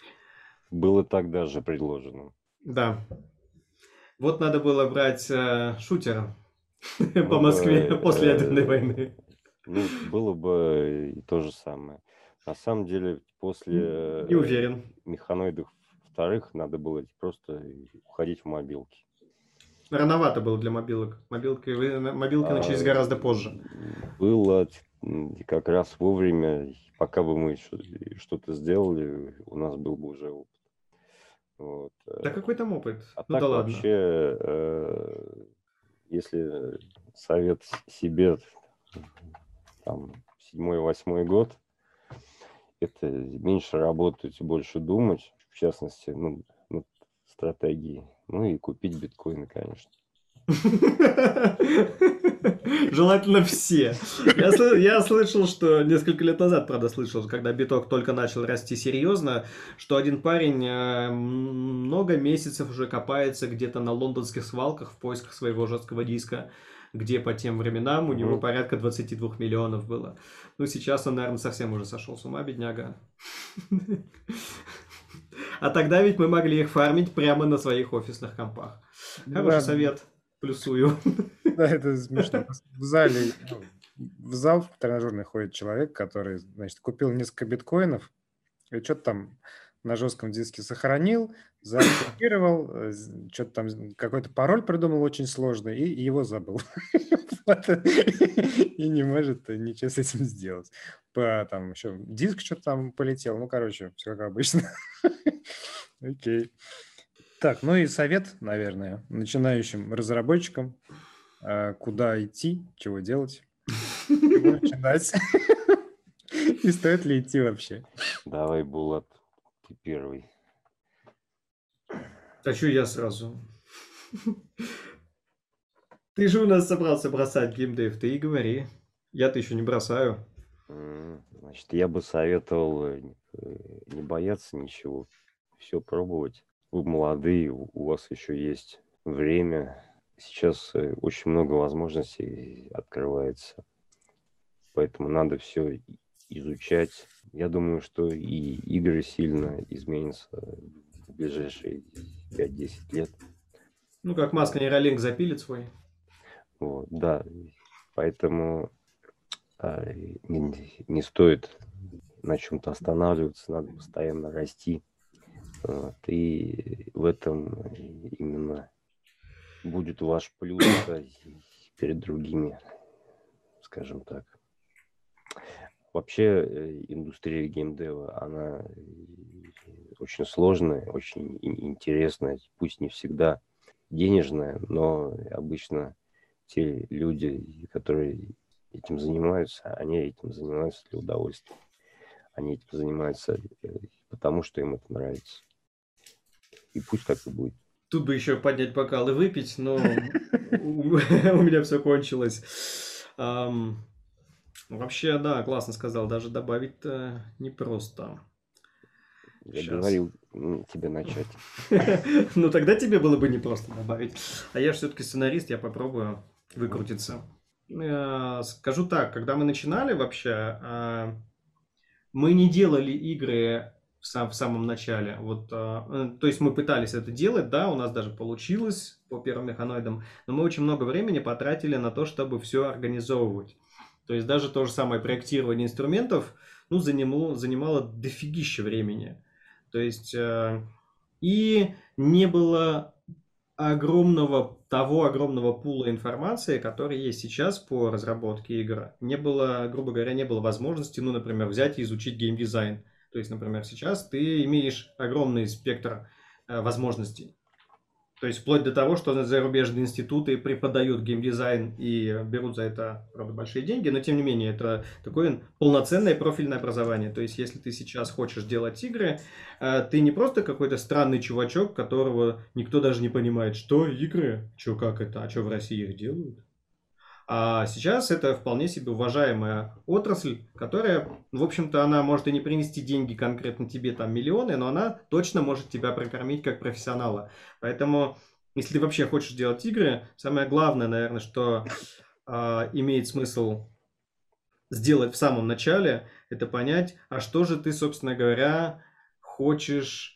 Было так даже предложено. Да. Вот надо было брать э, шутера Мы по Москве бы, после ядерной э, войны. ну, было бы и то же самое. На самом деле, после Не э, уверен. механоидов вторых надо было просто уходить в мобилки. Рановато было для мобилок. Мобилки, вы- мобилки начались А гораздо позже. было м, как раз вовремя, и пока бы мы что- что-то сделали, у нас был бы уже опыт. Вот. Да э. какой там опыт? А Ну так да ладно. вообще, э, если совет себе там седьмой-восьмой год, это меньше работать, больше думать, в частности, ну, над стратегией. Ну и купить биткоины, конечно. Желательно все. Я, сл- я слышал, что несколько лет назад, правда, слышал, когда биток только начал расти серьезно, что один парень э, много месяцев уже копается где-то на лондонских свалках в поисках своего жесткого диска, где по тем временам у него Мгм. порядка двадцать два миллионов было. Ну, сейчас он, наверное, совсем уже сошел с ума, бедняга. А тогда ведь мы могли их фармить прямо на своих офисных компах. Хороший Да, совет. Плюсую. да, это смешно. У нас В зале, ну, в зал в тренажерный ходит человек, который, значит, купил несколько биткоинов и что-то там на жестком диске сохранил, заархивировал, что-то там з- какой-то пароль придумал очень сложный и и его забыл. Вот. И не может ничего с этим сделать. По, там еще диск что-то там полетел. Ну, короче, все как обычно. Окей. Так, ну и совет, наверное, начинающим разработчикам, а, куда идти, чего делать, с чего начинать и стоит ли идти вообще. Давай, Булат, ты первый. А чё я сразу? Ты же у нас собрался бросать геймдев, ты и говори. Я-то еще не бросаю. М, Значит, я бы советовал э, э, не бояться ничего, все пробовать. Вы молодые, у у вас еще есть время. Сейчас э, очень много возможностей открывается, поэтому надо все изучать. Я думаю, что и игры сильно изменятся в ближайшие пять-десять лет. Ну, как Маска нейролинк запилит свой. Вот, да, поэтому а, и не, не стоит на чем-то останавливаться, надо постоянно расти. Вот, и в этом именно будет ваш плюс да, и перед другими, скажем так. Вообще э, индустрия геймдева, она э, очень сложная, очень и- интересная, пусть не всегда денежная, но обычно те люди, которые этим занимаются, они этим занимаются для удовольствия. Они этим занимаются э, потому, что им это нравится. И пусть так и будет. Тут бы еще поднять бокал и выпить, но у у меня все кончилось. Ам, Вообще, да, классно сказал. Даже добавить-то непросто. Я Сейчас. говорил м, тебе начать. Ну, тогда тебе было бы непросто добавить. А я все-таки сценарист, я попробую выкрутиться. Э, Скажу так, когда мы начинали вообще, э, мы не делали игры в, сам- в самом начале. Вот, э, э, то есть мы пытались это делать, да, у нас даже получилось по первым механоидам, но мы очень много времени потратили на то, чтобы все организовывать. То есть даже то же самое проектирование инструментов, ну, занимало, занимало дофигища времени. То есть э, и не было огромного, того огромного пула информации, который есть сейчас по разработке игр. Не было, грубо говоря, не было возможности, ну, например, взять и изучить геймдизайн. То есть, например, сейчас ты имеешь огромный спектр э, возможностей. То есть, вплоть до того, что зарубежные институты преподают геймдизайн и берут за это, правда, большие деньги, но тем не менее, это такое полноценное профильное образование. То есть, если ты сейчас хочешь делать игры, э, ты не просто какой-то странный чувачок, которого никто даже не понимает, что игры, что как это, а что в России их делают. А сейчас это вполне себе уважаемая отрасль, которая, в общем-то, она может и не принести деньги конкретно тебе, там, миллионы, но она точно может тебя прокормить как профессионала. Поэтому, если ты вообще хочешь делать игры, самое главное, наверное, что а, имеет смысл сделать в самом начале, это понять, а что же ты, собственно говоря, хочешь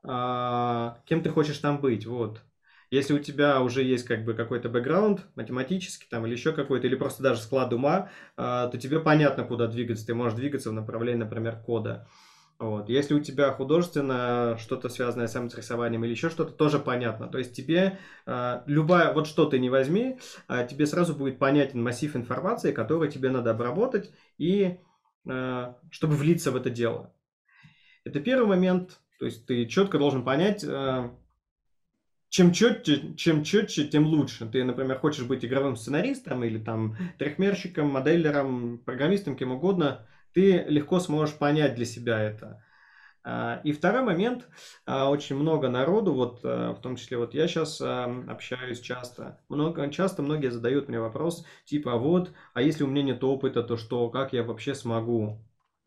а, кем ты хочешь там быть, вот. Если у тебя уже есть как бы какой-то бэкграунд математический там или еще какой-то, или просто даже склад ума, а, то тебе понятно, куда двигаться. Ты можешь двигаться в направлении, например, кода. Вот. Если у тебя художественное, что-то связанное с рисованием или еще что-то, тоже понятно. То есть тебе э, любая, вот что ты не возьми, э, тебе сразу будет понятен массив информации, который тебе надо обработать, и э, чтобы влиться в это дело. Это первый момент. То есть ты четко должен понять, э, чем четче, чем четче, тем лучше. Ты, например, хочешь быть игровым сценаристом или там трехмерщиком, моделлером, программистом, кем угодно, ты легко сможешь понять для себя это. И второй момент, очень много народу, вот в том числе вот я сейчас общаюсь часто, много, часто многие задают мне вопрос, типа вот, а если у меня нет опыта, то что, как я вообще смогу?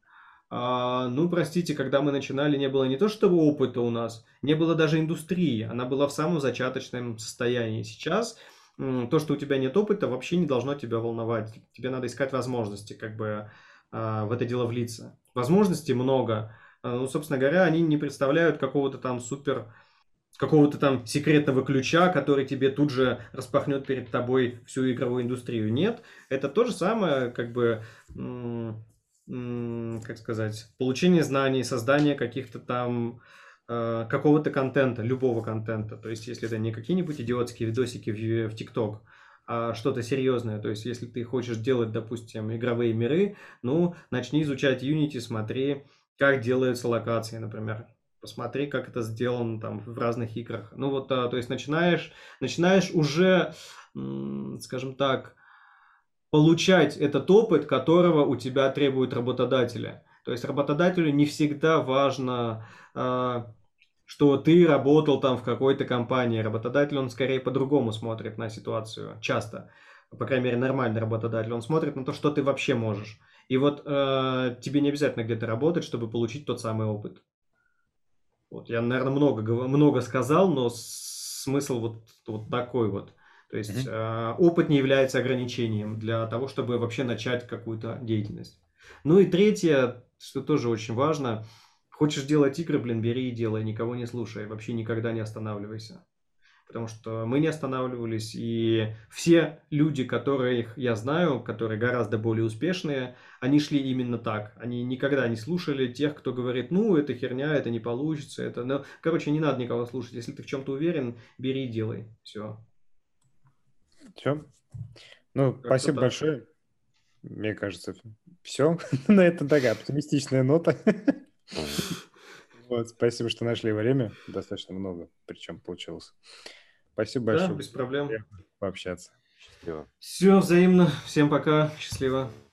А, ну, простите, когда мы начинали, не было не то чтобы опыта у нас, не было даже индустрии, она была в самом зачаточном состоянии. Сейчас м, то, что у тебя нет опыта, вообще не должно тебя волновать. Тебе надо искать возможности, как бы а, в это дело влиться. Возможностей много. А, Ну, собственно говоря, они не представляют какого-то там супер, какого-то там секретного ключа, который тебе тут же распахнет перед тобой всю игровую индустрию. Нет, это то же самое, как бы, м, м, как сказать, получение знаний, создание каких-то там э, какого-то контента, любого контента. То есть, если это не какие-нибудь идиотские видосики в, в ТикТок, а что-то серьезное. То есть, если ты хочешь делать, допустим, игровые миры, ну, начни изучать Unity, смотри, как делаются локации, например. Посмотри, как это сделано там в разных играх. Ну вот, а, то есть начинаешь, начинаешь уже, м, скажем так, получать этот опыт, которого у тебя требуют работодатели. То есть работодателю не всегда важно, а, что ты работал там в какой-то компании. Работодатель, он скорее по-другому смотрит на ситуацию. Часто. По крайней мере, нормальный работодатель. Он смотрит на то, что ты вообще можешь. И вот э, тебе не обязательно где-то работать, чтобы получить тот самый опыт. Вот, я, наверное, много, гов- много сказал, но смысл вот, вот такой вот. То есть Мгм. э, опыт не является ограничением для того, чтобы вообще начать какую-то деятельность. Ну и третье, что тоже очень важно, хочешь делать игры, блин, бери и делай, никого не слушай, вообще никогда не останавливайся. Потому что мы не останавливались, и все люди, которых я знаю, которые гораздо более успешные, они шли именно так. Они никогда не слушали тех, кто говорит, ну, это херня, это не получится, это... Ну, короче, не надо никого слушать. Если ты в чем-то уверен, бери и делай. Все. Все. Ну, Как-то спасибо так. большое. Мне кажется, все. На этом такая оптимистичная нота. Мгм. Вот, спасибо, что нашли время. Достаточно много, причем получилось. Спасибо Да, большое. без проблем. Приятно пообщаться. Счастливо. Все, взаимно. Всем пока. Счастливо.